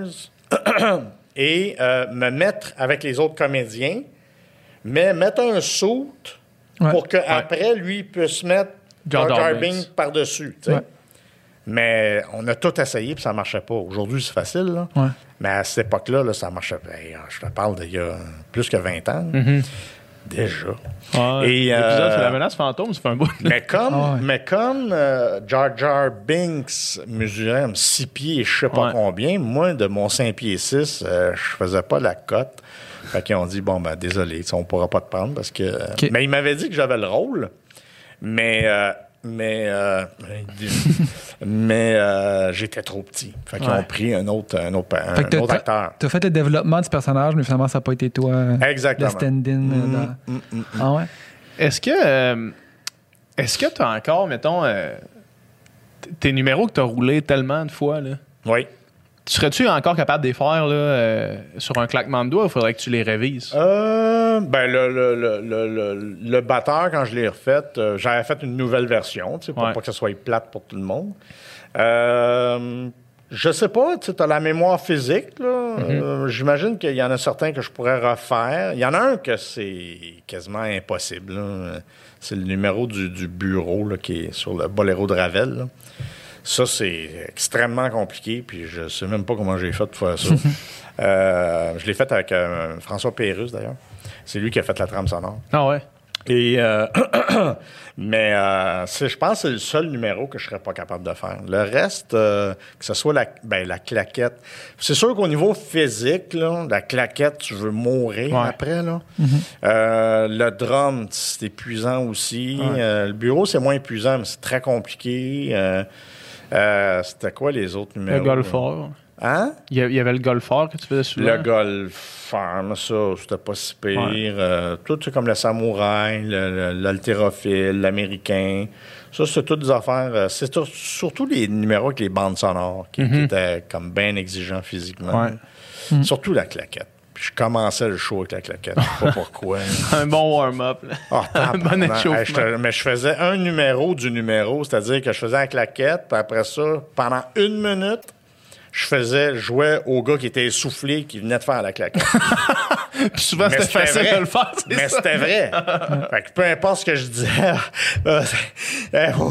et euh, me mettre avec les autres comédiens, mais mettre un suit Ouais. pour qu'après, lui, il puisse mettre Jar Jar Jar Jar Binks. Binks par-dessus. Tu sais. Ouais. Mais on a tout essayé puis ça marchait pas. Aujourd'hui, c'est facile. Là. Ouais. Mais à cette époque-là, là, ça marchait pas. Hey, je te parle d'il y a plus que vingt ans. Déjà. Ouais. Et, L'épisode euh, sur la menace fantôme, ça fait un bout. Mais comme, Ah ouais. mais comme euh, Jar Jar Binks mesurait six pieds et je sais pas Ouais. combien, moi, de mon cinq pieds six, euh, je faisais pas la cote. Fait qu'ils ont dit, bon, ben désolé, on pourra pas te prendre parce que... euh, OK. Mais ils m'avaient dit que j'avais le rôle, mais... euh, mais euh, mais euh, j'étais trop petit. Fait qu'ils Ouais. ont pris un autre, un autre, un Fait que t'as- autre acteur. T'as fait le développement du personnage, mais finalement, ça n'a pas été toi. euh, Exactement. Le stand-in. euh, dans- Ah ouais? Est-ce que euh, est-ce que tu as encore, mettons, euh, t- tes numéros que tu as roulés tellement de fois, là, Oui. tu serais-tu encore capable de les faire là, euh, sur un claquement de doigts ou il faudrait que tu les révises? Euh, ben, le, le, le, le, le, le batteur, quand je l'ai refait, euh, j'avais fait une nouvelle version, tu sais, pour Ouais. pas que ça soit plate pour tout le monde. Euh, je sais pas, tu as la mémoire physique, là. Euh, j'imagine qu'il y en a certains que je pourrais refaire. Il y en a un que c'est quasiment impossible, là. C'est le numéro du, du bureau, là, qui est sur le boléro de Ravel, là. Ça, c'est extrêmement compliqué, puis je sais même pas comment j'ai fait pour faire ça. euh, je l'ai fait avec euh, François Pérusse, d'ailleurs. C'est lui qui a fait la trame sonore. Ah ouais? Et euh, mais euh, c'est- je pense que c'est le seul numéro que je serais pas capable de faire. Le reste, euh, que ce soit la, ben, la claquette. C'est sûr qu'au niveau physique, là, la claquette, tu veux mourir Ouais. après. Là. Euh, le drum, c'est épuisant aussi. Ouais. Euh, le bureau, c'est moins épuisant, mais c'est très compliqué. Euh, euh, c'était quoi les autres numéros? Le golfeur. Hein? Il y a- il y avait le golfeur que tu faisais souvent. Le golfeur, mais ça, c'était pas si pire. Ouais. Euh, tout, c'est comme le samouraï, le- le- l'haltérophile, l'américain. Ça, c'est toutes des affaires. euh, c'est sur- surtout les numéros avec les bandes sonores qui, qui étaient comme bien exigeants physiquement. Ouais. Surtout la claquette. Puis je commençais le show avec la claquette. Je sais pas pourquoi. Un bon warm-up. là. Ah, Un bon tabarnak. échauffement. Hey, je te- mais je faisais un numéro du numéro, c'est-à-dire que je faisais la claquette, puis après ça, pendant une minute, je faisais, je jouais au gars qui était essoufflé, qui venait de faire la claquette. Puis souvent, Mais c'était facile vrai. de le faire. c'est Mais ça. c'était vrai. Fait que peu importe ce que je disais, euh, euh, oh,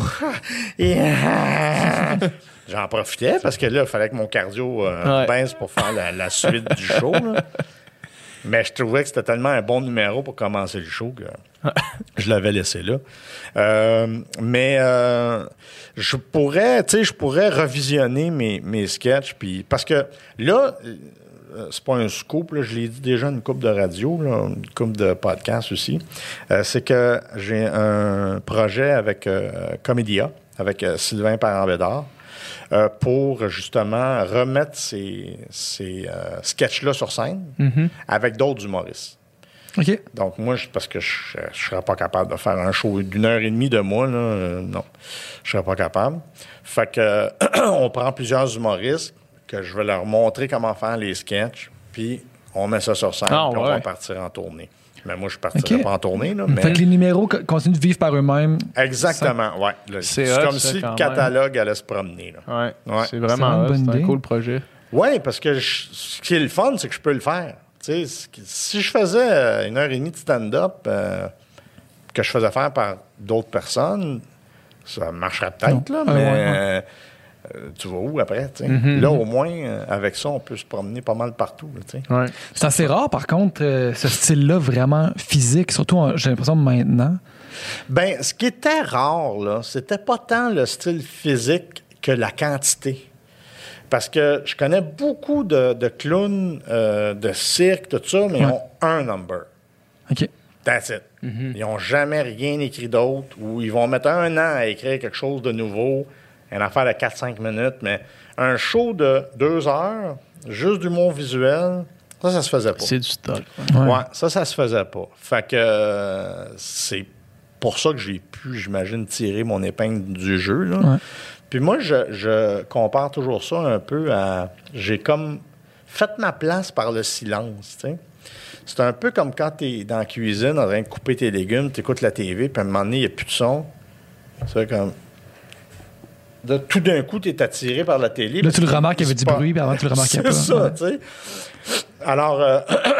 yeah. J'en profitais parce que là, il fallait que mon cardio euh, Ouais. baisse pour faire la, la suite du show. Là. Mais je trouvais que c'était tellement un bon numéro pour commencer le show que je l'avais laissé là. Euh, mais euh, je pourrais, tu sais, je pourrais revisionner mes, mes sketchs. Puis, parce que là, euh, c'est pas un scoop, là, je l'ai dit déjà une couple de radio, là, une couple de podcasts aussi. Euh, c'est que j'ai un projet avec euh, Comédia, avec euh, Sylvain Parent-Bédard. Euh, pour justement remettre ces, ces euh, sketchs-là sur scène avec d'autres humoristes. OK. Donc, moi, je- parce que je ne serais pas capable de faire un show d'une heure et demie de moi, là, euh, non, je serais pas capable. Fait que euh, on prend plusieurs humoristes que je vais leur montrer comment faire les sketchs, puis on met ça sur scène, Ah, puis on ouais. va partir en tournée. Mais moi, je partirais OK. pas en tournée, là, mais... Fait que les numéros co- continuent de vivre par eux-mêmes. Exactement, ouais. Le- C'est C'est hot, comme ça, si quand le même. catalogue allait se promener, là. Ouais. Ouais. C'est C'est vraiment une hot, bonne c'est un idée. cool projet. Oui, parce que je- ce qui est le fun, c'est que je peux le faire. Tu sais, ce qui- si je faisais euh, une heure et demie de stand-up euh, que je faisais faire par d'autres personnes, ça marcherait peut-être, là, Ah, mais ouais, ouais. euh, euh, tu vas où après? tu sais? Mm-hmm. Là, au moins, euh, avec ça, on peut se promener pas mal partout. là, tu sais. Ouais. C'est assez rare, par contre, euh, ce style-là vraiment physique, surtout, en- j'ai l'impression, maintenant. Ben, ce qui était rare, là, c'était pas tant le style physique que la quantité. Parce que je connais beaucoup de, de clowns, euh, de cirque, tout ça, mais ils Ouais. ont un number. OK. That's it. Ils n'ont jamais rien écrit d'autre ou ils vont mettre un an à écrire quelque chose de nouveau, une affaire de quatre cinq minutes, mais un show de deux heures, juste d'humour visuel, ça, ça se faisait pas. C'est du stock. Ouais. Ouais, ça, ça se faisait pas. Fait que euh, c'est pour ça que j'ai pu, j'imagine, tirer mon épingle du jeu. Là. Ouais. Puis moi, je, je compare toujours ça un peu à... J'ai comme fait ma place par le silence, tu sais. C'est un peu comme quand tu es dans la cuisine en train de couper tes légumes, tu écoutes la T V, puis à un moment donné, il n'y a plus de son. C'est comme... De, tout d'un coup, tu es attiré par la télé. Là, tu le remarques, il y avait du pas... bruit, puis avant, tu le remarquais pas. C'est ça, Ouais. tu sais. Alors, euh,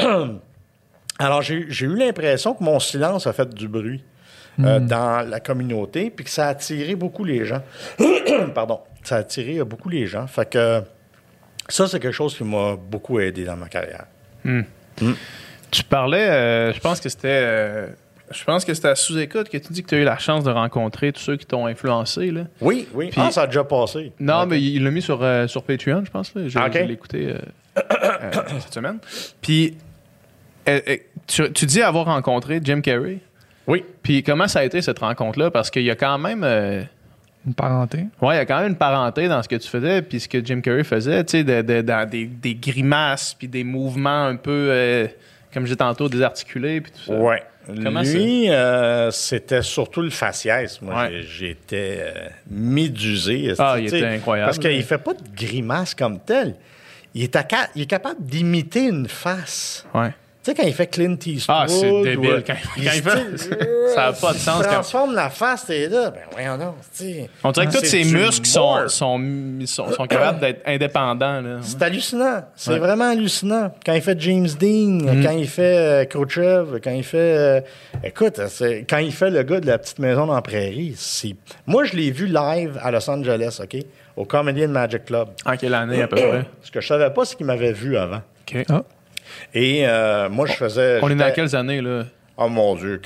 alors j'ai, j'ai eu l'impression que mon silence a fait du bruit euh, Mm. dans la communauté, puis que ça a attiré beaucoup les gens. Pardon. Ça a attiré euh, beaucoup les gens. Fait que ça, c'est quelque chose qui m'a beaucoup aidé dans ma carrière. Hmm. Mm. Tu parlais, euh, je pense que c'était... euh, je pense que c'était à sous-écoute que tu dis que tu as eu la chance de rencontrer tous ceux qui t'ont influencé. Là. Oui, oui. Puis- Ah, ça a déjà passé. Non, Ok. mais il l'a mis sur, euh, sur Patreon, je pense. Là. Je, Ah, ok. je l'ai écouté euh, euh, cette semaine. Puis, euh, euh, tu, tu dis avoir rencontré Jim Carrey. Oui. Puis, comment ça a été cette rencontre-là? Parce qu'il y a quand même... euh, Une parenté. Ouais, il y a quand même une parenté dans ce que tu faisais puis ce que Jim Carrey faisait, tu sais, de, de- dans des, des grimaces puis des mouvements un peu, euh, comme je disais tantôt, désarticulés puis tout ça. Ouais. Comment Lui, euh, c'était surtout le faciès. Moi, Ouais. j'ai- j'étais euh, médusé. Ah, tu il sais, était incroyable. Parce qu'il fait pas de grimace comme tel. Il est, aca- il est capable d'imiter une face. Ouais. Tu sais, quand il fait Clint Eastwood... Ah, c'est ou, débile. euh, Quand, il quand il se- fait... ça n'a pas de sens. Il Quand... transforme la face, t'es là. Ben voyons donc, tu sais. On dirait que tous C'est ses du muscles sont, morph. sont, sont, sont capables d'être indépendants. Là. C'est hallucinant. C'est Ouais. vraiment hallucinant. Quand il fait James Dean, Mm. quand il fait euh, Khrouchtchev, quand il fait... euh, écoute, c'est- quand il fait le gars de la petite maison dans la prairie, c'est... Moi, je l'ai vu live à Los Angeles, OK? Au Comedy and Magic Club. En quelle année, à peu près? Ce que je savais pas, c'est qu'il m'avait vu avant. OK. Ah. Et euh, moi, je faisais... On est dans j'étais- quelles années, là? Oh mon Dieu,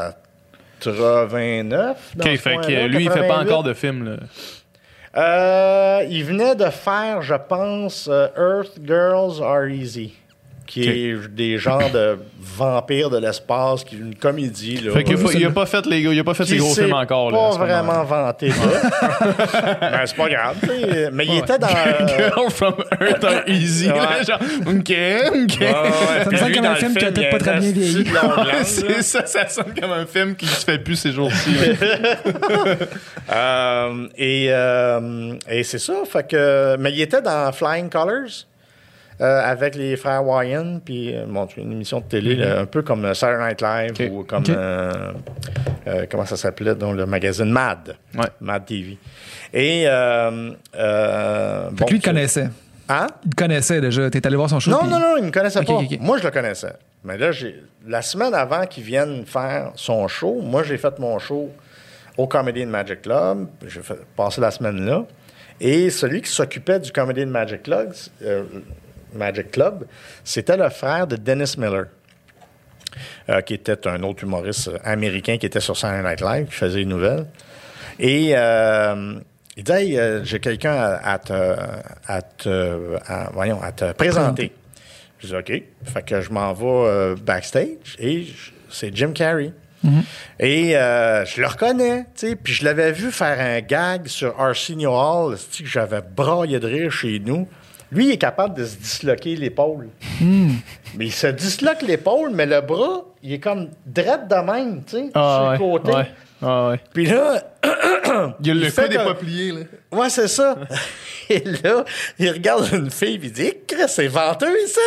quatre-vingt-neuf. dans OK, ce fait que coin-là, lui, il fait pas quatre-vingt-huit. encore de film, là. Euh, il venait de faire, je pense, euh, Earth Girls Are Easy, qui Ok. est des genres de vampires de l'espace, qui est une comédie. Là, Fait qu'il a, pas- ça, il a là. pas fait les gars, il a pas fait ses qui gros s'est films encore, là. pas à ce moment-là. vraiment vanté là. Ben, c'est pas grave. tu sais. Mais il était dans... euh, Girl from Earth are easy. là, Ouais. genre, OK, OK. ouais, ouais. Ça me Puis semble lui, comme dans un le film qui a il peut-être y pas très bien une vieilli. petite longue langue, là. C'est ça, ça sonne comme un film qui se fait plus ces jours-ci. Euh, et euh, et c'est ça. Fait que, mais il était dans Flying Colors euh, avec les frères Wyan, puis euh, bon, c'est une émission de télé, là, un peu comme euh, Saturday Night Live Ok. ou comme Ok. euh, euh, comment ça s'appelait, donc le magazine Mad, Ouais. Mad T V. Et euh, euh, Fait bon, que lui, il te c'est- connaissait. Hein? Il te connaissait déjà. T'es allé voir son show. Non, puis- non, non, il me connaissait Ok, pas. ok, ok. Moi, je le connaissais. Mais là, j'ai la semaine avant qu'il vienne faire son show, moi, j'ai fait mon show au Comedy and Magic Club. J'ai fait passer la semaine là. Et celui qui s'occupait du Comedy and Magic Club, euh, Magic Club, c'était le frère de Dennis Miller, euh, qui était un autre humoriste américain qui était sur Saturday Night Live, qui faisait les nouvelles. Et euh, il dit hey, euh, j'ai quelqu'un à, à te, à te, à- voyons, à te présenter. Je dis OK. Fait que je m'en vais euh, backstage et je- c'est Jim Carrey. Et euh, je le reconnais, tu sais. Puis je l'avais vu faire un gag sur Arsenio Hall, c'est-tu que j'avais braillé de rire chez nous. Lui, il est capable de se disloquer l'épaule. Mais il se disloque l'épaule, mais le bras, il est comme drette de même, tu sais, Ah, sur ouais, le côté. ouais, ah, ouais. Puis là, Il y a le Il fait coup des comme- pas pliés, là. ouais, c'est ça. Et là, il regarde une fille, puis il dit hey, Chris, c'est venteux ici.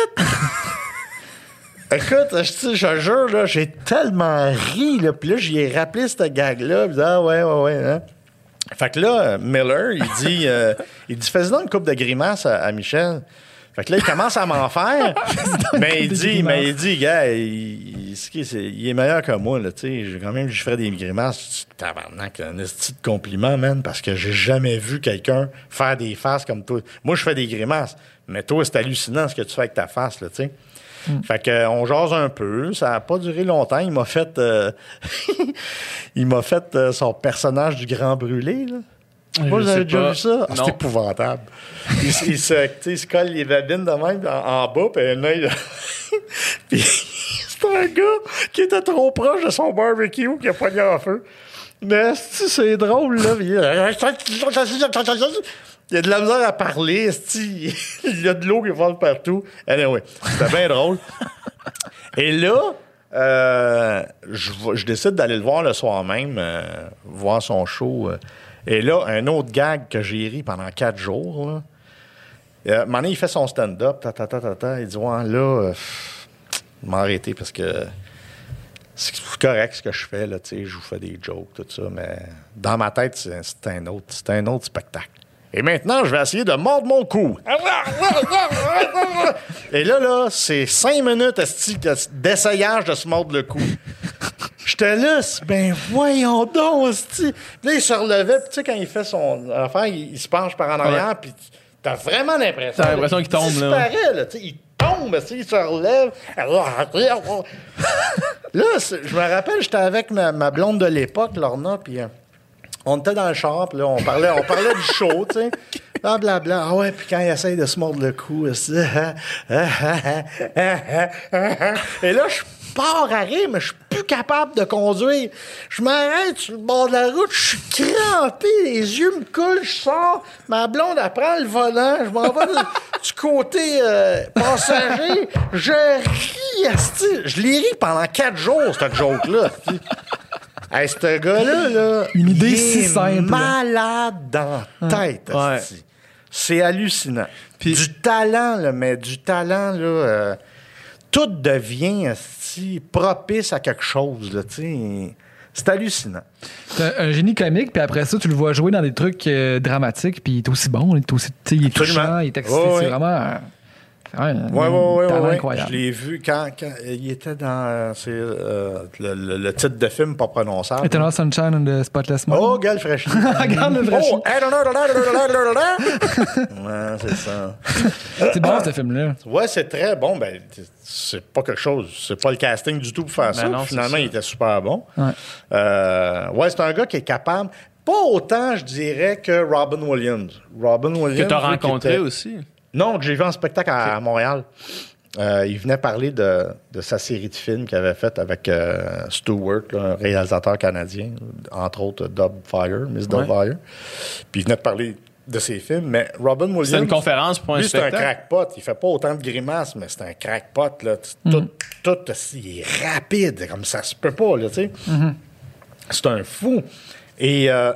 Écoute, je, je te jure, là, j'ai tellement ri, là. Puis là, j'y ai rappelé cette gag-là. Puis il dit, ah ouais, ouais, ouais. Hein. Fait que là, Miller, il dit, euh, il dit, fais-donc une coupe de grimaces à, à Michel. Fait que là, il commence à m'en faire. mais il dit, mais il dit, gars, il, il, c'est- c'est- il est meilleur que moi, là, tu sais. J'ai quand même, je ferais des grimaces. Tabarnak, un esti de compliment, man, parce que j'ai jamais vu quelqu'un faire des faces comme toi. Moi, je fais des grimaces. Mais toi, c'est hallucinant ce que tu fais avec ta face, là, tu sais. Fait que, euh, on jase un peu. Ça n'a pas duré longtemps. Il m'a fait, euh, il m'a fait euh, son personnage du Grand Brûlé, là. Moi, Je vous avez sais déjà pas. vu ça? Ah, Non. c'est épouvantable. il, se- il se, tu sais, il se colle les babines de même en, en bas, puis un œil. Puis c'est un gars qui était trop proche de son barbecue qui a pogné en feu. Mais c'est c'est drôle, là. Puis, Il y a de la misère à parler, esti. Il y a de l'eau qui vole partout. Anyway, c'était bien drôle. Et là, euh, je, je décide d'aller le voir le soir même, euh, voir son show. Euh. Et là, un autre gag que j'ai ri pendant quatre jours. Là. Euh, un moment donné, il fait son stand-up. Ta, ta, ta, ta, ta, il dit, ouais, là, euh, je vais m'arrêter parce que c'est correct ce que je fais. Là, je vous fais des jokes, tout ça. Mais dans ma tête, c'est, c'est, un, autre, c'est un autre spectacle. Et maintenant, je vais essayer de mordre mon cou. Et là, là, c'est cinq minutes esti, d'essayage de se mordre le cou. J'étais là, ben voyons donc, esti. Là, il se relevait, puis tu sais, quand il fait son affaire, il, il se penche par en arrière, puis t'as vraiment l'impression... T'as l'impression qu'il tombe, il là. disparaît, là. Il tombe, esti, il se relève. Là, je me rappelle, j'étais avec ma, ma blonde de l'époque, Lorna, puis... Euh, on était dans le char, puis là, on parlait, on parlait du show, tu sais. Blablabla. Bla. Ah ouais, puis quand il essaye de se mordre le cou, et là, je pars à rire, mais je suis plus capable de conduire. Je m'arrête sur le bord de la route, je suis crampé, les yeux me coulent, je sors, ma blonde, elle prend le volant, je m'en vais du, du côté euh, passager, je ris, asti. Je l'ai ri pendant quatre jours, cette joke-là. Hey, ce gars-là, là, une idée il si est simple. Malade dans la tête. Ouais. C'est hallucinant. Puis, du talent, là, mais du talent, là, euh, tout devient asti, propice à quelque chose. Là, c'est hallucinant. C'est un, un génie comique, puis après ça, tu le vois jouer dans des trucs euh, dramatiques, puis il est aussi bon, il est, aussi, il est touchant, il est excité. Oh, c'est oui. vraiment un, un, ouais, un ouais, ouais, talent ouais. incroyable. Je l'ai vu quand, quand il était dans euh, c'est, euh, le, le, le titre de film pas prononçable. Eternal Sunshine and the Spotless Mind. Oh, gars, le fraîchis. Regarde le fraîchis. Oh, ouais, c'est ça. C'est bon, ce film-là. Ouais, c'est très bon. Ben, c'est pas quelque chose. C'est pas le casting du tout pour faire Ben ça. non, Finalement, c'est il était super bon. Ouais. Euh, ouais, c'est un gars qui est capable. Pas autant, je dirais, que Robin Williams. Robin Williams. que t'as lui, qui rencontré était- aussi. Non, que j'ai vu en spectacle à, à Montréal. Euh, il venait parler de, de sa série de films qu'il avait faite avec euh, Stewart, là, un réalisateur canadien, entre autres Dubfire, Miss Ouais. Dubfire. Puis il venait de parler de ses films, mais Robin Williams... C'est une conférence pour un lui, c'est un spectacle. crackpot. Il fait pas autant de grimaces, mais c'est un crackpot. Là. Tout, tout, il est rapide, comme ça se peut pas, là, tu sais. C'est un fou. Et euh,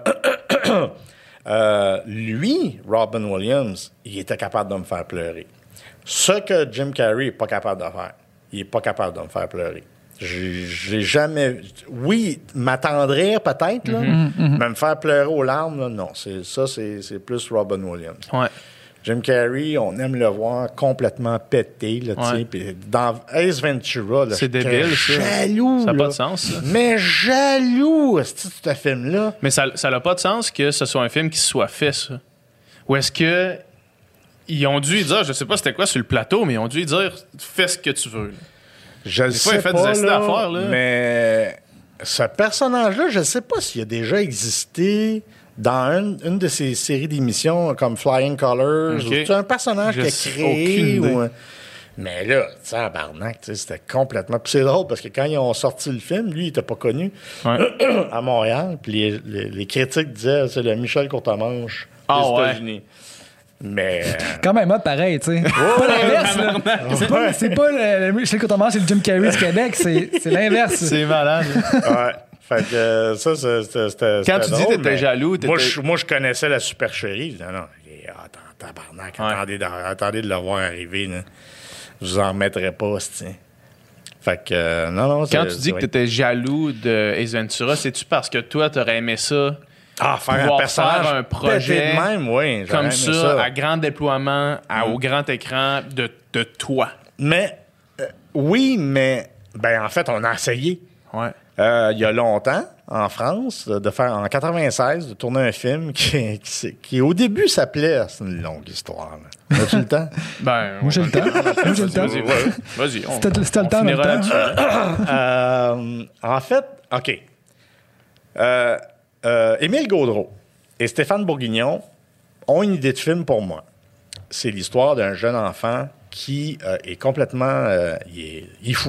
euh, lui, Robin Williams, il était capable de me faire pleurer. Ce que Jim Carrey n'est pas capable de faire. Il n'est pas capable de me faire pleurer. J'ai, j'ai jamais... Oui, m'attendrir peut-être, là, mais me faire pleurer aux larmes, là, non. C'est, ça, c'est, c'est plus Robin Williams. Ouais. Jim Carrey, on aime le voir complètement pété. Là, tu sais, Ouais. puis dans Ace Ventura, là, C'est j'étais débile, ça. jaloux. Ça n'a là. pas de sens, ça. Mais jaloux, c'est ce film-là. Mais ça n'a pas de sens que ce soit un film qui se soit fait, ça. Ou est-ce que ils ont dû lui dire, je sais pas c'était quoi sur le plateau, mais ils ont dû lui dire, fais ce que tu veux. là. Je le fois, sais il fait pas, des essais là, d'affaires, là. mais ce personnage-là, je sais pas s'il a déjà existé dans une, une de ces séries d'émissions comme Flying Colors. Ok. Ou c'est un personnage Je qui a sais créé. aucune idée. Ou... Mais là, tu sais, en barnac, tu sais, c'était complètement... Puis c'est drôle parce que quand ils ont sorti le film, lui, il était pas connu Ouais. à Montréal. Puis les, les- les critiques disaient c'est le Michel Courtemanche Ah des ouais. États-Unis. Mais... euh, Quand même, hot, pareil, tu sais. Pas l'inverse, là. C'est pas, c'est pas le, le Michel Courtemanche, c'est le Jim Carrey du Québec, c'est, c'est l'inverse. C'est malade. ouais. Fait que euh, ça, c'est- c'était, c'était Quand tu dis drôle, t'étais mais jaloux, Moi, t'étais- je, moi, je connaissais la supercherie. Je disais, non, il est- ah, attends, tabarnak, Ouais. attendez, de, attendez de le voir arriver. Là. Je vous en remettrai pas, c'ti. Fait que, euh, non, non. Quand c'est- tu dis que ouais. tu étais jaloux de Ace Ventura, c'est-tu parce que toi, t'aurais aimé ça Ah, faire un pouvoir personnage faire un projet pété de même, oui. j'aurais comme aimé ça, ça. à grand déploiement, à- au grand écran de, de toi? Mais, euh, oui, mais, ben, en fait, on a essayé. Ouais. Euh, il y a longtemps, en France, de faire en quatre-vingt-seize, de tourner un film qui, qui, qui au début s'appelait. C'est une longue histoire. Là. As-tu le temps? Ben, Moi, j'ai le temps. Moi, j'ai le temps. Vas-y, vas-y. Vas-y, on, C'était- c'était le on temps, finira dans le temps. là-dessus. Euh, en fait, OK. Euh, euh, Émile Gaudreau et Stéphane Bourguignon ont une idée de film pour moi. C'est l'histoire d'un jeune enfant qui euh, est complètement... euh, il, est, il est fou.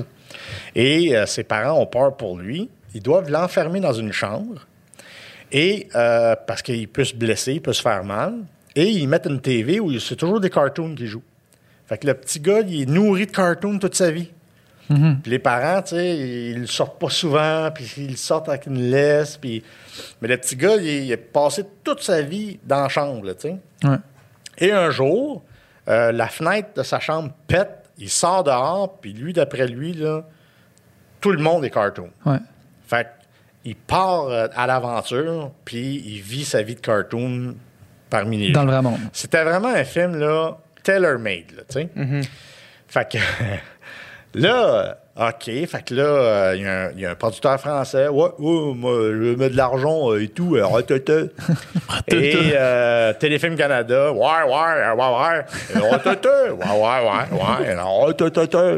Et euh, ses parents ont peur pour lui. Ils doivent l'enfermer dans une chambre. Et euh, parce qu'il peut se blesser, il peut se faire mal. Et ils mettent une T V où c'est toujours des cartoons qui jouent. Fait que le petit gars, il est nourri de cartoons toute sa vie. Mm-hmm. Puis les parents, tu sais, ils le sortent pas souvent, puis ils le sortent avec une laisse. Puis... Mais le petit gars, il, il a passé toute sa vie dans la chambre, tu sais. Ouais. Et un jour, euh, la fenêtre de sa chambre pète, il sort dehors, puis lui, d'après lui, là, tout le monde est cartoon. Ouais. Fait qu'il part euh, à l'aventure, puis il vit sa vie de cartoon parmi les Dans gens. le vrai monde. C'était vraiment un film, là, tailor-made, là, tu sais. Mm-hmm. Fait que là, OK, fait que là, il euh, y, y a un producteur français. Ouais, ouais, moi, je mets de l'argent euh, et tout. Euh, ratata. Et euh, Téléfilm Canada. Ouais, ouais, ouais, ouais. Et ratata. Ouais, ouais, ouais, ouais. Ratata.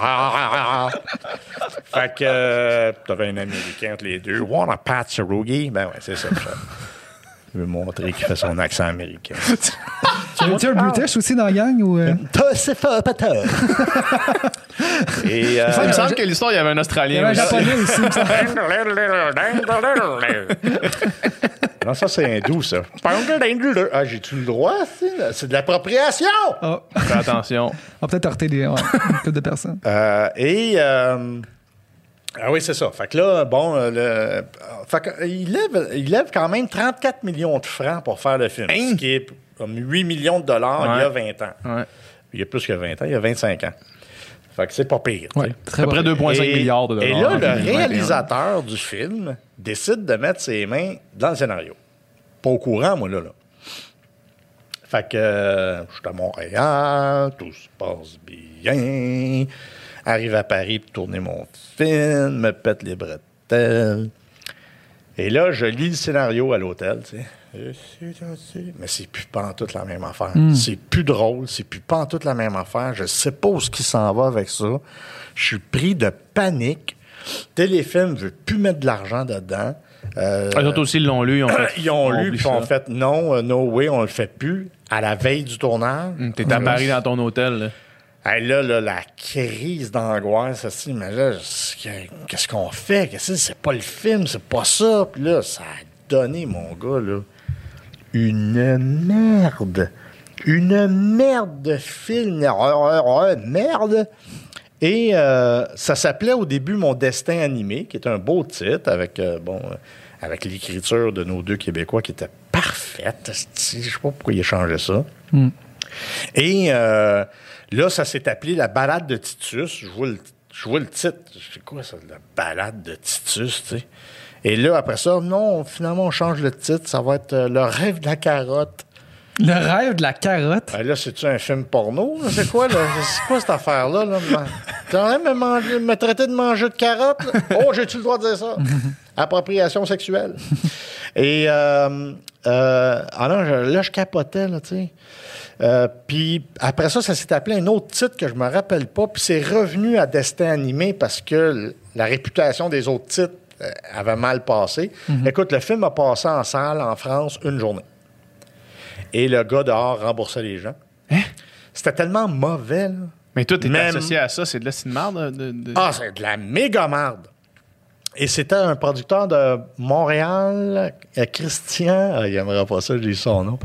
Fait que euh, t'avais un Américain entre les deux. Wanna Pat Sarugi? Ben ouais, c'est ça. Je veux montrer qu'il fait son accent américain. Tu as un British aussi dans la gang ou. Euh... C'est pas pata. Et euh, Il me semble que l'histoire, il y avait un Australien. Il y avait un aussi. japonais aussi. il me semble. Non, ça, c'est hindou, ça. Ah, j'ai-tu le droit? C'est, c'est de l'appropriation! Oh. Fais attention. On va peut-être heurter des, ouais, une couple de personnes. Euh, et... Euh, ah oui, c'est ça. Fait que là, bon, euh, le, fait que, il, lève, il lève quand même trente-quatre millions de francs pour faire le film. Hein? Ce qui est comme huit millions de dollars Ouais. il y a vingt ans. Ouais. Il y a plus que vingt ans, il y a vingt-cinq ans. Fait que c'est pas pire. tu sais. Ouais, très À peu près bon. deux virgule cinq Et- milliards de dollars. Et là, en le deux mille vingt et un. réalisateur du film décide de mettre ses mains dans le scénario. Pas au courant, moi, là. là. Fait que euh, je suis à Montréal, tout se passe bien. Arrive à Paris pour tourner mon film, me pète les bretelles. Et là, je lis le scénario à l'hôtel, tu sais. Mais c'est plus pantoute la même affaire. Mm. C'est plus drôle, c'est plus pantoute la même affaire. Je sais pas où ce qui s'en va avec ça. Je suis pris de panique. Téléfilm veut plus mettre de l'argent dedans. Euh, Les autres aussi l'ont lu. Ils ont fait, ils ont on lu, oublie puis ont ça. fait non, euh, no way, on le fait plus. À la veille du tournage. Hum, T'es à Paris dans ton hôtel. Là. Hey, là, là, la crise d'angoisse, aussi, mais là, je- qu'est-ce qu'on fait? Qu'est-ce que c'est? C'est pas le film, c'est pas ça. Puis là, ça a donné, mon gars, là, une merde. Une merde de film. Merde. Et euh, ça s'appelait au début Mon Destin animé, qui est un beau titre avec, euh, bon, euh, avec l'écriture de nos deux Québécois qui était parfaite. Je sais pas pourquoi il a changé ça. Mm. Et euh, là, ça s'est appelé La balade de Titus. Je vois le, je vois le titre. C'est quoi ça, La balade de Titus, tu sais? Et là, après ça, non, finalement, on change le titre. Ça va être euh, Le rêve de la carotte. Le rêve de la carotte. Ben là, c'est-tu un film porno? là? C'est quoi, là? C'est quoi cette affaire-là? Là? T'es en train de me, manger- me traiter de manger de carottes? Là? Oh, j'ai-tu le droit de dire ça? Appropriation sexuelle. Et, euh, euh, ah non, je- là, je capotais, là, tu sais. Euh, puis après ça, ça s'est appelé un autre titre que je me rappelle pas, puis c'est revenu à Destin animé parce que l- la réputation des autres titres euh, avait mal passé. Écoute, le film a passé en salle en France une journée. Et le gars dehors remboursait les gens. C'était tellement mauvais, là. Mais toi, t'es Même- associé à ça. C'est de la cinéma de, de, de- Ah, c'est de la méga marde. Et c'était un producteur de Montréal, euh, Christian. Ah, il aimerait pas ça, je dis son nom.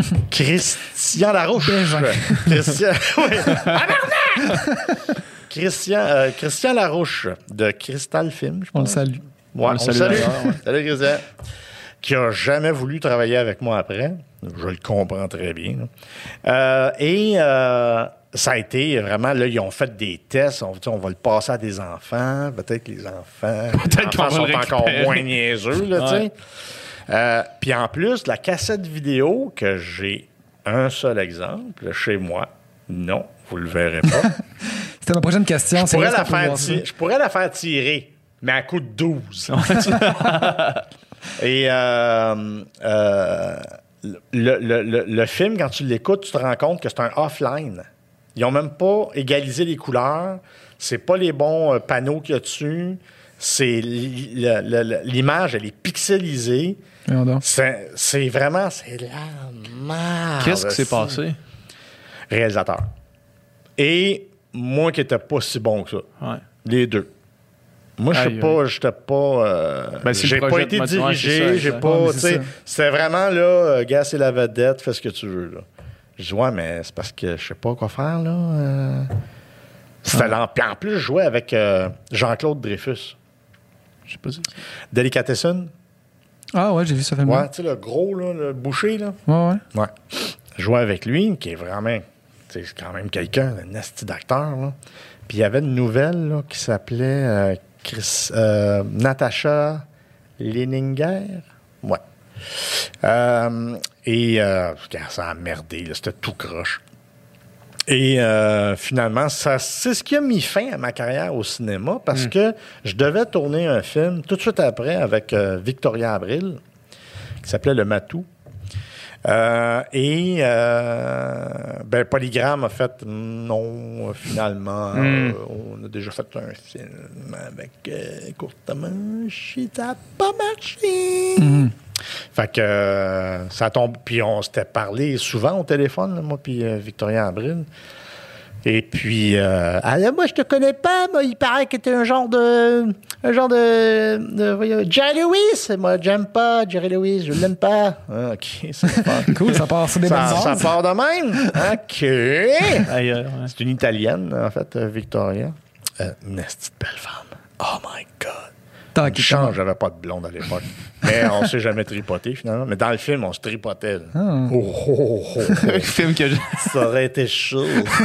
Christian Larouche. Christian. Oui. Tabarnak! Christian, euh, Christian Larouche de Crystal Film, je On le pense. salue. Ouais, on le salue salue. d'ailleurs, ouais. Salut, Christian. Qui a jamais voulu travailler avec moi après. Je le comprends très bien. là. Euh, et euh, ça a été vraiment, là, ils ont fait des tests. On, tu sais, on va le passer à des enfants. Peut-être que les enfants, les qu'on enfants va le sont encore récupérer. moins niaiseux. Là, tu sais. Euh, puis en plus, la cassette vidéo, que j'ai un seul exemple chez moi, non, vous le verrez pas. C'était ma prochaine question. Je c'est pourrais, où est-ce la qu'on peut faire voir ça? ti- je pourrais la faire tirer, mais à coup de douze. Et euh, euh, le, le- le- le film, quand tu l'écoutes, tu te rends compte que c'est un offline. Ils n'ont même pas égalisé les couleurs. C'est pas les bons euh, panneaux qu'il y a dessus. C'est li- le- le- le- l'image, elle est pixelisée. Voyons donc. C'est, c'est vraiment, c'est la merde. Qu'est-ce qui s'est passé? Réalisateur. Et moi qui n'étais pas si bon que ça. Ouais. Les deux. Moi, je sais Aïe, pas, j'étais pas. Euh, Ben, c'est le j'ai pas projet été de motivation, dirigé, c'est ça, j'ai exact. pas. Ouais, mais tu c'est sais, ça. c'était vraiment là, euh, gars, c'est la vedette, fais ce que tu veux. Là. Je dis, ouais, mais c'est parce que je sais pas quoi faire, là. Euh... C'était Ah. lent. Puis en plus, je jouais avec euh, Jean-Claude Dreyfus. Je sais pas si... Delicatessen. Ah ouais, j'ai vu ça film. Ouais, tu sais, le gros, là, le boucher, là. Ouais, ouais. Ouais. Je jouais avec lui, qui est vraiment. C'est quand même quelqu'un, un asti d'acteur, là. Puis il y avait une nouvelle, là, qui s'appelait euh, Chris, euh, Natacha Leninger. Ouais. Euh, et euh, ça a merdé, là, c'était tout croche. Et euh, finalement, ça, c'est ce qui a mis fin à ma carrière au cinéma parce mm. que je devais tourner un film tout de suite après avec euh, Victoria Abril, qui s'appelait Le Matou. Euh, et euh, ben, Polygram a fait non, finalement. Mm. Euh, on a déjà fait un film avec euh, Courtemanche et ça n'a pas marché. Mm. Fait que euh, ça tombe. Puis on s'était parlé souvent au téléphone, là, moi, puis euh, Victoria Abril. Et puis, euh, ah, là, moi, je te connais pas. Moi, il paraît que t'es un genre de. Un genre de. de voyons, Jerry Lewis. Moi, j'aime pas Jerry Lewis. Je l'aime pas. Ah, OK. C'est pas... Cool, ça part sur des bonnes ça, ça bases. part de même. OK. Ailleurs, ouais. C'est une Italienne, en fait, Victoria. Euh, une petite belle femme. Oh my God. Tant qu'il change, j'avais pas de blonde à l'époque. Mais on s'est jamais tripoté, finalement. Mais dans le film, on se tripotait. Ah. Oh, oh, oh, oh. Le film que j'ai... Ça aurait été chaud.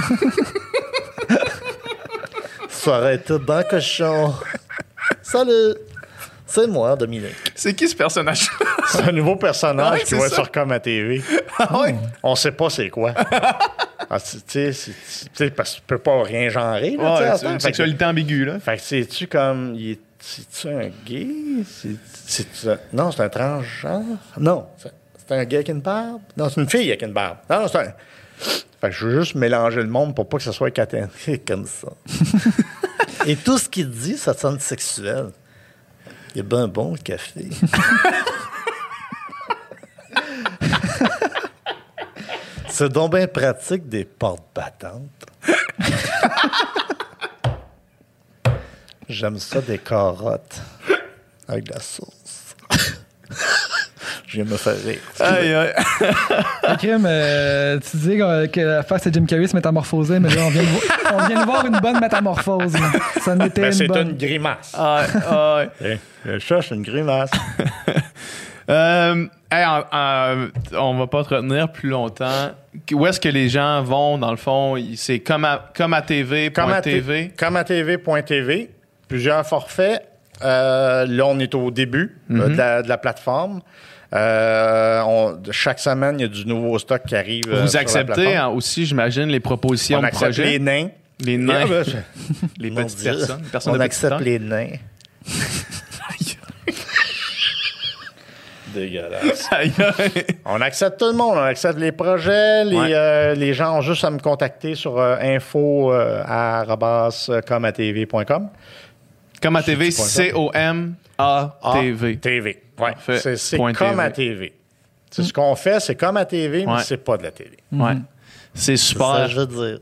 Ça aurait été dans cochon. Salut! C'est moi, Dominique. C'est qui ce personnage? C'est un nouveau personnage Ouais, qui c'est va ça. sur Comme à T V. Ah ouais? On sait pas c'est quoi. Ah, tu sais, c'est- tu sais, parce que tu peux pas rien genrer. Là, tu sais, Ouais, à c'est ça. une Fait que- sexualité ambiguë, là. Fait que c'est-tu comme. il est- C'est-tu un gay? C'est- C'est-tu un- non, c'est un transgenre? Non. C'est c'est un gay avec une barbe? Non, c'est une fille avec une barbe. Non, non, c'est un. Fait que je veux juste mélanger le monde pour pas que ce soit catégorisé comme ça. Et tout ce qu'il dit, ça sonne sexuel. Il est ben bon, le café. C'est donc bien pratique des portes battantes. J'aime ça des carottes avec de la sauce. Je viens de me faire rire. Aïe, aïe. Hey, Crime, euh, tu dis que, que la face de Jim Carrey se métamorphosait, mais là, on vient de, vo- on vient de voir une bonne métamorphose. là. Ça n'était Ben, une c'est bonne. une grimace. Ah, ah, ouais. Eh, le chat, c'est une grimace. Euh, hey, en- en- on va pas te retenir plus longtemps. Où est-ce que les gens vont, dans le fond? Il- C'est comme à, comme à T V, Comme point à, T V. T- comme à T V point T V. Plusieurs forfaits. Euh, là, on est au début euh, de, la, de la plateforme. Euh, on- chaque semaine, il y a du nouveau stock qui arrive. euh, Vous sur la acceptez plateforme. hein, aussi, j'imagine, les propositions On de accepte projet. les nains. Les nains. Ah, ben, je- Les Mon petites Dieu. personnes. les personnes On de accepte petite les nains. Dégueulasse. taille. Aïe, aïe. On accepte tout le monde. On accepte les projets. Les, Ouais. euh, les gens ont juste à me contacter sur euh, info euh, arobase comme à T V point com. Comme à T V, C'est-tu point C O M A T V. T V. Ouais. Parfait. C'est, c'est Point comme T V. à T V. C'est ce qu'on fait, c'est comme à T V, mais Ouais. c'est pas de la T V. Ouais. C'est Ça, super. je veux dire.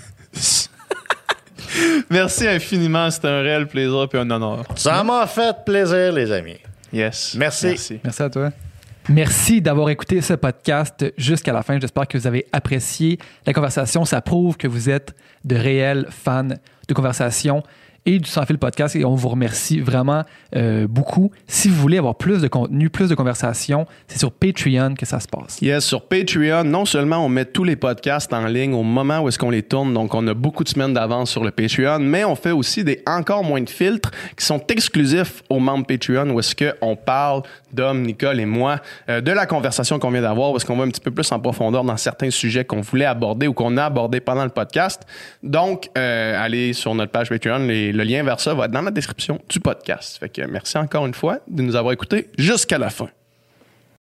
Merci infiniment. C'était un réel plaisir et un honneur. Ça m'a fait plaisir, les amis. Yes. Merci. Merci. Merci à toi. Merci d'avoir écouté ce podcast jusqu'à la fin. J'espère que vous avez apprécié la conversation. Ça prouve que vous êtes de réels fans de conversation et du Sans Fil Podcast. Et on vous remercie vraiment euh, beaucoup. Si vous voulez avoir plus de contenu, plus de conversation, c'est sur Patreon que ça se passe. Yes, sur Patreon, non seulement on met tous les podcasts en ligne au moment où est-ce qu'on les tourne, donc on a beaucoup de semaines d'avance sur le Patreon, mais on fait aussi des encore moins de filtres qui sont exclusifs aux membres Patreon où est-ce qu'on parle, Dom, Nicole et moi, euh, de la conversation qu'on vient d'avoir, où est-ce qu'on va un petit peu plus en profondeur dans certains sujets qu'on voulait aborder ou qu'on a abordés pendant le podcast. Donc, euh, allez sur notre page Patreon, les, le lien vers ça va être dans la description du podcast. Fait que merci encore une fois de nous avoir écoutés jusqu'à la fin.